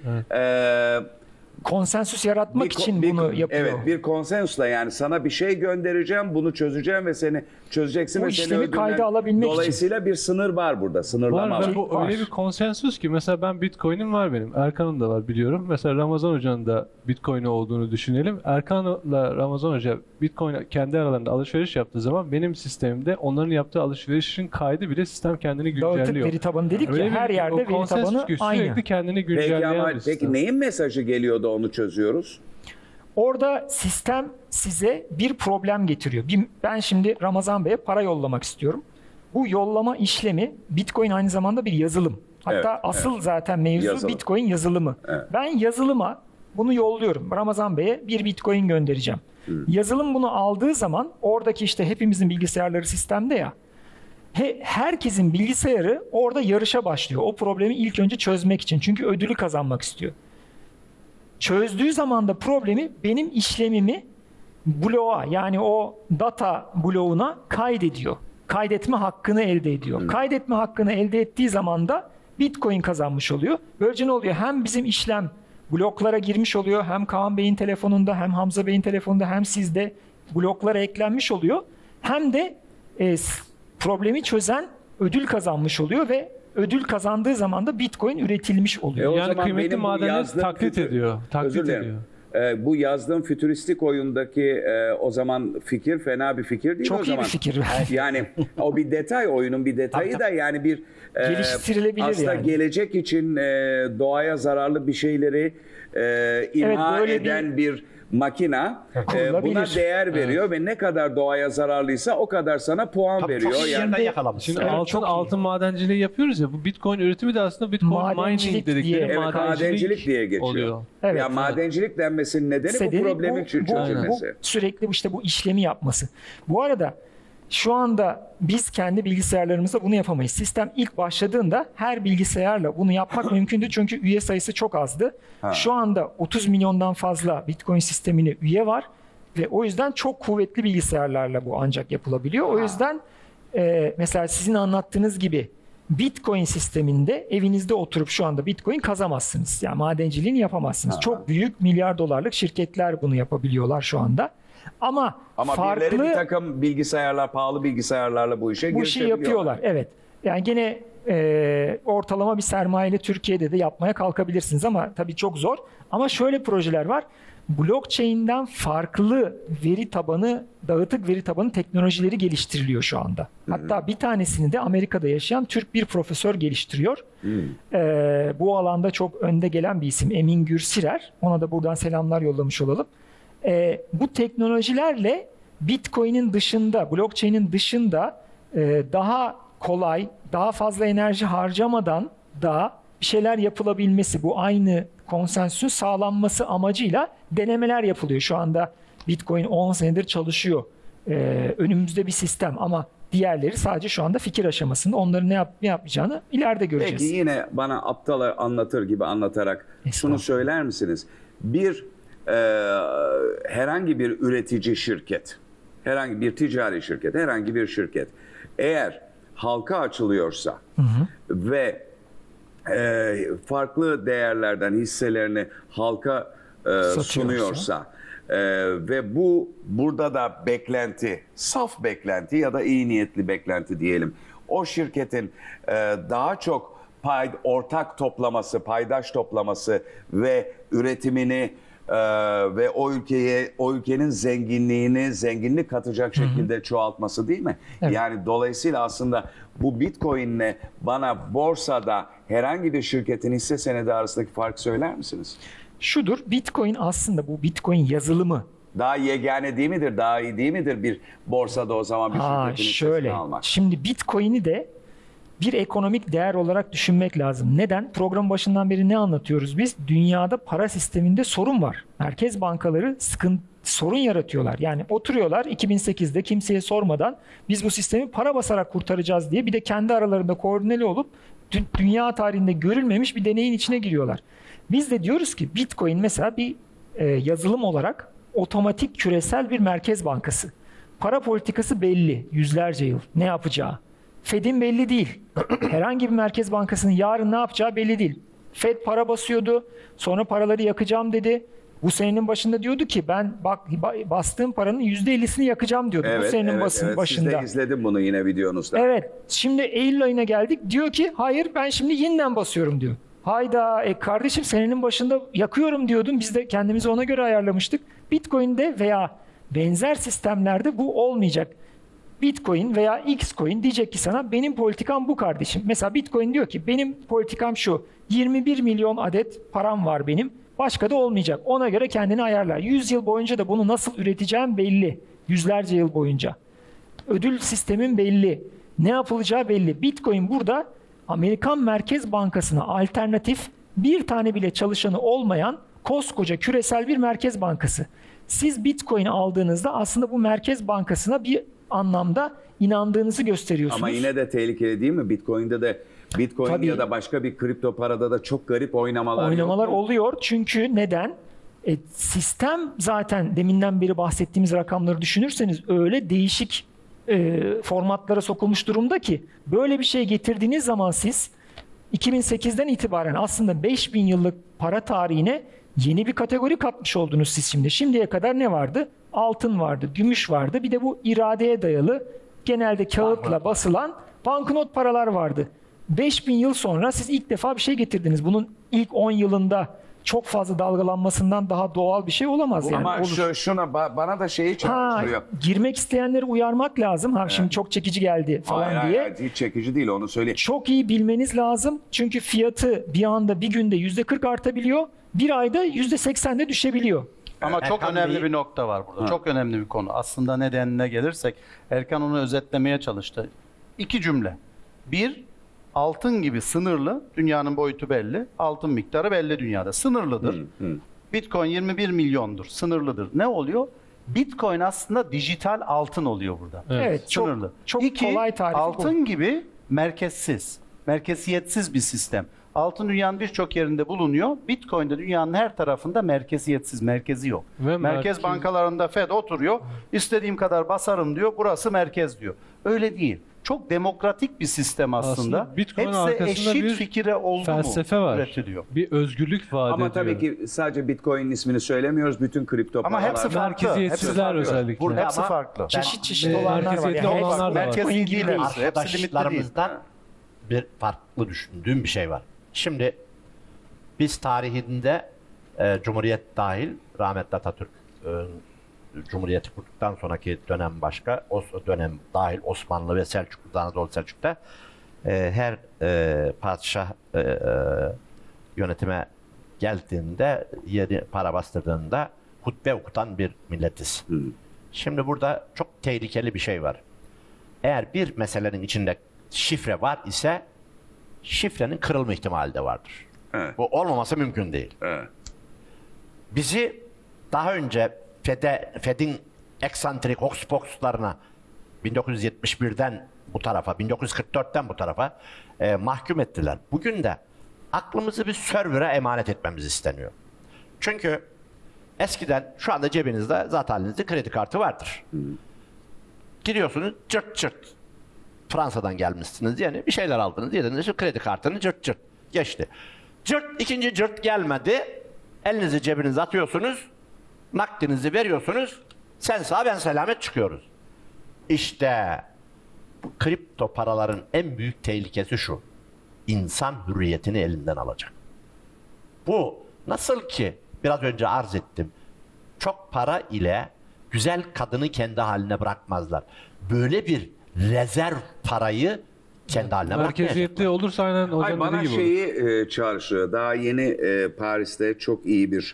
Konsensüs yaratmak için bunu yapıyor. Evet, bir konsensusla, yani sana bir şey göndereceğim, bunu çözeceğim ve seni çözeceksin Bu ve seni işlemi ödüllen- kayda alabilmek için. Dolayısıyla bir sınır var burada, sınırlama Var var. ve bu Var. öyle bir konsensus ki mesela ben Bitcoin'im var benim. Erkan'ın da var biliyorum. Mesela Ramazan Hoca'nın da Bitcoin'i olduğunu düşünelim. Erkan'la Ramazan Hoca Bitcoin kendi aralarında alışveriş yaptığı zaman benim sistemimde onların yaptığı alışverişin kaydı bile sistem kendini Dağıtık güncelliyor. veri tabanı dedik Öyle ya, her bir- yerde o veri konsensus tabanı ki aynı. Sürekli kendini Peki güncelleyen ama bir sistem. peki neyin mesajı geliyor da onu çözüyoruz? Orada sistem size bir problem getiriyor. Ben şimdi Ramazan Bey'e para yollamak istiyorum. Bu yollama işlemi, Bitcoin aynı zamanda bir yazılım. Hatta Evet, asıl zaten mevzu Yazılım. Bitcoin yazılımı. Evet. Ben yazılıma bunu yolluyorum. Ramazan Bey'e bir Bitcoin göndereceğim. Yazılım bunu aldığı zaman oradaki işte hepimizin bilgisayarları sistemde ya. Herkesin bilgisayarı orada yarışa başlıyor. O problemi ilk önce çözmek için. Çünkü ödülü kazanmak istiyor. Çözdüğü zaman da problemi benim işlemimi bloğa, yani o data bloğuna kaydediyor. Kaydetme hakkını elde ediyor. Kaydetme hakkını elde ettiği zaman da Bitcoin kazanmış oluyor. Böylece ne oluyor? Hem bizim işlem bloklara girmiş oluyor, hem Kaan Bey'in telefonunda, hem Hamza Bey'in telefonunda, hem sizde bloklara eklenmiş oluyor. Hem de problemi çözen ödül kazanmış oluyor ve ödül kazandığı zaman da Bitcoin üretilmiş oluyor. O Yani zaman kıymetli benim bu madenleri yazdığım taklit ediyor. Özür Taklit dilerim. ediyor. Bu yazdığım fütüristik oyundaki o zaman fikir fena bir fikir değil Çok o iyi zaman. bir fikir. Yani o bir detay, oyunun bir detayı da, yani bir Geliştirilebilir aslında yani. gelecek için doğaya zararlı bir şeyleri imha böyle eden bir makina Kurulabilir. buna değer veriyor ve ne kadar doğaya zararlıysa o kadar sana puan Tabii veriyor. çok iyi Yani yerden yakalamış. Şimdi Evet, altın çok iyi. altın madenciliği yapıyoruz ya, bu Bitcoin üretimi de aslında Bitcoin Madencilik mining dedikleri diye. evet, madencilik diye geçiyor. oluyor. Evet. Ya madencilik denmesinin nedeni bu Nedeni problemin çözülmesi. bu sürekli işte bu işlemi yapması. Bu arada şu anda biz kendi bilgisayarlarımızda bunu yapamayız. Sistem ilk başladığında her bilgisayarla bunu yapmak mümkündü çünkü üye sayısı çok azdı. Şu anda 30 milyondan fazla Bitcoin sistemine üye var ve o yüzden çok kuvvetli bilgisayarlarla bu ancak yapılabiliyor. O yüzden mesela sizin anlattığınız gibi Bitcoin sisteminde evinizde oturup şu anda Bitcoin kazamazsınız. Yani madenciliğini yapamazsınız. Çok büyük milyar dolarlık şirketler bunu yapabiliyorlar şu anda. Ama birileri bir farklı takım bilgisayarlar, pahalı bilgisayarlarla bu işe bu işi girişebiliyorlar. yapıyorlar. Evet. Yani gene ortalama bir sermayeyle Türkiye'de de yapmaya kalkabilirsiniz ama tabii çok zor. Ama şöyle projeler var. Blockchain'den farklı veri tabanı, dağıtık veri tabanı teknolojileri geliştiriliyor şu anda. Hatta bir tanesini de Amerika'da yaşayan Türk bir profesör geliştiriyor. Bu alanda çok önde gelen bir isim Emin Gürsirer. Ona da buradan selamlar yollamış olalım. Bu teknolojilerle Bitcoin'in dışında, blockchain'in dışında daha kolay, daha fazla enerji harcamadan da bir şeyler yapılabilmesi, bu aynı konsensüsün sağlanması amacıyla denemeler yapılıyor. Şu anda Bitcoin 10 senedir çalışıyor önümüzde bir sistem ama diğerleri sadece şu anda fikir aşamasında. Onların ne yapacağını ileride göreceğiz. Peki yine bana aptala anlatır gibi anlatarak şunu söyler misiniz? Herhangi bir üretici şirket, herhangi bir ticari şirket, herhangi bir şirket eğer halka açılıyorsa ve farklı değerlerden hisselerini halka sunuyorsa ve burada da beklenti, saf beklenti ya da iyi niyetli beklenti diyelim. O şirketin daha çok ortak toplaması, paydaş toplaması ve üretimini ve o ülkenin zenginlik katacak şekilde çoğaltması değil mi? Evet. Yani dolayısıyla aslında bu Bitcoin'le bana borsada herhangi bir şirketin hisse senedi arasındaki farkı söyler misiniz? Şudur, Bitcoin aslında bu Bitcoin yazılımı. Daha yegane değil midir? Daha iyi değil midir bir borsada o zaman bir şirketin hissesini almak? Şimdi Bitcoin'i de bir ekonomik değer olarak düşünmek lazım. Neden? Program başından beri ne anlatıyoruz biz? Dünyada para sisteminde sorun var. Merkez bankaları sorun yaratıyorlar. Yani oturuyorlar 2008'de kimseye sormadan biz bu sistemi para basarak kurtaracağız diye bir de kendi aralarında koordineli olup dünya tarihinde görülmemiş bir deneyin içine giriyorlar. Biz de diyoruz ki Bitcoin mesela bir yazılım olarak otomatik küresel bir merkez bankası. Para politikası belli yüzlerce yıl ne yapacağı. Fed'in belli değil. Herhangi bir merkez bankasının yarın ne yapacağı belli değil. Fed para basıyordu. Sonra paraları yakacağım dedi. Bu senenin başında diyordu ki ben bastığım paranın %50'sini yakacağım diyordu. Bu senenin başında. Siz de izledim bunu yine videonuzda. Evet. Şimdi Eylül ayına geldik. Diyor ki hayır ben şimdi yeniden basıyorum diyor. Hayda kardeşim senenin başında yakıyorum diyordun. Biz de kendimizi ona göre ayarlamıştık. Bitcoin'de veya benzer sistemlerde bu olmayacak. Bitcoin veya Xcoin diyecek ki sana benim politikam bu kardeşim. Mesela Bitcoin diyor ki benim politikam şu. 21 milyon adet param var benim. Başka da olmayacak. Ona göre kendini ayarlar. 100 yıl boyunca da bunu nasıl üreteceğim belli. Yüzlerce yıl boyunca. Ödül sistemin belli. Ne yapılacağı belli. Bitcoin burada Amerikan Merkez Bankası'na alternatif bir tane bile çalışanı olmayan koskoca küresel bir merkez bankası. Siz Bitcoin'i aldığınızda aslında bu merkez bankasına bir anlamda inandığınızı gösteriyorsunuz. Ama yine de tehlikeli değil mi? Bitcoin Tabii. ya da başka bir kripto parada da çok garip oynamalar oluyor. Çünkü neden? Sistem zaten deminden beri bahsettiğimiz rakamları düşünürseniz öyle değişik formatlara sokulmuş durumda ki böyle bir şey getirdiğiniz zaman siz 2008'den itibaren aslında 5000 yıllık para tarihine yeni bir kategori katmış oldunuz siz şimdi. Şimdiye kadar ne vardı? Altın vardı, gümüş vardı. Bir de bu iradeye dayalı genelde kağıtla basılan banknot paralar vardı. 5000 yıl sonra siz ilk defa bir şey getirdiniz. Bunun ilk 10 yılında çok fazla dalgalanmasından daha doğal bir şey olamaz. Yani. Ama bana da şeyi çağrıştırıyor. Girmek isteyenleri uyarmak lazım. Şimdi çok çekici geldi falan diye. Hayır, hiç çekici değil onu söyleyeyim. Çok iyi bilmeniz lazım. Çünkü fiyatı bir anda bir günde %40 artabiliyor. Bir ayda %80'de düşebiliyor. Ama çok önemli bir nokta var burada. Çok önemli bir konu. Aslında nedenine gelirsek Erkan onu özetlemeye çalıştı. 2 cümle. 1, altın gibi sınırlı, dünyanın boyutu belli, altın miktarı belli dünyada. Sınırlıdır. Bitcoin 21 milyondur, sınırlıdır. Ne oluyor? Bitcoin aslında dijital altın oluyor burada. Evet, Sınırlı. çok 2, kolay tarifi altın gibi merkezsiz, merkeziyetsiz bir sistem. Altın dünyanın birçok yerinde bulunuyor. Bitcoin de dünyanın her tarafında merkeziyetsiz, merkezi yok. Ve Merkez bankalarında Fed oturuyor, istediğim kadar basarım diyor, burası merkez diyor. Öyle değil. Çok demokratik bir sistem aslında. Bitcoin Hepsi arkasında eşit bir fikire oldu felsefe mu var. üretiliyor. Bir özgürlük vaat ediyor. Ama tabii ki sadece Bitcoin'in ismini söylemiyoruz. Bütün kripto Ama paralar. hepsi farklı. Merkeziyetsizler Hepsi farklı. özellikle. Burada hepsi Ama farklı. Çeşit olanlar var. merkeziyetli Yani olanlar da var. Merkezi Bitcoin gibi değil değil. hepsi. Hepsi limitli değil. Arkadaşlarımızdan bir farklı düşündüğüm bir şey var. Şimdi biz tarihinde Cumhuriyet dahil, rahmetli Atatürk Cumhuriyeti kurduktan sonraki dönem başka, o dönem dahil Osmanlı ve Selçuklu, Anadolu Selçuk'ta her padişah yönetime geldiğinde, yeni para bastırdığında hutbe okutan bir milletiz. Şimdi burada çok tehlikeli bir şey var. Eğer bir meselenin içinde şifre var ise şifrenin kırılma ihtimali de vardır. Evet. Bu olmaması mümkün değil. Evet. Bizi daha önce Fed'in eksantrik hoxpoxlarına 1971'den bu tarafa, 1944'ten bu tarafa mahkum ettiler. Bugün de aklımızı bir server'a emanet etmemiz isteniyor. Çünkü eskiden, şu anda cebinizde zaten halinizde kredi kartı vardır. Giriyorsunuz cırt cırt. Fransa'dan gelmişsiniz yani bir şeyler aldınız, yediniz, şu kredi kartını cırt cırt geçti. Cırt, ikinci cırt gelmedi. Elinizi cebinize atıyorsunuz, nakdinizi veriyorsunuz, sen sağ ben selamet çıkıyoruz. İşte bu kripto paraların en büyük tehlikesi şu: İnsan hürriyetini elinden alacak. Bu nasıl ki biraz önce arz ettim, çok para ile güzel kadını kendi haline bırakmazlar. Böyle bir rezerv parayı kendi haline bırakmayacak. Merkeziyetli olursa aynen Ay, hocam bana dediği gibi olur. şeyi çağrıştırıyor. Daha yeni Paris'te çok iyi bir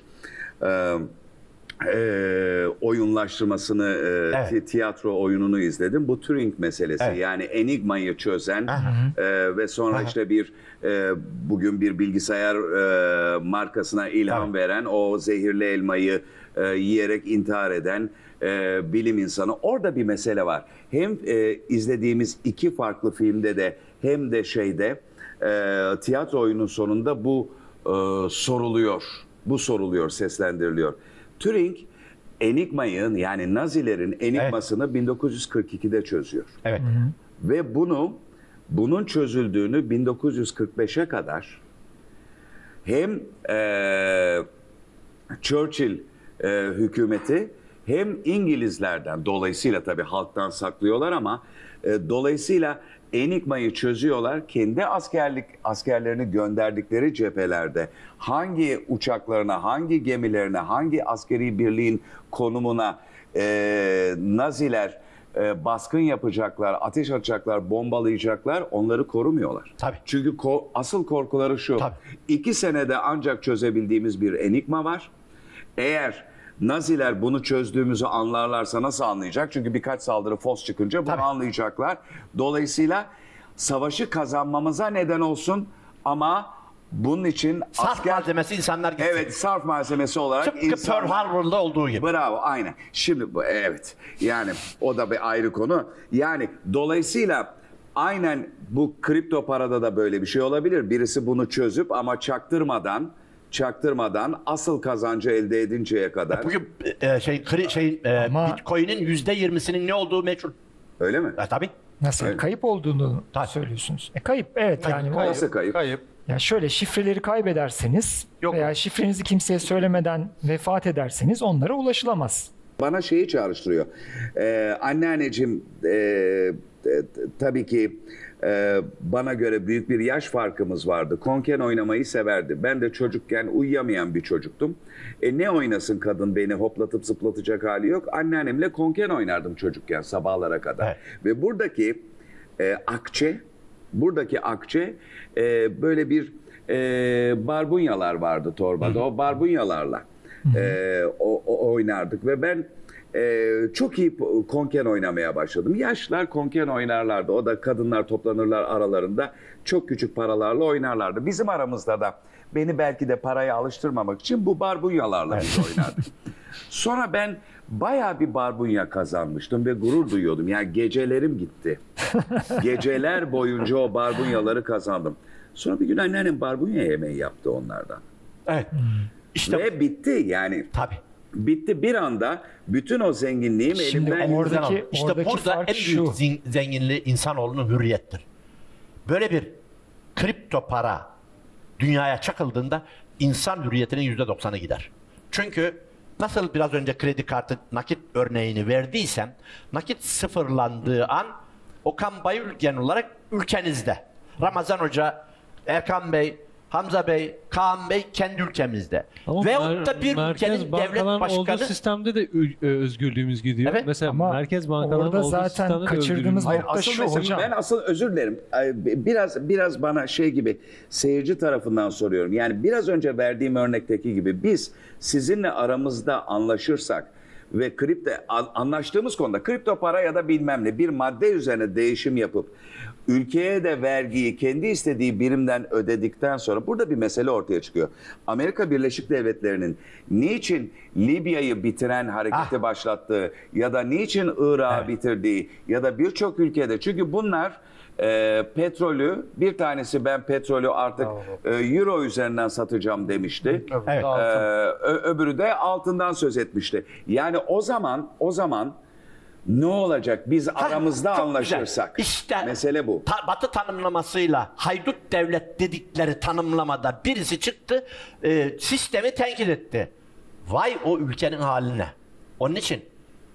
oyunlaştırmasını, Evet. tiyatro oyununu izledim. Bu Turing meselesi. Evet. Yani enigmayı çözen ve sonra işte bugün bir bilgisayar markasına ilham Evet. veren, o zehirli elmayı yiyerek intihar eden bilim insanı. Orada bir mesele var. Hem izlediğimiz iki farklı filmde de hem de tiyatro oyunun sonunda bu soruluyor. Bu soruluyor, seslendiriliyor. Turing enigmayı, yani Nazilerin enigmasını 1942'de çözüyor. Evet. Ve bunun çözüldüğünü 1945'e kadar hem Churchill hükümeti hem İngilizlerden, dolayısıyla tabii halktan saklıyorlar ama dolayısıyla enigmayı çözüyorlar. Kendi askerlerini gönderdikleri cephelerde hangi uçaklarına, hangi gemilerine, hangi askeri birliğin konumuna Naziler baskın yapacaklar, ateş açacaklar, bombalayacaklar, onları korumuyorlar. Tabii. Çünkü asıl korkuları şu: Tabii. 2 senede ancak çözebildiğimiz bir enigma var. Eğer Naziler bunu çözdüğümüzü anlarlarsa nasıl anlayacak? Çünkü birkaç saldırı fos çıkınca bunu Tabii. anlayacaklar. Dolayısıyla savaşı kazanmamıza neden olsun ama bunun için Sarf malzemesi insanlar gitsin. Evet, sarf malzemesi olarak Tıpkı Pearl Harbor'da olduğu gibi. Bravo, aynen. Şimdi evet, yani o da bir ayrı konu. Yani dolayısıyla aynen bu kripto parada da böyle bir şey olabilir. Birisi bunu çözüp ama çaktırmadan asıl kazancı elde edinceye kadar. Bugün Ama- Bitcoin'in %20'sinin ne olduğu meçhul. Öyle mi? Tabii. Nasıl? Evet. Kayıp olduğunu Tabii. söylüyorsunuz. Kayıp, evet, yani Nasıl kayıp? ya şöyle, şifreleri kaybederseniz Yok. veya şifrenizi kimseye söylemeden vefat ederseniz onlara ulaşılamaz. Bana şeyi çağrıştırıyor. Anneanneciğim tabii ki bana göre büyük bir yaş farkımız vardı. Konken oynamayı severdi. Ben de çocukken uyuyamayan bir çocuktum. Ne oynasın kadın, beni hoplatıp zıplatacak hali yok. Anneannemle konken oynardım çocukken sabahlara kadar. Evet. Ve buradaki akçe böyle bir barbunyalar vardı torbada. O barbunyalarla oynardık ve ben çok iyi konken oynamaya başladım. Yaşlılar konken oynarlardı. O da kadınlar toplanırlar aralarında. Çok küçük paralarla oynarlardı. Bizim aramızda da beni belki de paraya alıştırmamak için bu barbunyalarla biz oynardık. Sonra ben bayağı bir barbunya kazanmıştım ve gurur duyuyordum. Yani gecelerim gitti. Geceler boyunca o barbunyaları kazandım. Sonra bir gün anneannem barbunya yemeği yaptı onlardan. Evet. İşte Ve bitti yani. tabii. Bitti bir anda, bütün o zenginliğim Şimdi elimden oradaki- gitti. İşte Oradaki burada fark en büyük şu. zenginliği insanoğlunun hürriyettir. Böyle bir kripto para dünyaya çakıldığında insan hürriyetinin %90'ı gider. Çünkü nasıl biraz önce kredi kartı nakit örneğini verdiysem, nakit sıfırlandığı an Okan Bayülgen olarak ülkenizde. Ramazan Hoca, Erkan Bey, Hamza Bey, Kaan Bey kendi ülkemizde. Ama Veyahut da bir merkez ülkenin devlet bankaların olduğu başkanı... sistemde de özgürlüğümüz gidiyor. Evet. Mesela Ama merkez bankaların orada olduğu zaten sistemde de kaçırdığımız özgürlüğümüz nokta Asıl şu mesele, hocam. ben asıl özür dilerim. Biraz bana şey gibi, seyirci tarafından soruyorum. Yani biraz önce verdiğim örnekteki gibi biz sizinle aramızda anlaşırsak ve anlaştığımız konuda kripto para ya da bilmem ne bir madde üzerine değişim yapıp ülkeye de vergiyi kendi istediği birimden ödedikten sonra burada bir mesele ortaya çıkıyor. Amerika Birleşik Devletleri'nin niçin Libya'yı bitiren hareketi başlattığı ya da niçin Irak'ı bitirdiği ya da birçok ülkede, çünkü bunlar petrolü, bir tanesi ben petrolü artık euro üzerinden satacağım demişti. Evet. Öbürü de altından söz etmişti. Yani o zaman ne olacak? Biz aramızda Çok anlaşırsak. güzel. İşte mesele bu. Batı tanımlamasıyla haydut devlet dedikleri tanımlamada birisi çıktı, sistemi tenkit etti. Vay o ülkenin haline. Onun için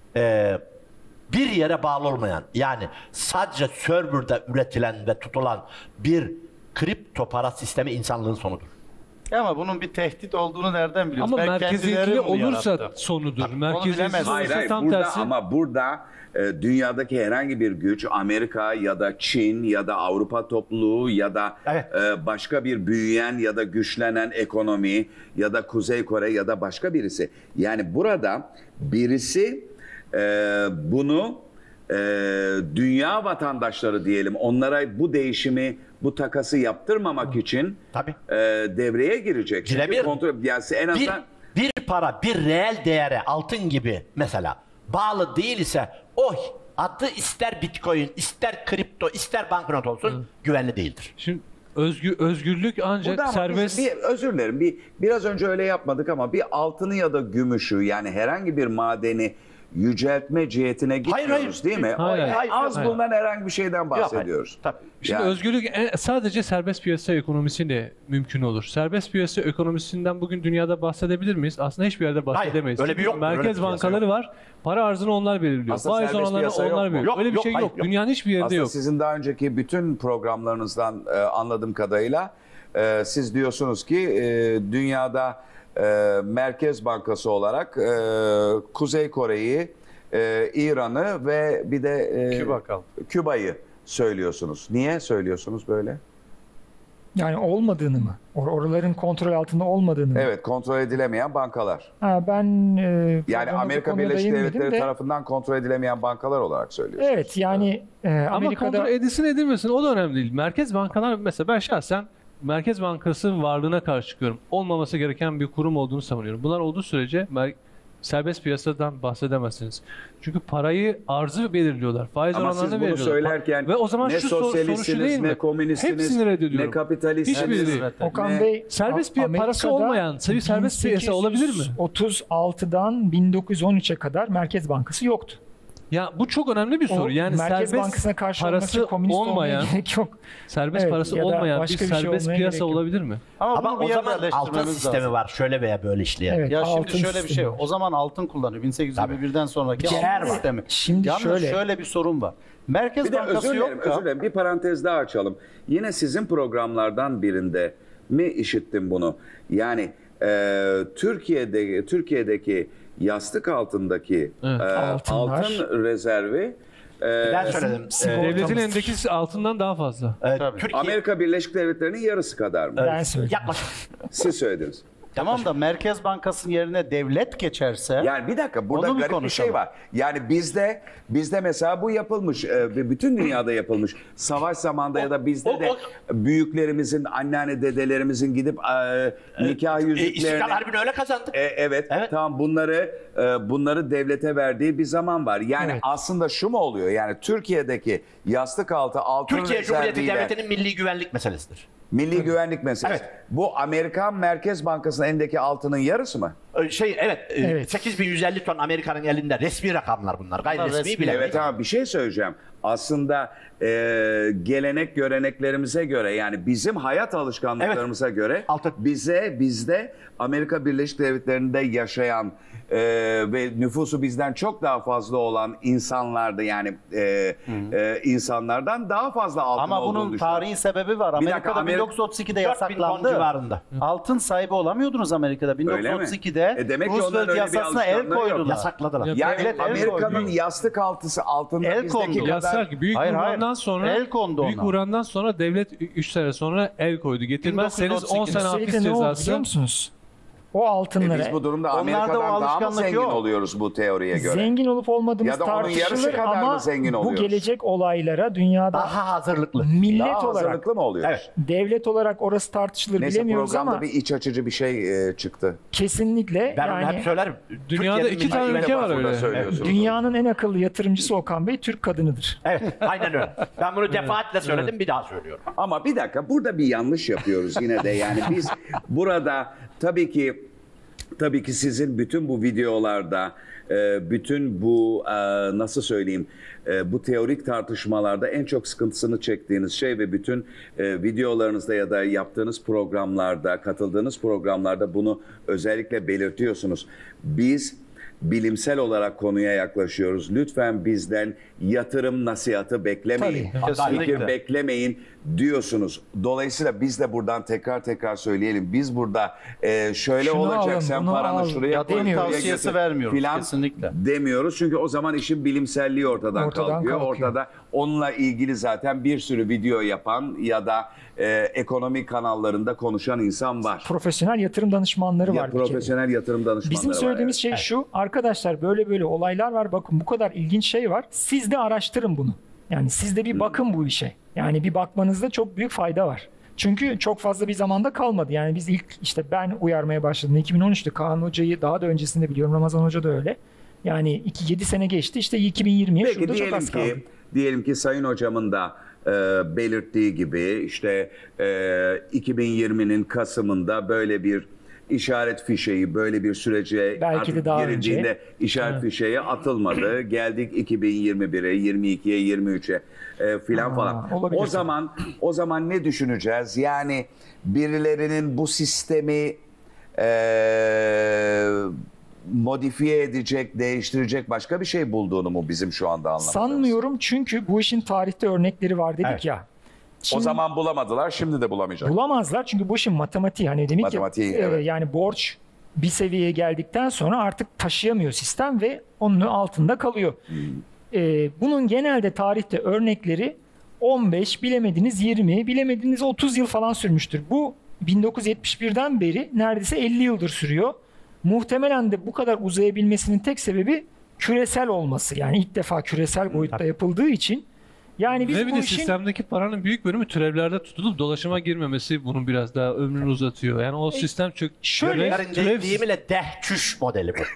bir yere bağlı olmayan, yani sadece serverda üretilen ve tutulan bir kripto para sistemi insanlığın sonudur. Ama bunun bir tehdit olduğunu nereden biliyoruz? Ama Belki kendileri merkeziyetli bunu olursa yarattı. sonudur. Onu Merkeziyetli bilemezsin. Hayır, olursa tam burada, tersi. ama burada dünyadaki herhangi bir güç, Amerika ya da Çin ya da Avrupa topluluğu ya da başka bir büyüyen ya da güçlenen ekonomi ya da Kuzey Kore ya da başka birisi. Yani burada birisi bunu dünya vatandaşları diyelim, onlara bu değişimi, bu takası yaptırmamak için devreye girecek. Çünkü Girebilir. yani en azından Bir para, bir reel değere, altın gibi mesela bağlı değil ise adı ister bitcoin, ister kripto, ister banknot olsun güvenli değildir. Şimdi özgürlük ancak burada ama serbest... özür dilerim. Biraz önce öyle yapmadık ama bir altını ya da gümüşü, yani herhangi bir madeni yüceltme cihetine gitmiyoruz değil mi? Az bulunan herhangi bir şeyden bahsediyoruz. Tabii. Şimdi özgürlük sadece serbest piyasa ekonomisiyle mümkün olur. Serbest piyasa ekonomisinden bugün dünyada bahsedebilir miyiz? Aslında hiçbir yerde bahsedemeyiz. Öyle bir yok. Merkez bankaları var. Para arzını onlar belirliyor. Faiz oranlarını onlar belirliyor. Öyle bir şey yok. Dünyanın hiçbir yerinde Aslında yok. sizin daha önceki bütün programlarınızdan anladığım kadarıyla siz diyorsunuz ki dünyada Merkez Bankası olarak Kuzey Kore'yi, İran'ı ve bir de Küba'yı söylüyorsunuz. Niye söylüyorsunuz böyle? Yani olmadığını mı? Oraların kontrol altında olmadığını mı? Evet, kontrol edilemeyen bankalar. Ben yani Amerika Birleşik Devletleri tarafından kontrol edilemeyen bankalar olarak söylüyorsunuz. Evet, yani Ama Amerika'da kontrol edilsin edilmesin o da önemli değil. Merkez bankalar, mesela ben şahsen Merkez Bankası varlığına karşı çıkıyorum. Olmaması gereken bir kurum olduğunu savunuyorum. Bunlar olduğu sürece serbest piyasadan bahsedemezsiniz. Çünkü parayı, arzı belirliyorlar. Faiz ama oranlarını siz bunu belirliyorlar. söylerken ve o zaman ne şu soru değil sosyalistsiniz, mi? ne komünistsiniz, Hepsini reddediyorum. ne kapitalistsiniz. Hiçbiri. Okan Bey, Serbest parası Amerika'da olmayan bir serbest piyasa olabilir mi? 1936'dan 1913'e kadar Merkez Bankası yoktu. Ya bu çok önemli bir soru. Yani Merkez Bankası'na karşı olmak için komünist olmaya gerek yok. Serbest parası ya da olmayan bir başka serbest olmaya piyasa gerek yok. olabilir mi? Ama bir o zaman yerde altın eleştirmemiz sistemi lazım. var. Şöyle veya böyle işleyen. Evet, Ya altın şimdi şöyle bir sistemi şey. var. O zaman altın kullanıyor. 1821'den sonraki Değer altın var. sistemi. Şimdi Yalnız şöyle bir sorun var. Merkez Bir de Bankası özür yok. dilerim, bir parantez daha açalım. Yine sizin programlardan birinde mi işittim bunu? Yani Türkiye'deki yastık altındaki altın rezervi Ben söyledim. Devletin elindeki altından daha fazla. Türkiye Amerika Birleşik Devletleri'nin yarısı kadar mı? Ben söyledim. yaklaşık. Siz söylediniz. Tamam da Merkez Bankası'nın yerine devlet geçerse Yani bir dakika, burada onu bir garip bir şey konuşalım. var. Yani bizde mesela bu yapılmış, bütün dünyada yapılmış. Savaş zamanında ya da bizde de büyüklerimizin, anneanne dedelerimizin gidip nikah yüzüklerini... İstiklal Harbi'ni öyle kazandık. Evet, tamam, bunları devlete verdiği bir zaman var. Yani aslında şu mu oluyor? Yani Türkiye'deki yastık altın Türkiye Cumhuriyeti rezerviyle Devleti'nin milli güvenlik meselesidir. milli güvenlik meselesi. Evet. Bu Amerikan Merkez Bankası'nın elindeki altının yarısı mı? Evet. 8150 ton Amerika'nın elinde. Resmi rakamlar bunlar. Gayri resmi resmi. bile. Evet, ama bir şey söyleyeceğim. Aslında gelenek göreneklerimize göre, yani bizim hayat alışkanlıklarımıza göre bizde Amerika Birleşik Devletleri'nde yaşayan ve nüfusu bizden çok daha fazla olan insanlarda, yani insanlardan daha fazla altın ama olduğunu bunun düşünüyorum. tarihi sebebi var. Amerika'da 1932'de 4000 ton yasaklandı. civarında. Altın sahibi olamıyordunuz Amerika'da. Öyle mi? 1932'de Demek ki onların Roosevelt öyle bir yasasına el alışkanlığı yok. koydular. Yasakladılar. Yani Devlet el Amerika'nın koydu. yastık altında El bizdeki kondu. kadar... Yasak. Büyük Hayır, Buhran'dan sonra el kondu Büyük ona. Buhran'dan sonra devlet 3 sene sonra el koydu. Getirmezseniz 10 sene hapis 1932'de ne oldu cezası. biliyor musunuz? O altınlara Biz bu durumda Onlarda o Amerika'dan daha mı alışkanlık zengin yok. oluyoruz bu teoriye göre? zengin olup olmadığımız Ya da onun yarısı tartışılır kadar ama mı zengin bu oluyoruz? gelecek olaylara dünyada Daha hazırlıklı. millet Daha olarak, hazırlıklı mı oluyoruz? Evet. devlet olarak orası tartışılır Neyse, bilemiyoruz programda ama bir iç açıcı bir şey çıktı. kesinlikle Ben onu hep yani söylerim. Dünyada Türkiye'nin iki tane milli- ülke var Burada öyle. söylüyorsunuz. dünyanın en akıllı yatırımcısı Okan Bey Türk kadınıdır. Evet, aynen öyle. Ben bunu defaatle söyledim, bir daha söylüyorum. Ama bir dakika, burada bir yanlış yapıyoruz yine de. Yani biz burada tabii ki sizin bütün bu videolarda, bütün bu nasıl söyleyeyim, bu teorik tartışmalarda en çok sıkıntısını çektiğiniz şey ve bütün videolarınızda ya da yaptığınız programlarda, katıldığınız programlarda bunu özellikle belirtiyorsunuz. Biz bilimsel olarak konuya yaklaşıyoruz. Lütfen bizden yatırım nasihatı beklemeyin. Tabii, kesinlikle. Fikir beklemeyin diyorsunuz. Dolayısıyla biz de buradan tekrar söyleyelim. Biz burada şöyle Şunu olacak, alın, sen bunu paranı al. şuraya Ya koy, demiyoruz. buraya Tavsiyesi götür vermiyoruz, filan kesinlikle. demiyoruz. Çünkü o zaman işin bilimselliği ortadan kalkıyor. kalkıyor. Ortada onunla ilgili zaten bir sürü video yapan ya da ekonomi kanallarında konuşan insan var. Profesyonel yatırım danışmanları Ya var bir kere. profesyonel yatırım danışmanları Bizim var, söylediğimiz evet. şey şu, arkadaşlar böyle olaylar var, bakın bu kadar ilginç şey var, siz de araştırın bunu. Yani siz de bir bakın bu işe. Yani bir bakmanızda çok büyük fayda var. Çünkü çok fazla bir zamanda kalmadı. Yani biz ilk, işte ben uyarmaya başladım 2013'te, Kaan Hoca'yı daha da öncesinde biliyorum, Ramazan Hoca da öyle. Yani 7 sene geçti, işte 2020'ye Peki şurada çok az kaldı. diyelim ki Sayın Hocam'ın da belirttiği gibi işte 2020'nin Kasım'ında böyle bir işaret fişeği, böyle bir sürece Belki artık de daha girildiğinde önce. işaret Evet. fişeği atılmadı. Geldik 2021'e, 22'ye, 23'e filan falan. olabilir. O zaman ne düşüneceğiz? Yani birilerinin bu sistemi modifiye edecek, değiştirecek başka bir şey bulduğunu mu bizim şu anda anlamadığımız? Sanmıyorum, çünkü bu işin tarihte örnekleri var dedik Evet. ya. O Şimdi zaman bulamadılar, şimdi de bulamayacak. bulamazlar, çünkü bu işin matematiği, hani demek Matematiği, ki evet. yani borç bir seviyeye geldikten sonra artık taşıyamıyor sistem ve onun altında kalıyor. Bunun genelde tarihte örnekleri 15, bilemediniz 20, bilemediniz 30 yıl falan sürmüştür. Bu 1971'den beri neredeyse 50 yıldır sürüyor. Muhtemelen de bu kadar uzayabilmesinin tek sebebi küresel olması. Yani ilk defa küresel boyutta yapıldığı için. Yani biz Ve bir bu de işin sistemdeki paranın büyük bölümü türevlerde tutulup dolaşıma girmemesi bunun biraz daha ömrünü uzatıyor. Yani o sistem şöyle- Türklerin deyimiyle dehçüş modeli bu.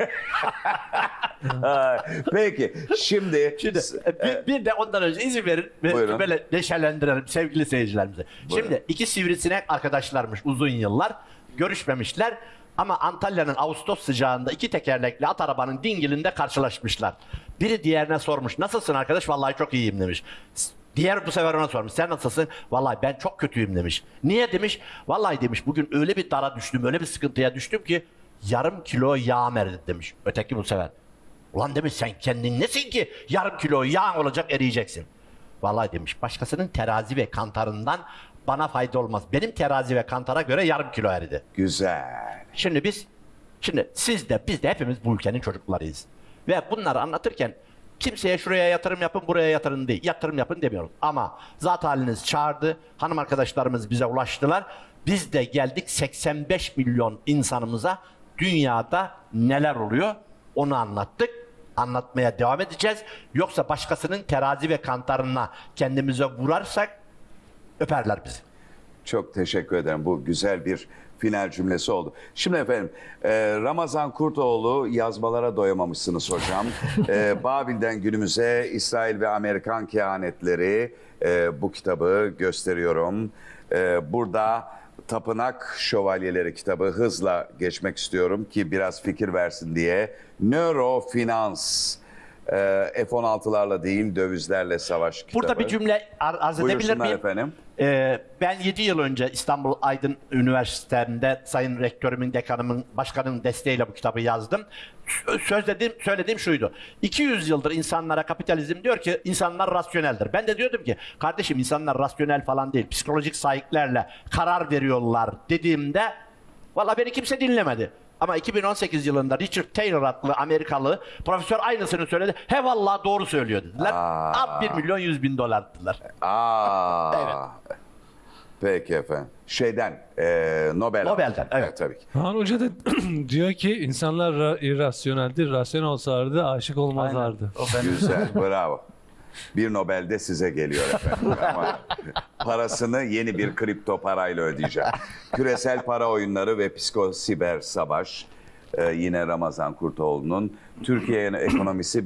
Peki, şimdi Bir de ondan önce izin verin ve Buyurun. böyle neşelendirelim sevgili seyircilerimizi. Buyurun. Şimdi iki sivrisinek arkadaşlarmış uzun yıllar. Görüşmemişler ama Antalya'nın Ağustos sıcağında iki tekerlekli at arabanın dingilinde karşılaşmışlar. Biri diğerine sormuş, nasılsın arkadaş? Vallahi çok iyiyim demiş. Diğer bu sefer ona sormuş, sen nasılsın? Vallahi ben çok kötüyüm demiş. Niye demiş? Vallahi demiş, bugün öyle bir dara düştüm, öyle bir sıkıntıya düştüm ki yarım kilo yağ eridi demiş. Öteki bu sefer. Ulan demiş, sen kendin nesin ki yarım kilo yağ olacak, eriyeceksin. Vallahi demiş, başkasının terazi ve kantarından bana fayda olmaz. Benim terazi ve kantara göre yarım kilo eridi. güzel. Şimdi siz de biz de hepimiz bu ülkenin çocuklarıyız. Ve bunları anlatırken kimseye şuraya yatırım yapın, buraya yatırım değil. Yatırım yapın demiyoruz. Ama zat haliniz çağırdı. Hanım arkadaşlarımız bize ulaştılar. Biz de geldik 85 milyon insanımıza dünyada neler oluyor onu anlattık. Anlatmaya devam edeceğiz. Yoksa başkasının terazi ve kantarına kendimize vurarsak öperler bizi. Çok teşekkür ederim. Bu güzel bir final cümlesi oldu. Şimdi efendim, Ramazan Kurtoğlu, yazmalara doyamamışsınız hocam. Babil'den günümüze İsrail ve Amerikan kehanetleri, bu kitabı gösteriyorum. Burada Tapınak Şövalyeleri kitabı, hızla geçmek istiyorum ki biraz fikir versin diye. Nörofinans, F-16'larla değil dövizlerle savaş kitabı. Burada bir cümle arz edebilir Buyursunlar miyim? efendim. Ben 7 yıl önce İstanbul Aydın Üniversitesi'nde Sayın Rektörümün, dekanımın, başkanın desteğiyle bu kitabı yazdım. Söylediğim şuydu. 200 yıldır insanlara kapitalizm diyor ki insanlar rasyoneldir. Ben de diyordum ki kardeşim, insanlar rasyonel falan değil. Psikolojik sahiplerle karar veriyorlar dediğimde valla beni kimse dinlemedi. Ama 2018 yılında Richard Taylor adlı Amerikalı profesör aynısını söyledi. He vallahi doğru söylüyor dediler. Ab 1.100.000 dolar dediler. Aa. Evet. Peki efendim. Nobel. Nobel'den, evet. Tabii ki. Kaan Hoca da diyor ki insanlar irrasyoneldir. Rasyonel olsalardı aşık olmazlardı. Güzel, bravo. Bir Nobel de size geliyor efendim. Ama parasını yeni bir kripto parayla ödeyeceğim. Küresel para oyunları ve psikosiber savaş. Yine Ramazan Kurtoğlu'nun. Türkiye ekonomisi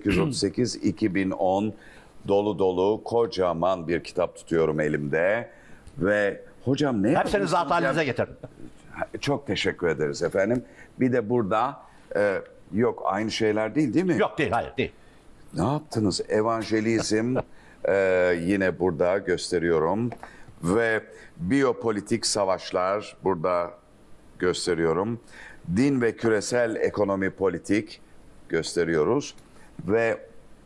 1838-2010 dolu dolu kocaman bir kitap tutuyorum elimde. Ve hocam ne Hepsini yapıyorsunuz zat halinize ya? getirdim. Çok teşekkür ederiz efendim. Bir de burada yok aynı şeyler değil mi? Yok değil, hayır değil. Ne yaptınız? Evangelizm yine burada gösteriyorum. Ve biyopolitik savaşlar burada gösteriyorum. Din ve küresel ekonomi politik gösteriyoruz. Ve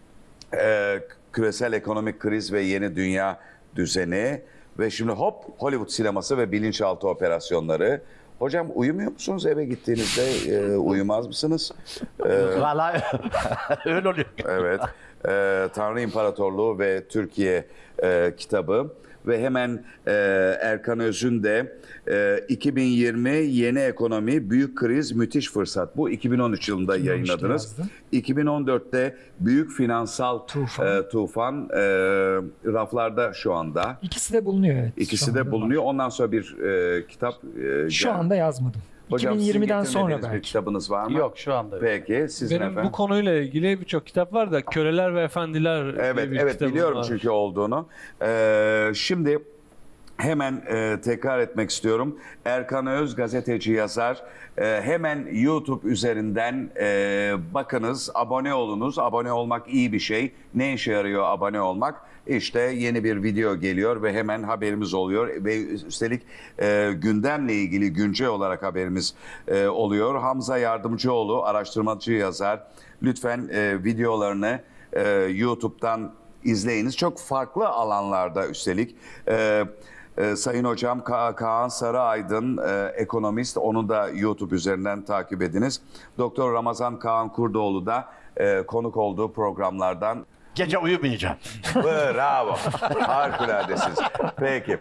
küresel ekonomik kriz ve yeni dünya düzeni. Ve şimdi hop Hollywood sineması ve bilinçaltı operasyonları. Hocam uyumuyor musunuz eve gittiğinizde? Uyumaz mısınız? Vallahi öyle oluyor. Evet. Tanrı İmparatorluğu ve Türkiye kitabı. Ve hemen Erkan Öz'ün de 2020 Yeni Ekonomi Büyük Kriz Müthiş Fırsat. Bu 2013 yılında 2013'te yayınladınız. yazdım. 2014'te Büyük Finansal Tufan. Tufan raflarda şu anda. İkisi de bulunuyor, evet. İkisi Şu de anda bulunuyor. Ondan sonra bir kitap. Şu geldi. anda yazmadım. Hocam, sizin 2020'den sonra getirmediğiniz bir belki. kitabınız var mı? Yok, şu anda yok. Peki sizin Benim efendim? bu konuyla ilgili birçok kitap var da Köleler ve Efendiler diye Evet, bir evet kitabım biliyorum var. çünkü olduğunu. Şimdi hemen tekrar etmek istiyorum. Erkan Öz gazeteci yazar. Hemen YouTube üzerinden bakınız, abone olunuz. Abone olmak iyi bir şey. Ne işe yarıyor abone olmak? İşte yeni bir video geliyor ve hemen haberimiz oluyor. Ve üstelik gündemle ilgili güncel olarak haberimiz oluyor. Hamza Yardımcıoğlu, araştırmacı yazar. Lütfen videolarını YouTube'dan izleyiniz. Çok farklı alanlarda üstelik. Sayın Hocam Kaan Sarıaydın, ekonomist, onu da YouTube üzerinden takip ediniz. Doktor Ramazan Kaan Kurdoğlu da konuk olduğu programlardan. Gece uyumayacağım. Bravo. Harikuladesiniz. Peki.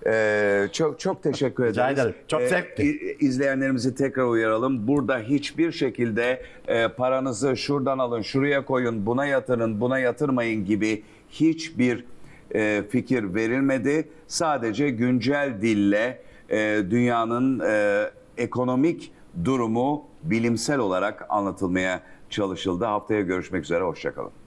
Çok teşekkür ederiz. Rica ederim. Çok zevkli. İzleyenlerimizi tekrar uyaralım. Burada hiçbir şekilde paranızı şuradan alın, şuraya koyun, buna yatırın, buna yatırmayın gibi hiçbir fikir verilmedi. Sadece güncel dille dünyanın ekonomik durumu bilimsel olarak anlatılmaya çalışıldı. Haftaya görüşmek üzere. Hoşça kalın.